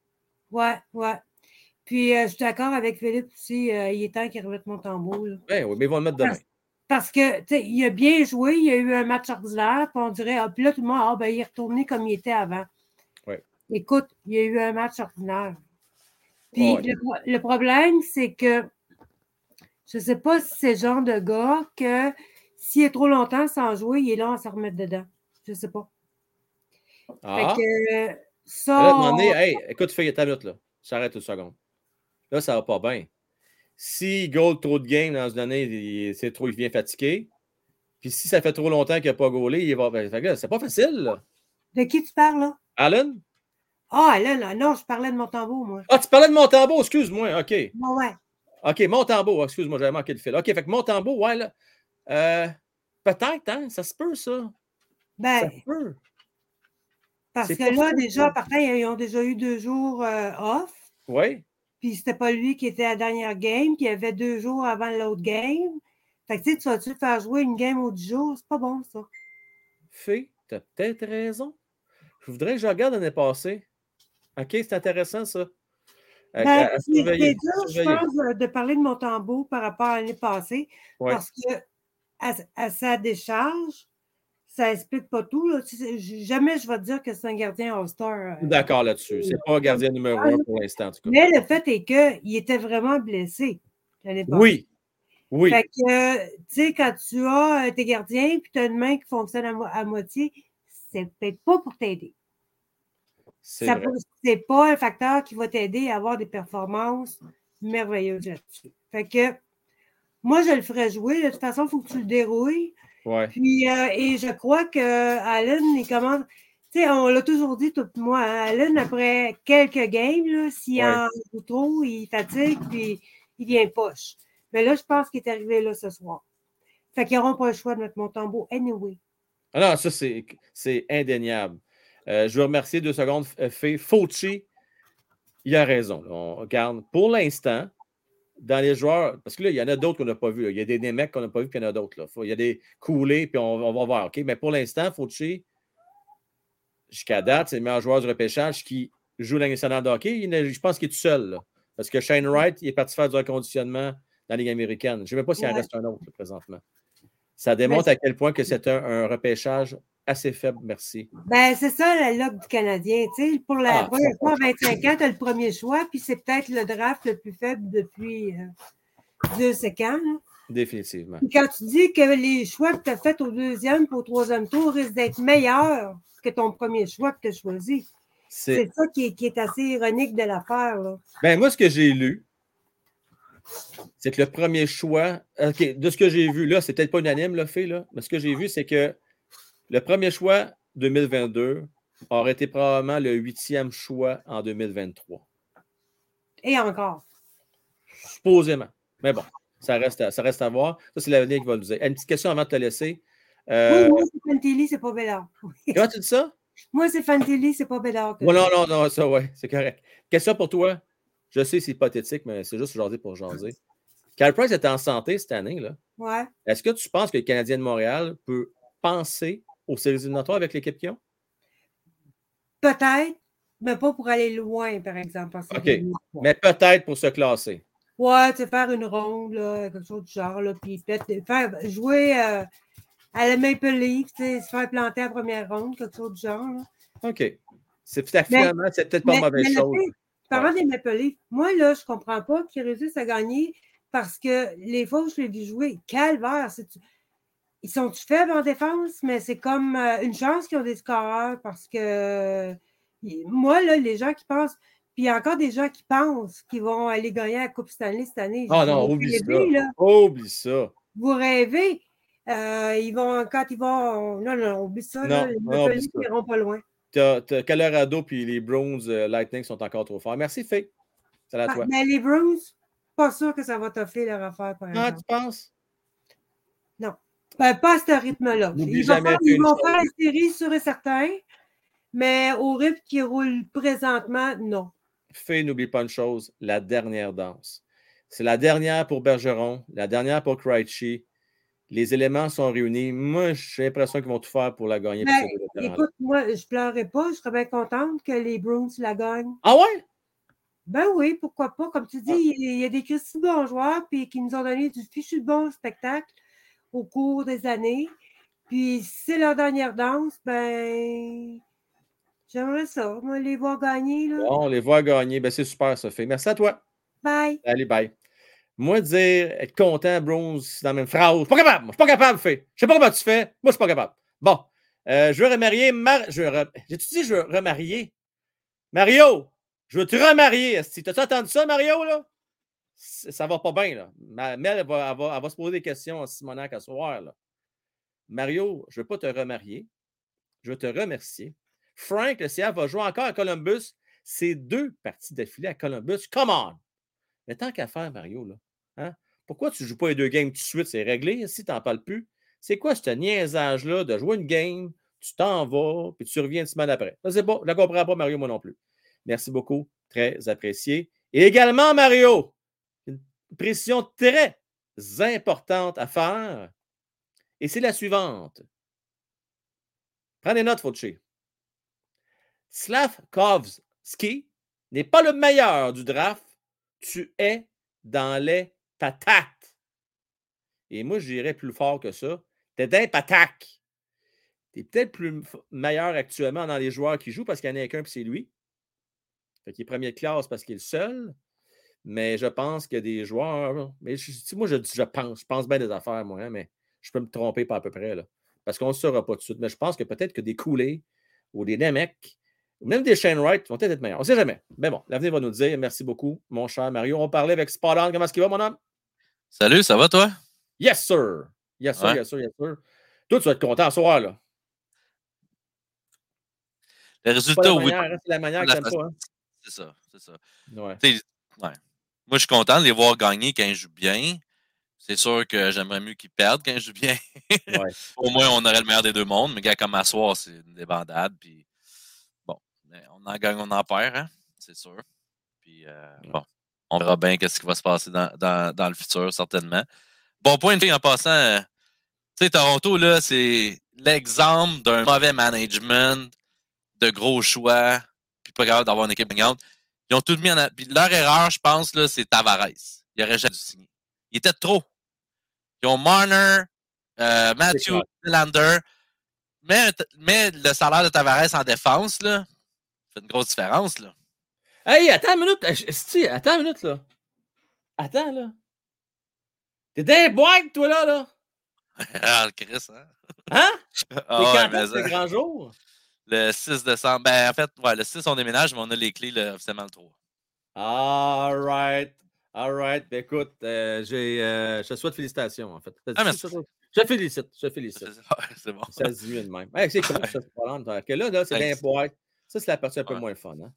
Ouais. Puis je suis d'accord avec Philippe aussi. Il est temps qu'il remette Montembeault. Oui, mais ils vont le mettre demain. Parce que, tu sais, il a bien joué, il a eu un match ordinaire, puis on dirait, puis là, tout le monde, il est retourné comme il était avant. Oui. Écoute, il y a eu un match ordinaire. Puis Ouais. le problème, c'est que je ne sais pas si c'est le genre de gars que s'il est trop longtemps sans jouer, il est là à se remettre dedans. Je ne sais pas. Ah. Fait que Mais là, à un ça. moment donné, hey, écoute, fais ta minute, là. J'arrête une seconde. Là, ça va pas bien. Si goal trop de game dans une année, il vient fatigué. Puis si ça fait trop longtemps qu'il n'a pas goalé, il va. Fait que là, c'est pas facile, là. De qui tu parles, là? Allen? Ah, là, non, je parlais de Montembeault, moi. Ah, tu parlais de Montembeault, excuse-moi. OK. Ouais. OK, Montembeault, excuse-moi, j'avais manqué le fil. OK, fait que Montembeault, ouais, là. Peut-être, hein? Ça se peut, ça. Ça se peut. Parce que là, déjà, en partant, ils ont déjà eu 2 jours off. Oui. Puis c'était pas lui qui était à la dernière game, puis il y avait 2 jours avant l'autre game. Fait que tu vas-tu faire jouer une game aux 10 jours? C'est pas bon, ça. Fée, t'as peut-être raison. Je voudrais que je regarde l'année passée. OK, c'est intéressant, ça. C'est dur, je pense, de parler de Montembeault par rapport à l'année passée, parce que à sa décharge, ça explique pas tout. Là. Jamais je vais te dire que c'est un gardien All-Star. D'accord là-dessus. C'est pas un gardien numéro 1 pour l'instant, en tout cas. Mais le fait est qu'il était vraiment blessé l'année passée. Oui. Oui. Fait que, tu sais, quand tu as tes gardiens et tu as une main qui fonctionne à moitié, c'est peut-être pas pour t'aider. C'est pas un facteur qui va t'aider à avoir des performances merveilleuses là-dessus. Fait que, moi, je le ferais jouer. De toute façon, il faut que tu le dérouilles. Ouais. Puis, et je crois que Allen, il commence. Tu sais, on l'a toujours dit, tout moi, hein, Allen, après quelques games, s'il en joue trop, il fatigue, puis il vient poche. Mais là, je pense qu'il est arrivé là ce soir. Fait qu'ils n'auront pas le choix de mettre Montembeault anyway. Ah non, ça, c'est indéniable. Je veux remercier 2 secondes, Fée. Fauci, il a raison. On regarde, pour l'instant, dans les joueurs, parce que là, il y en a d'autres qu'on n'a pas vus. Il y a des mecs qu'on n'a pas vus, puis il y en a d'autres. Il y a des coulés, puis on va voir. OK? Mais pour l'instant, Fauci, jusqu'à date, c'est le meilleur joueur du repêchage qui joue la Ligue nationale de hockey. Je pense qu'il est tout seul. Là, parce que Shane Wright, il est parti faire du reconditionnement dans la Ligue américaine. Je ne sais même pas s'il en reste un autre là, présentement. Ça démontre à quel point que c'est un repêchage assez faible, merci. Ben, c'est ça la loc du Canadien. Tu sais, pour la première fois à 25 ans, tu as le premier choix, puis c'est peut-être le draft le plus faible depuis 2 ans. Définitivement. Puis quand tu dis que les choix que tu as faits au 2e et au 3e tour risquent d'être meilleurs que ton premier choix que tu as choisi. C'est ça qui est assez ironique de l'affaire. Ben, moi, ce que j'ai lu, c'est que le premier choix, OK, de ce que j'ai vu, là, c'est peut-être pas unanime, le fait, là, mais ce que j'ai vu, c'est que le premier choix 2022 aurait été probablement le 8e choix en 2023. Et encore. Supposément. Mais bon, ça reste à voir. Ça, c'est l'avenir qui va le dire. Une petite question avant de te laisser. Oui, moi, c'est Fantilli, c'est pas Bédard. Comment tu dis ça? Moi, c'est Fantilli, c'est pas Bédard. Non, ça, oui, c'est correct. Question pour toi. Je sais, c'est hypothétique, mais c'est juste jaser pour jaser. Carey Price est en santé cette année, là. Ouais. Est-ce que tu penses que le Canadien de Montréal peut penser aux séries éliminatoires avec l'équipe qu'ils ont? Peut-être, mais pas pour aller loin, par exemple. OK. Mais peut-être pour se classer. Ouais, tu sais, faire une ronde, là, quelque chose du genre, là, puis peut-être faire jouer à la Maple Leaf, tu sais, se faire planter à la première ronde, quelque chose du genre. Là. OK. Finalement, c'est peut-être pas une mauvaise chose. Parlant des Maple Leafs, moi, là, je comprends pas qu'ils réussissent à gagner parce que les fois où je l'ai vu jouer, calvaire, ils sont faibles en défense, mais c'est comme une chance qu'ils ont des scoreurs parce que moi, là, les gens qui pensent, puis il y a encore des gens qui pensent qu'ils vont aller gagner la Coupe Stanley cette année. Ah non, oublie ça. Oublie ça. Vous rêvez. Quand ils vont. Non, oublie ça. Non, les Maple Leafs n'iront pas loin. T'as Colorado puis les Bruins Lightning sont encore trop forts. Merci, Faye. C'est à toi. Mais les Bruins, pas sûr que ça va t'offrir leur affaire, par exemple. Ah, tu penses? Non. Ben, pas à ce rythme-là. Ils vont faire une série, sûr et certain, mais au rythme qui roule présentement, non. Faye, n'oublie pas une chose, la dernière danse. C'est la dernière pour Bergeron, la dernière pour Krejci. Les éléments sont réunis. Moi, j'ai l'impression qu'ils vont tout faire pour la gagner. Écoute, moi, je ne pleurerais pas. Je serais bien contente que les Bruins la gagnent. Ah ouais? Ben oui, pourquoi pas. Comme tu dis, il y a des Christy bons joueurs puis qui nous ont donné du fichu bon spectacle au cours des années. Puis si c'est leur dernière danse, ben J'aimerais ça, moi, les voir gagner. Là. Bon, les voir gagner. Ben, c'est super, Sophie. Merci à toi. Bye. Allez, bye. Moi, dire être content, Bronze, dans la même phrase. Je suis pas capable. Je suis pas capable, Fé. Je sais pas comment tu fais. Moi, je suis pas capable. Bon. Je veux remarier. J'ai-tu dit je veux remarier? Mario, je veux te remarier. T'as-tu entendu ça, Mario, là? Ça va pas bien, là. Mel, elle va se poser des questions à Simonac à soir, là. Mario, je veux pas te remarier. Je veux te remercier. Frank, le CA, va jouer encore à Columbus. C'est 2 parties d'affilée à Columbus. Come on! Mais tant qu'à faire, Mario, là, hein? Pourquoi tu ne joues pas les 2 games tout de suite? C'est réglé. Si tu n'en parles plus, c'est quoi ce niaisage-là de jouer une game, tu t'en vas, puis tu reviens une semaine après? Je ne sais pas. Je ne la comprends pas, Mario, moi non plus. Merci beaucoup. Très apprécié. Et également, Mario, une précision très importante à faire. Et c'est la suivante. Prends des notes, Fauci. Slavkovski n'est pas le meilleur du draft. Tu es dans les patates. Et moi, j'irais plus fort que ça. Tu es dans les patates. Tu es peut-être plus meilleur actuellement dans les joueurs qui jouent parce qu'il n'y en a qu'un, puis c'est lui. Fait qu'il est premier de classe parce qu'il est le seul. Mais je pense qu'il y a des joueurs. Mais moi, je pense bien des affaires, moi, hein, mais je peux me tromper pas à peu près. Là, parce qu'on ne le saura pas tout de suite. Mais je pense que peut-être que des Kool-Aid ou des Nemec, ou même des Shane Wright vont peut-être être meilleurs. On ne sait jamais. Mais bon, l'avenir va nous le dire. Merci beaucoup, mon cher Mario. On parlait avec Spot On. Comment est-ce qu'il va, mon homme? Salut, ça va, toi? Yes, sir. Yes, sir, yes, sir, yes, sir. Toi, tu vas être content ce soir, là. Les résultats, oui. C'est la manière que t'aimes pas, hein? C'est ça, c'est ça. Ouais. Ouais. Moi, je suis content de les voir gagner quand ils jouent bien. C'est sûr que j'aimerais mieux qu'ils perdent quand ils jouent bien. Ouais. Au moins, on aurait le meilleur des 2 mondes. Mais gars, comme à soir, c'est une débandade. Puis, bon, on en gagne, on en perd, hein? C'est sûr. Puis, bon, on verra bien qu'est-ce qui va se passer dans le futur, certainement. Bon point de vue en passant, tu sais, Toronto, là, c'est l'exemple d'un mauvais management, de gros choix, puis pas capable d'avoir une équipe gagnante. Ils ont tout mis en... Puis leur erreur, je pense, là, c'est Tavares. Il aurait jamais dû signer. Il était trop. Ils ont Marner, Matthew Lander. Mais le salaire de Tavares en défense, là, fait une grosse différence, là. Hey, attends une minute. Attends une minute, là. Attends, là. T'es dans les boîtes, toi, là. Ah, le Chris, hein? Hein? Ah, ouais, c'est le grand jour? Le 6 décembre. Ben, en fait, ouais, le 6, on déménage, mais on a les clés, là, officiellement, le 3. All right. Ben, écoute, je te souhaite félicitations, en fait. Merci. Je te félicite. C'est bon. Ça se dit de même. Hey, c'est cool, ça, c'est pas long. Que là, c'est bien boîte. Ça, c'est la partie un peu moins fun, hein?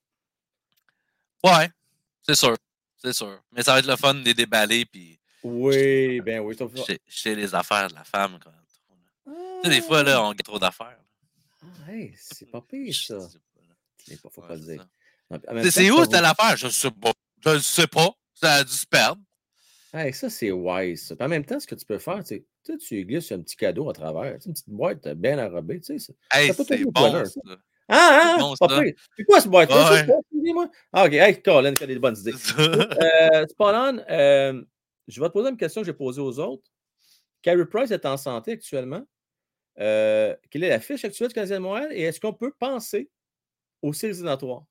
Ouais, c'est sûr. Mais ça va être le fun de les déballer, puis... Oui, ben oui. Chez les affaires de la femme, quand même. Tu sais, des fois, là, on gagne trop d'affaires. Hey, c'est pas pire, ça. Il faut pas le dire. C'est où, c'était l'affaire? Je ne sais pas. Ça a dû se perdre. Hey, ça, c'est wise. Ça. En même temps, ce que tu peux faire, tu glisses un petit cadeau à travers. Une petite boîte bien enrobée. Tu sais, hey, c'est bon, ça. Ah, bon, pas pire. C'est quoi ce boîte? Ouais. Moi? Ah, OK. Hey, Colin, tu as des bonnes idées. Spot-on, je vais te poser une question que j'ai posée aux autres. Carey Price est en santé actuellement. Quelle est la fiche actuelle du Canadien de Montréal et est-ce qu'on peut penser aux séries éliminatoires?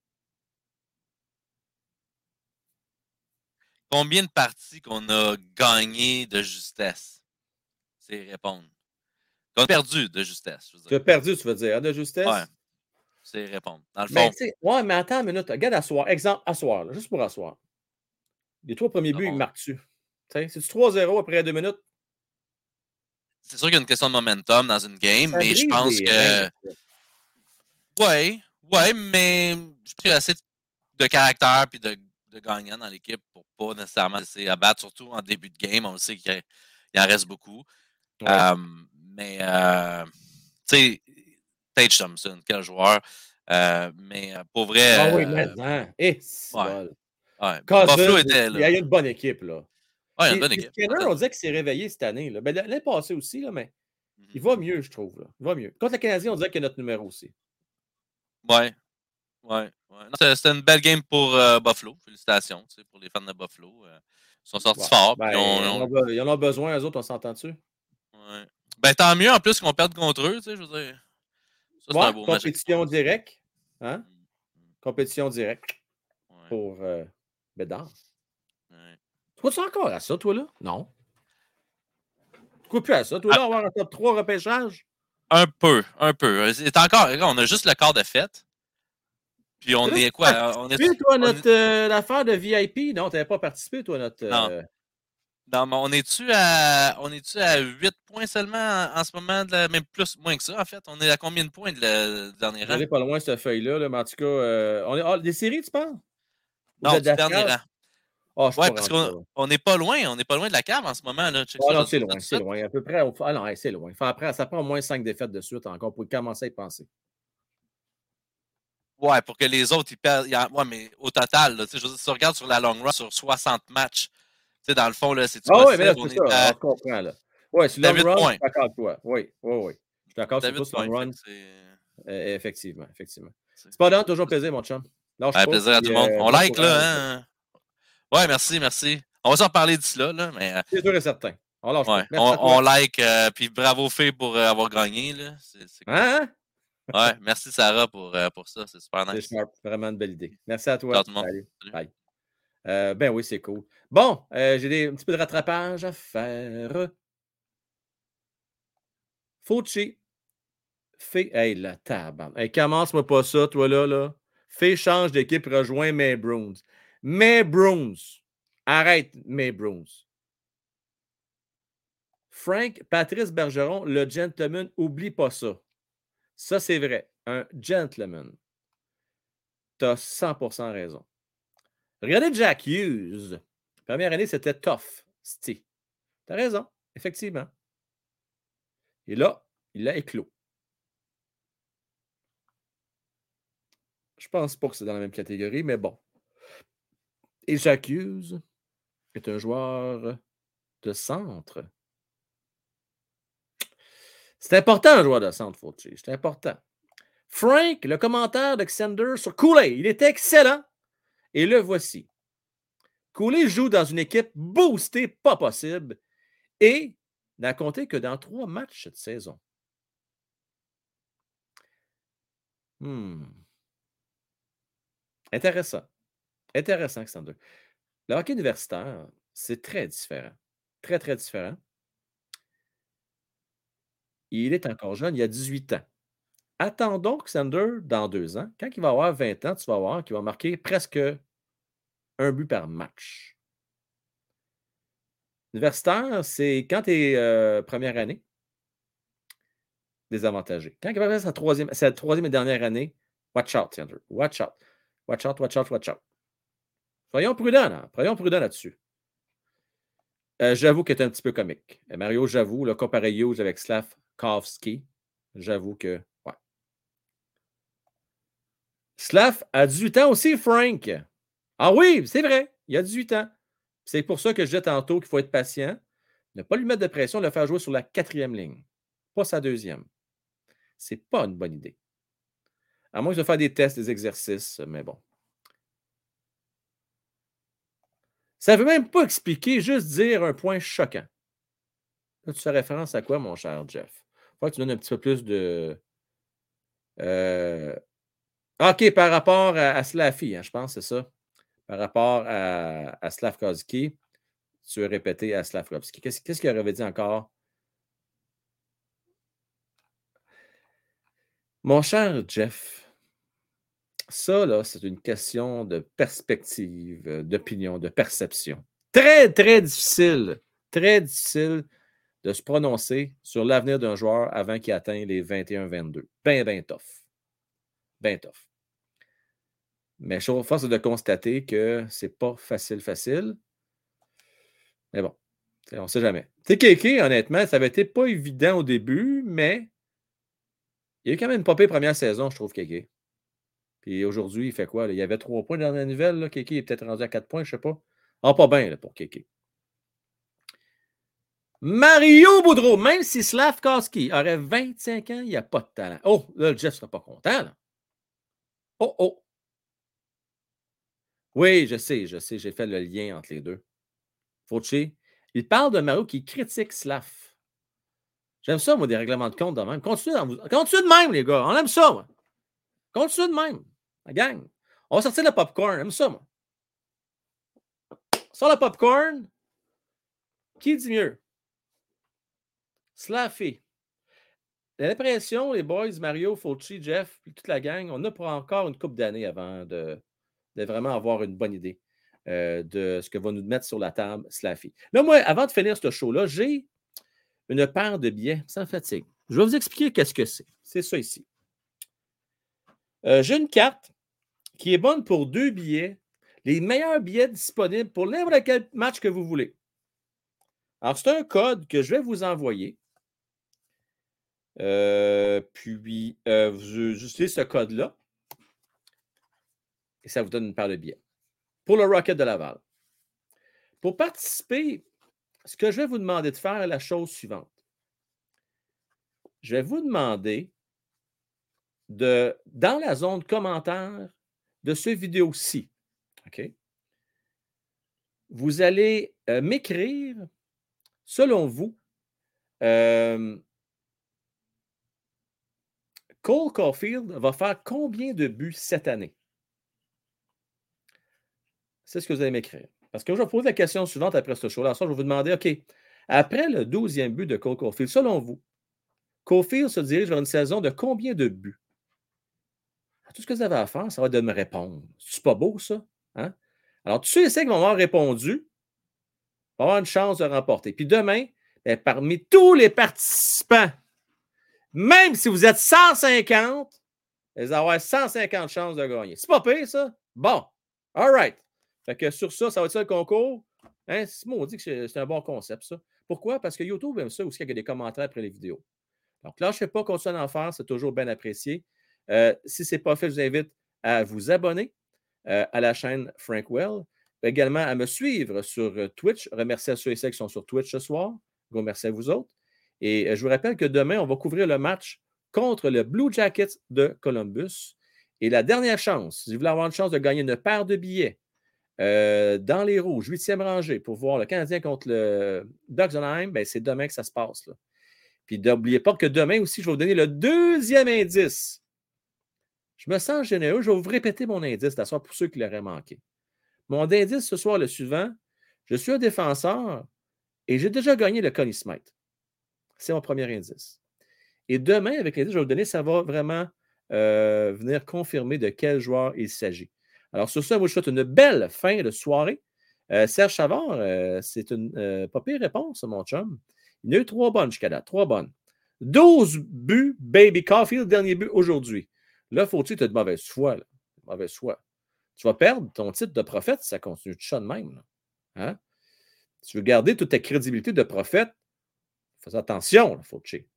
Combien de parties qu'on a gagnées de justesse? C'est répondre. Qu'on a perdu de justesse. Je veux dire. Tu as perdu, tu veux dire, hein, de justesse? Ouais. C'est répondre. Dans le fond. Ouais, mais attends une minute. Regarde asseoir. Exemple, asseoir, là, juste pour asseoir. Les 3 premiers buts, ils marquent-tu? C'est-tu 3-0 après 2 minutes? C'est sûr qu'il y a une question de momentum dans une game, mais je pense que. Ouais, mais je pense qu'il y a assez de caractère et de gagnants dans l'équipe pour pas nécessairement laisser abattre, surtout en début de game. On le sait qu'il en reste beaucoup. Ouais. Mais, tu sais, Tage Thompson, quel joueur. Mais pour vrai. Ah oui, maintenant. Ouais. Buffalo était là. Il y a une bonne équipe, là. Ouais, il y a une bonne équipe. Skinner, on dirait qu'il s'est réveillé cette année. Là. Ben, l'année passée aussi, là, mais il va mieux, je trouve. Là. Il va mieux. Contre le Canadien, on dirait qu'il y a notre numéro aussi. Ouais. C'était une belle game pour Buffalo. Félicitations pour les fans de Buffalo. Ils sont sortis forts. Ben, ils en ont besoin, eux autres, on s'entend dessus. Ouais. Ben, tant mieux en plus qu'on perde contre eux. Je veux dire. Ça, c'est un beau compétition match. directe. Hein? Compétition directe pour Bédard. Tu crois-tu encore à ça, toi, là? Non. Tu crois plus à ça, toi, là, avoir un top 3 repêchage? Un peu. C'est encore, on a juste le quart de fête. Puis on est quoi? On est toi, l'affaire de VIP? Non, tu n'avais pas participé, toi, notre. Non, mais on est-tu à 8 points seulement en ce moment, même moins que ça, en fait? On est à combien de points de la dernière rang? On n'est pas loin de cette feuille-là, là, mais en tout cas, des séries, tu penses? Non, du dernier rang. Oh, oui, parce qu'on n'est pas loin. On n'est pas loin de la cave en ce moment. Là. Non, c'est loin. C'est loin. À peu près. Ah non, c'est loin. Ça prend au moins 5 défaites de suite encore pour commencer à y penser. Ouais, pour que les autres, ils perdent. Ouais, mais au total, là, je veux dire, si tu regardes sur la long run, sur 60 matchs, dans le fond, là, c'est-tu possible? Oui, mais là, c'est ça. On comprend, là. Oui, sur le long run, je suis d'accord avec toi. Oui. Je suis d'accord sur le long run. Effectivement. C'est pas toujours un plaisir, mon chum. Plaisir à tout le monde. On like, là, hein? Ouais, merci. On va s'en reparler d'ici là, mais... C'est sûr et certain. On lâche pas. On like, puis bravo Fée pour avoir gagné, là. C'est cool. Hein? Ouais, merci Sarah pour ça. C'est super nice. C'est vraiment une belle idée. Merci à toi. Ciao tout le monde. Salut. Bye. Ben oui, c'est cool. Bon, j'ai un petit peu de rattrapage à faire. Fauci. Fée. Hey, la table. Hey, commence-moi pas ça, toi, là. Fée change d'équipe, rejoint May Bruins. May Bruins. Arrête, May Bruins. Frank, Patrice Bergeron, le gentleman, oublie pas ça. Ça, c'est vrai. Un gentleman. Tu as 100% raison. Regardez Jack Hughes. Première année, c'était tough. Tu as raison, effectivement. Et là, il l'a éclos. Je pense pas que c'est dans la même catégorie, mais bon. Et Jack Hughes est un joueur de centre. C'est important, un joueur de centre, Fauci. C'est important. Frank, le commentaire d'Alexander sur Cooley, il était excellent. Et le voici. Cooley joue dans une équipe boostée, pas possible, et n'a compté que dans 3 matchs cette saison. Intéressant. Intéressant, Alexander. Le hockey universitaire, c'est très différent. Très, très différent. Il est encore jeune, il a 18 ans. Attendons Alexander dans 2 ans. Quand il va avoir 20 ans, tu vas voir qu'il va marquer presque 1 but par match. Universitaire, c'est quand tu es première année, désavantagé. Quand il va faire sa troisième et dernière année, watch out, Alexander. Watch out. Watch out. Soyons prudents, là. Soyons prudents là-dessus. J'avoue qu'il est un petit peu comique. Mario, j'avoue, comparé Hughes avec Slavkovski, j'avoue que, ouais. Slav a 18 ans aussi, Frank. Ah oui, c'est vrai, il a 18 ans. C'est pour ça que je disais tantôt qu'il faut être patient, ne pas lui mettre de pression, le faire jouer sur la 4e ligne, pas sa 2e. C'est pas une bonne idée. À moins que de faire des tests, des exercices, mais bon. Ça ne veut même pas expliquer, juste dire un point choquant. Là, tu fais référence à quoi, mon cher Jeff? Il faut que tu donnes un petit peu plus de... OK, par rapport à Slaffy, hein, je pense, c'est ça. Par rapport à Slavkovski, tu veux répéter à Slavkovski. Qu'est-ce qu'il aurait dit encore? Mon cher Jeff, ça, là, c'est une question de perspective, d'opinion, de perception. Très, très difficile de se prononcer sur l'avenir d'un joueur avant qu'il atteigne les 21-22. Ben tough. Ben tough. Mais force est de constater que c'est pas facile. Mais bon, on ne sait jamais. Tu sais, Kéké, honnêtement, ça avait été pas évident au début, mais il y a eu quand même une pas pire première saison, je trouve, Kéké. Puis aujourd'hui, il fait quoi? Là? Il y avait 3 points dans la nouvelle. Là. Kéké est peut-être rendu à 4 points, je ne sais pas. Ah, pas bien là, pour Kéké. Mario Boudreau, même si Slavkovski aurait 25 ans, il n'y a pas de talent. Oh, là, le Jeff ne sera pas content. Là. Oh. Oui, je sais, j'ai fait le lien entre les deux. Fauci, il parle de Mario qui critique Slav. J'aime ça, moi, des règlements de compte de même. Continuez de même, les gars. On aime ça, moi. Continuez de même. La gang. On va sortir le popcorn. J'aime ça, moi. Sur le popcorn, qui dit mieux? Slaffy. J'ai l'impression, les boys, Mario, Fauci, Jeff, puis toute la gang, on a pour encore une couple d'années avant de vraiment avoir une bonne idée de ce que va nous mettre sur la table Slaffy. Là, moi, avant de finir ce show-là, j'ai une paire de billets sans fatigue. Je vais vous expliquer qu'est-ce que c'est. C'est ça ici. J'ai une carte qui est bonne pour 2 billets, les meilleurs billets disponibles pour n'importe quel match que vous voulez. Alors, c'est un code que je vais vous envoyer. Puis, vous utilisez ce code-là et ça vous donne une paire de billets pour le Rocket de Laval. Pour participer, ce que je vais vous demander de faire est la chose suivante. Je vais vous demander dans la zone commentaire de cette vidéo-ci, OK? Vous allez m'écrire, selon vous, Cole Caulfield va faire combien de buts cette année? C'est ce que vous allez m'écrire. Parce que je vais poser la question suivante après ce show-là. Je vais vous demander, OK, après le 12e but de Cole Caulfield, selon vous, Caulfield se dirige vers une saison de combien de buts? Tout ce que vous avez à faire, ça va être de me répondre. C'est pas beau, ça? Hein? Alors, tous ceux et celles qui vont avoir répondu vont avoir une chance de remporter. Puis demain, bien, parmi tous les participants, même si vous êtes 150, vous allez avoir 150 chances de gagner. C'est pas pire, ça? Bon. All right. Fait que sur ça, ça va être ça le concours. Hein? On dit que c'est un bon concept, ça. Pourquoi? Parce que YouTube aime ça aussi qu'il y a des commentaires après les vidéos. Donc, lâchez pas, continuez à en faire. C'est toujours bien apprécié. Si ce n'est pas fait, je vous invite à vous abonner à la chaîne Frank Well. Également à me suivre sur Twitch. Remercier à ceux et celles qui sont sur Twitch ce soir. Gros merci à vous autres. Et je vous rappelle que demain, on va couvrir le match contre le Blue Jackets de Columbus. Et la dernière chance, si vous voulez avoir une chance de gagner une paire de billets dans les rouges, 8e rangée, pour voir le Canadien contre le Ducks Anaheim, ben, c'est demain que ça se passe. Là. Puis n'oubliez pas que demain aussi, je vais vous donner le 2e indice. Je me sens généreux. Je vais vous répéter mon indice d'asseoir pour ceux qui l'auraient manqué. Mon indice ce soir, le suivant, je suis un défenseur et j'ai déjà gagné le Conn Smythe. C'est mon premier indice. Et demain, avec l'indice que je vais vous donner, ça va vraiment venir confirmer de quel joueur il s'agit. Alors, sur ça, moi, je souhaite une belle fin de soirée. Serge Chavard, c'est une pas pire réponse, mon chum. Il y en a eu 3 bonnes jusqu'à date. 3 bonnes. 12 buts, baby. Caulfield, dernier but aujourd'hui. Là, faut-il que tu aies de mauvaise foi. Là. Mauvaise foi. Tu vas perdre ton titre de prophète si ça continue de ça de même. Là. Hein? Si tu veux garder toute ta crédibilité de prophète, fais attention, Fauci.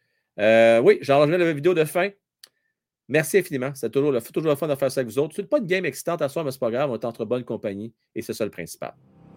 Oui, j'ai enregistré la vidéo de fin. Merci infiniment. C'est toujours le fun de faire ça avec vous autres. C'est pas une game excitante à soir, mais c'est pas grave. On est entre bonne compagnie et c'est ça le principal.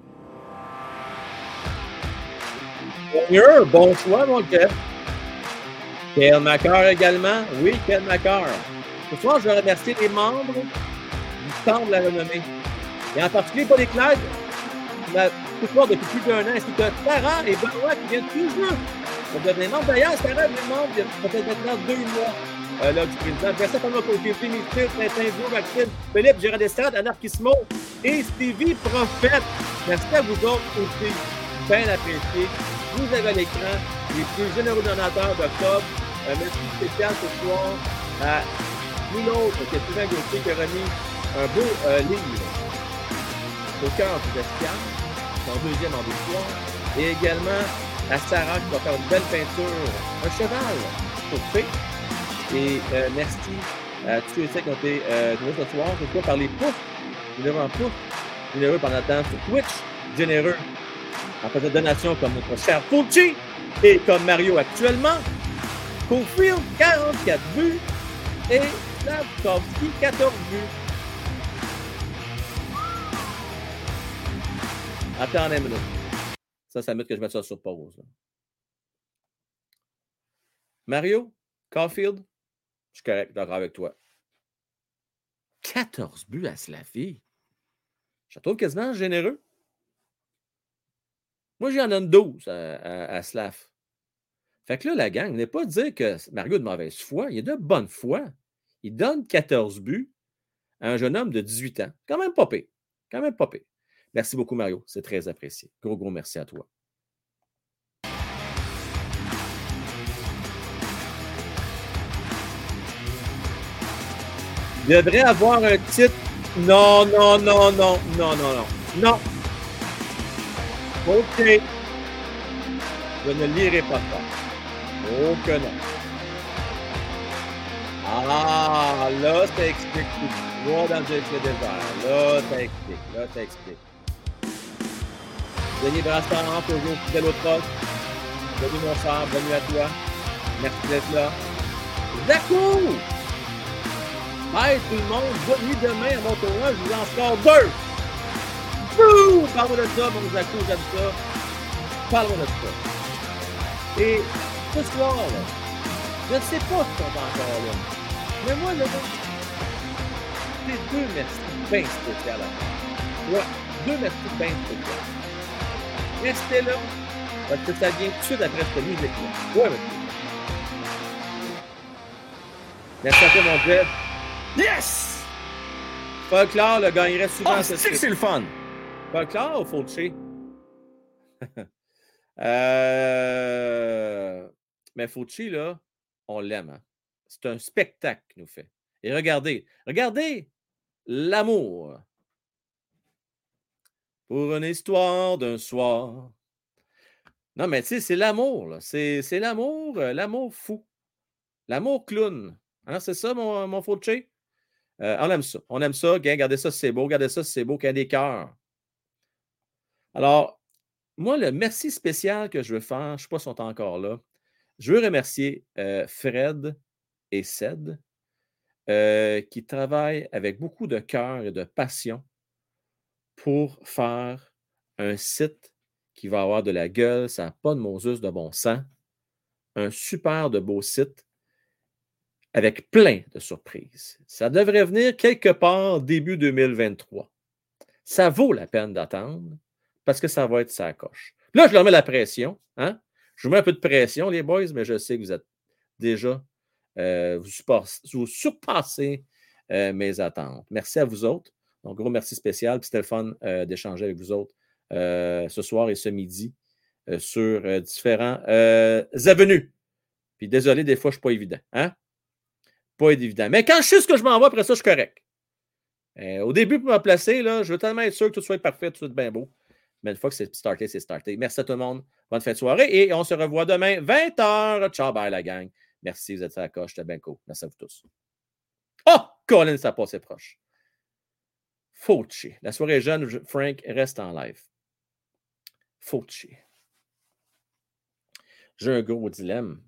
Bon choix, mon Kev. Kel Macar également. Oui, Kel Macar. Ce soir, je vais remercier les membres du Temple de la Renommée. Et en particulier Paul Éclair, qui m'a soutenu depuis plus d'1 an, ainsi que Sarah et Benoît qui viennent toujours de devenir membres. D'ailleurs, Sarah est membre il y a peut-être maintenant 2 mois là, du président. Merci à Thomas Côté, Philippe, Tintin, Maxime, Philippe, Gérard Estrade, Anarchismo et Stevie Prophète. Merci à vous autres aussi. Bien apprécié. Vous avez à l'écran les plus généreux donateurs d'octobre. Merci spécial ce soir à nous l'autre, qui est Sylvain Gauthier, qui a remis un beau livre au cœur du vestiaire, son 2e en 2 soirs. Et également à Sarah qui va faire une belle peinture, un cheval pour fait. Et merci à tous ceux qui ont été généreux ce soir, je vois par les pouces, généreux en pouces, généreux pendant le temps sur Twitch, généreux en faisant de donations comme notre cher Fauci et comme Mario actuellement. Caulfield, 44 buts et Slavkovski, 14 buts. Attendez une minute. Ça met que je mette ça sur pause. Là. Mario, Caulfield, je suis correct, d'accord avec toi. 14 buts à Slaffy. Je trouve quasiment généreux. Moi, j'en donne 12 à Slav. Fait que là, la gang, n'est pas dire que Mario a de mauvaise foi. Il a de bonne foi. Il donne 14 buts. à un jeune homme de 18 ans. Quand même pas pire. Quand même pas pire. Merci beaucoup, Mario. C'est très apprécié. Gros merci à toi. Il devrait avoir un titre. Non. OK. Je ne lirai pas ça. Oh que non. Ah, là, ça explique tout. Voir dans le désert. Là, ça explique. Denis Brassard, toujours fidèle au poste. Salut mon frère, bonne nuit à toi. Merci d'être là. Zakou! Hey tout le monde, bonne nuit demain à mon tournoi, je vous en score 2! Bouh! Parle-moi de ça, mon Zakou, j'aime ça. Parle-moi de ça. Et ce soir, là, je ne sais pas si on est encore là. Mais moi, là, c'est 2 merci bien spéciales. Ouais, 2 merci bien spéciales. Restez là, parce que ça vient tout de suite après cette musique-là. Ouais, monsieur. Merci à toi, mon Jed. Yes! Folklore le gagnerait souvent. Oh, c'est le fun! Folklore ou Fauché? Mais Fauché, là, on l'aime. Hein? C'est un spectacle qu'il nous fait. Et regardez l'amour. Pour une histoire d'un soir. Non, mais tu sais, c'est l'amour, là. C'est l'amour fou. L'amour clown. Hein, c'est ça, mon Fauché? On aime ça. On aime ça. Regardez ça, c'est beau. Regardez ça, c'est beau. Qu'il y a des cœurs. Alors, moi, le merci spécial que je veux faire, je ne sais pas si on est encore là. Je veux remercier Fred et Ced qui travaillent avec beaucoup de cœur et de passion pour faire un site qui va avoir de la gueule, ça n'a pas de Moses de bon sens. Un super de beau site avec plein de surprises. Ça devrait venir quelque part début 2023. Ça vaut la peine d'attendre parce que ça va être sa coche. Là, je leur mets la pression. Hein? Je vous mets un peu de pression, les boys, mais je sais que vous êtes déjà, vous surpassez mes attentes. Merci à vous autres. Donc, gros merci spécial. Puis c'était le fun d'échanger avec vous autres ce soir et ce midi sur différents avenues. Puis désolé, des fois, je ne suis pas évident. Hein? Pas évident. Mais quand je sais ce que je m'envoie, après ça, je suis correct. Au début, pour me placer, là, je veux tellement être sûr que tout soit parfait, tout soit bien beau. Mais une fois que c'est starté, c'est starté. Merci à tout le monde. Bonne fin de soirée. Et on se revoit demain, 20h. Ciao, bye la gang. Merci, vous êtes à la coche. C'était bien cool. Merci à vous tous. Oh, Colin, ça passait proche. Fauché. La soirée est jeune. Frank reste en live. Fauché. J'ai un gros dilemme.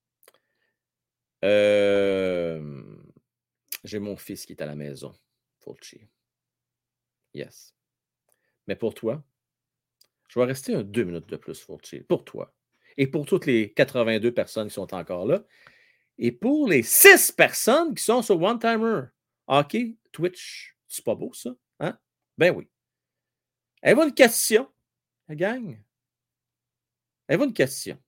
J'ai mon fils qui est à la maison. Fauché. Yes. Mais pour toi, je vais rester 2 minutes de plus, Fauché. Pour toi. Et pour toutes les 82 personnes qui sont encore là. Et pour les 6 personnes qui sont sur One Timer. Hockey, Twitch. C'est pas beau, ça? Hein? Ben oui. Avez-vous une question, la gang? Avez-vous une question?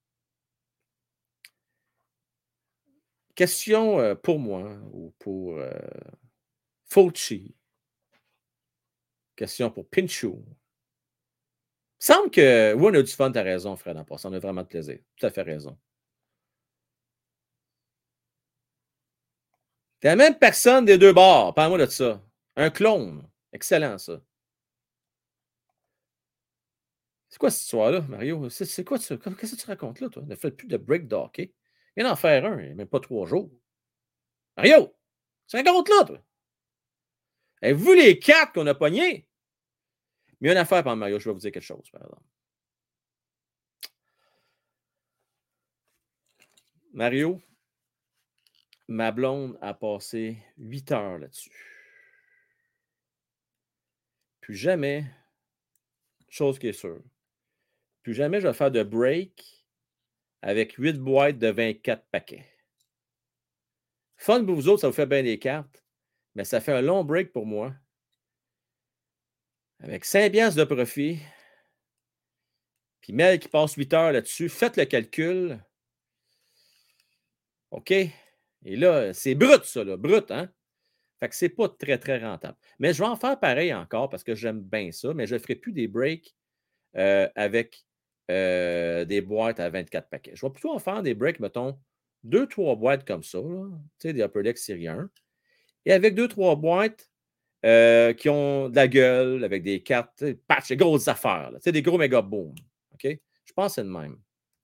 Question pour moi ou pour Fauché. Question pour Pinchou. Il semble que oui, on a du fun, tu as raison, Fred, en passant. On a vraiment de plaisir. Tout à fait raison. T'es la même personne des deux bords. Parle-moi de ça. Un clone. Excellent, ça. C'est quoi cette histoire-là, Mario? C'est quoi ça? Qu'est-ce que tu racontes là, toi? Ne fais plus de break de hockey. Viens d'en faire un, il n'y a même pas 3 jours. Mario! C'est un compte là, toi. Avez-vous vu les 4 qu'on a pognés? Mais il y a une affaire, par Mario, je vais vous dire quelque chose, par exemple. Mario, ma blonde a passé 8 heures là-dessus. Plus jamais, chose qui est sûre, plus jamais je vais faire de break avec 8 boîtes de 24 paquets. Fun pour vous autres, ça vous fait bien des cartes, mais ça fait un long break pour moi. Avec 5 piastres de profit, puis Mel qui passe 8 heures là-dessus, faites le calcul. OK? Et là, c'est brut, ça, là, brut, hein? Fait que c'est pas très, très rentable. Mais je vais en faire pareil encore parce que j'aime bien ça, mais je ne ferai plus des breaks avec des boîtes à 24 paquets. Je vais plutôt en faire des breaks, mettons, 2-3 boîtes comme ça, tu sais, des Upper Deck série 1. Et avec 2-3 boîtes qui ont de la gueule, avec des cartes, patch, des grosses affaires, là, des gros méga boom. OK? Je pense que c'est le même.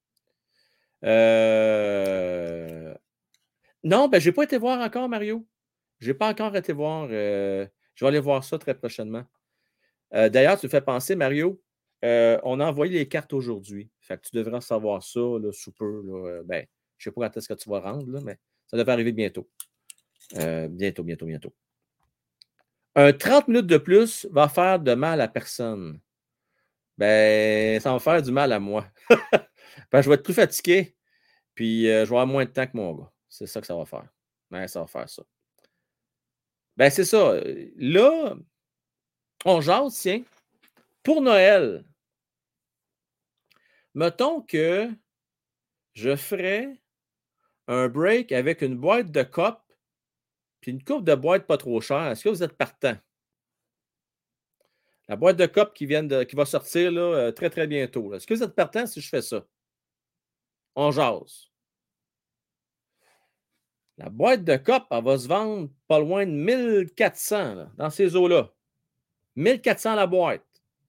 Non, ben, je n'ai pas été voir encore, Mario. Je n'ai pas encore été voir. Je vais aller voir ça très prochainement. D'ailleurs, tu me fais penser, Mario, on a envoyé les cartes aujourd'hui. Fait que tu devrais savoir ça là, sous peu. Là. Ben, je ne sais pas quand est-ce que tu vas rendre, là, mais ça devrait arriver bientôt. Bientôt. Un 30 minutes de plus va faire de mal à personne. Ben, ça va faire du mal à moi. Ben, je vais être plus fatigué, puis je vais avoir moins de temps que mon gars. C'est ça que ça va faire. Ben, ça va faire ça. Ben, c'est ça. Là, on jase, tiens. Pour Noël, mettons que je ferais un break avec une boîte de copes puis une coupe de boîtes pas trop chères. Est-ce que vous êtes partant? La boîte de copes qui va sortir là, très, très bientôt. Là. Est-ce que vous êtes partant si je fais ça? On jase. La boîte de copes, elle va se vendre pas loin de 1400 là, dans ces eaux-là. 1400 la boîte.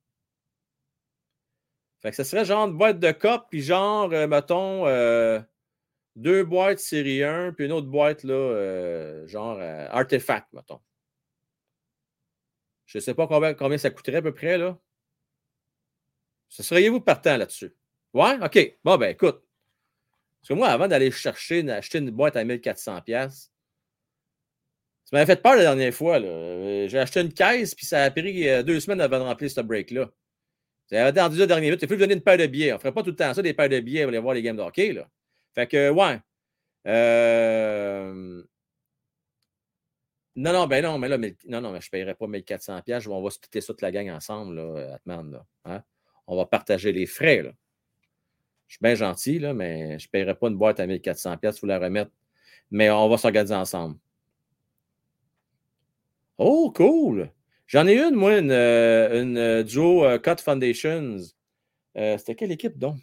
Fait que ce serait genre une boîte de copes, puis genre, mettons, 2 boîtes série 1, puis une autre boîte, là, genre Artefact, mettons. Je ne sais pas combien ça coûterait à peu près, là. Seriez-vous partant là-dessus? Ouais? OK. Bon, ben écoute. Parce que moi, avant d'aller acheter une boîte à 1400$, ça m'avait fait peur la dernière fois. J'ai acheté une caisse, puis ça a pris 2 semaines avant de remplir ce break-là. J'avais attendu la dernière minute. Il faut vous donner une paire de billets. On ne ferait pas tout le temps ça, des paires de billets pour aller voir les games de hockey. Là. Fait que, ouais. Non, mais là, mais je ne paierai pas 1400$. On va splitter ça toute la gang ensemble, là, Atman. Là, hein? On va partager les frais. Là. Je suis bien gentil, là, mais je ne paierai pas une boîte à 1400$, vous la remettre. Mais on va s'organiser ensemble. Oh, cool! J'en ai une, moi, une duo Cut Foundations. C'était quelle équipe, donc?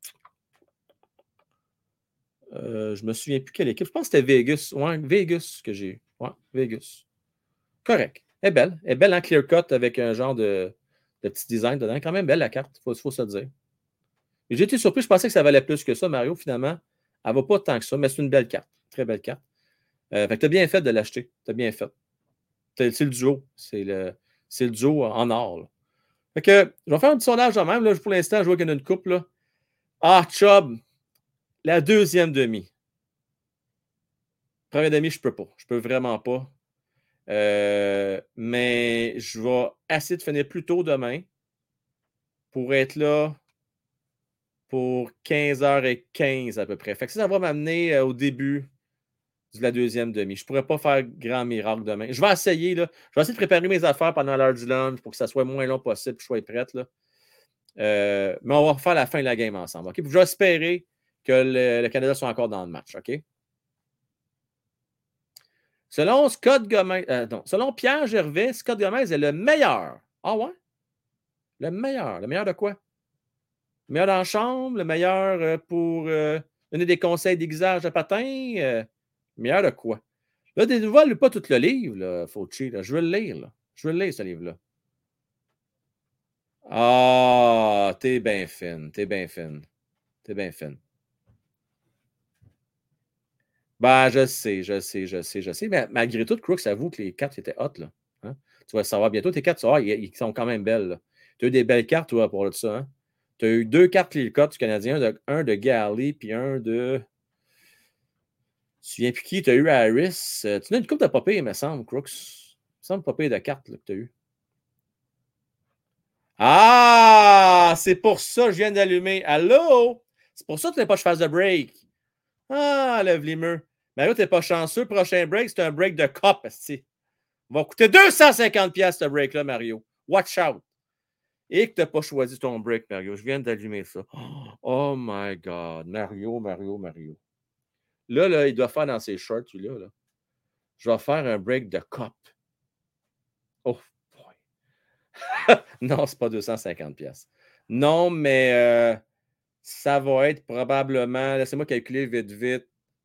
Je me souviens plus quelle équipe. Je pense que c'était Vegas. Ouais, Vegas que j'ai eu. Ouais, Vegas. Correct. Elle est belle en clear cut avec un genre de petit design dedans. Quand même belle la carte, il faut se le dire. J'ai été surpris, je pensais que ça valait plus que ça, Mario. Finalement, elle ne va pas tant que ça, mais c'est une belle carte. Très belle carte. Fait que tu as bien fait de l'acheter. Tu as bien fait. C'est le duo. C'est le duo en or. Là. Fait que je vais faire un petit sondage de même. Là, pour l'instant, je vois qu'il y en a une coupe. Là. Ah, Chubb, la deuxième demi. Première demi, je ne peux pas. Je ne peux vraiment pas. Mais je vais essayer de finir plus tôt demain pour être là pour 15h15 à peu près. Fait que ça va m'amener au début de la deuxième demi. Je ne pourrais pas faire grand miracle demain. Je vais essayer, là. Je vais essayer de préparer mes affaires pendant l'heure du lunch pour que ça soit le moins long possible et que je sois prête. Là. Mais on va refaire la fin de la game ensemble. Okay? Puis je vais espérer que le Canada soit encore dans le match. OK? Selon selon Pierre Gervais, Scott Gomez est le meilleur. Ah ouais? Le meilleur. Le meilleur de quoi? Le meilleur dans la chambre, le meilleur pour donner des conseils d'aiguisage de patin. Le meilleur de quoi? Là, des nouvelles, pas tout le livre, là, Fauci. Là. Je veux le lire. Là. Je veux le lire, ce livre-là. Ah, t'es bien fine. T'es bien fine. T'es bien fine. Ben, je sais. Mais malgré tout, Crooks avoue que les cartes étaient hot, là. Hein? Tu vas savoir bientôt, tes cartes, ils sont quand même belles. Tu as eu des belles cartes, toi, pour ça. Hein? Tu as eu 2 cartes clear cut du Canadien, un de Galley, puis un de... Tu te souviens plus qui? Tu as eu Harris. Tu as une coupe de papier, il me semble, Crooks. Il me semble papier de cartes là, que tu as eu. Ah! C'est pour ça que je viens d'allumer. Allô? C'est pour ça que tu n'as pas que je fasse de break. Ah, lève-les-meux. Mario, t'es pas chanceux. Prochain break, c'est un break de cop. Il va coûter 250$ ce break-là, Mario. Watch out. Et que tu n'as pas choisi ton break, Mario. Je viens d'allumer ça. Oh my God. Mario. Là, il doit faire dans ses shorts, celui-là. Là. Je vais faire un break de Cup. Oh, boy. Non, c'est pas 250$. Non, mais ça va être probablement, laissez-moi calculer vite.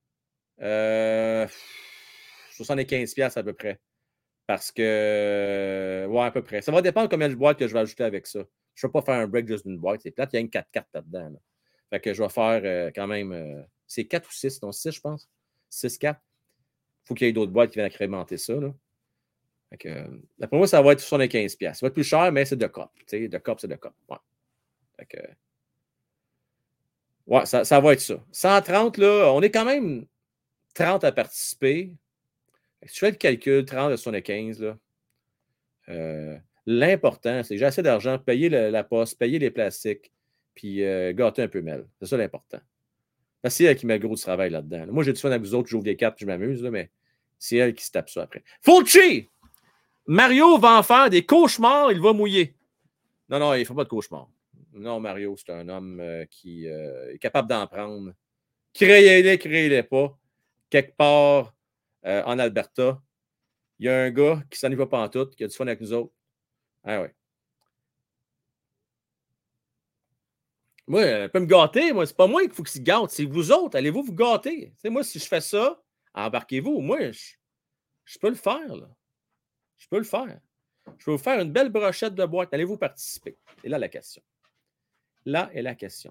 75$ à peu près. Parce que, ouais, à peu près. Ça va dépendre de combien de boîtes que je vais ajouter avec ça. Je ne vais pas faire un break juste d'une boîte. C'est plate, il y a une 4 cartes là-dedans. Là. Fait que je vais faire quand même, c'est 4 ou 6, non 6, je pense. 6-4. Il faut qu'il y ait d'autres boîtes qui viennent accrémenter ça. Là. Fait que, d'après moi, ça va être 75$. Ça va être plus cher, mais c'est de cop. De cop, c'est de cop. Ouais. Fait que, ouais, ça va être ça. 130, là, on est quand même 30 à participer. Si tu fais le calcul, 30 à 75, là, l'important, c'est que j'ai assez d'argent, payer la poste, payer les plastiques, puis gâter un peu Mel. C'est ça l'important. C'est elle qui met le gros du travail là-dedans. Moi, j'ai du fun avec vous autres, j'ouvre des cartes, je m'amuse, là, mais c'est elle qui se tape ça après. Fulci! Mario va en faire des cauchemars, il va mouiller. Non, il ne fait pas de cauchemars. Non, Mario, c'est un homme qui est capable d'en prendre. Créez-les pas. Quelque part en Alberta, il y a un gars qui s'en y va pantoute, qui a du fun avec nous autres. Ah ouais. Moi, elle peut me gâter. Moi, c'est pas moi qu'il faut qu'il se gâte. C'est vous autres. Allez-vous vous gâter. T'sais, moi, si je fais ça, embarquez-vous. Moi, je peux le faire. Là. Je peux le faire. Je vais vous faire une belle brochette de boîte. Allez-vous participer? Et là, la question. Là est la question.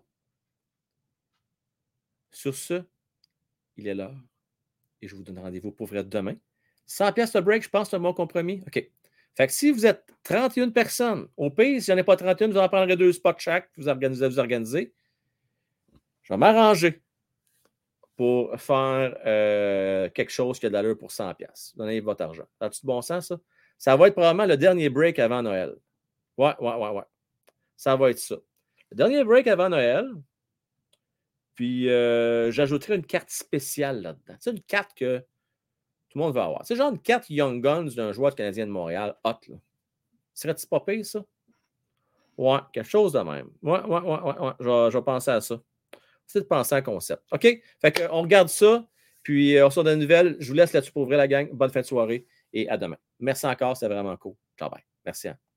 Sur ce, il est l'heure. Et je vous donne rendez-vous pour vrai demain. 100$ de break, je pense, c'est un bon compromis. OK. Fait que si vous êtes 31 personnes, au pire, s'il n'y en a pas 31, vous en prendrez 2 spots chaque, vous organisez. Je vais m'arranger pour faire quelque chose qui a de l'allure pour 100$. Donnez votre argent. Ça a-tu de bon sens, ça? Ça va être probablement le dernier break avant Noël. Ouais. Ça va être ça. Le dernier break avant Noël. Puis, j'ajouterai une carte spéciale là-dedans. C'est une carte que tout le monde va avoir. C'est genre une carte Young Guns d'un joueur canadien de Montréal, hot, là. Serait-il pas pire, ça? Ouais, quelque chose de même. Ouais. Je vais penser à ça. C'est de penser à un concept. OK? Fait qu'on regarde ça, puis on sort de nouvelles. Je vous laisse là-dessus pour ouvrir la gang. Bonne fin de soirée et à demain. Merci encore, c'est vraiment cool. Ciao, bye. Merci. Hein?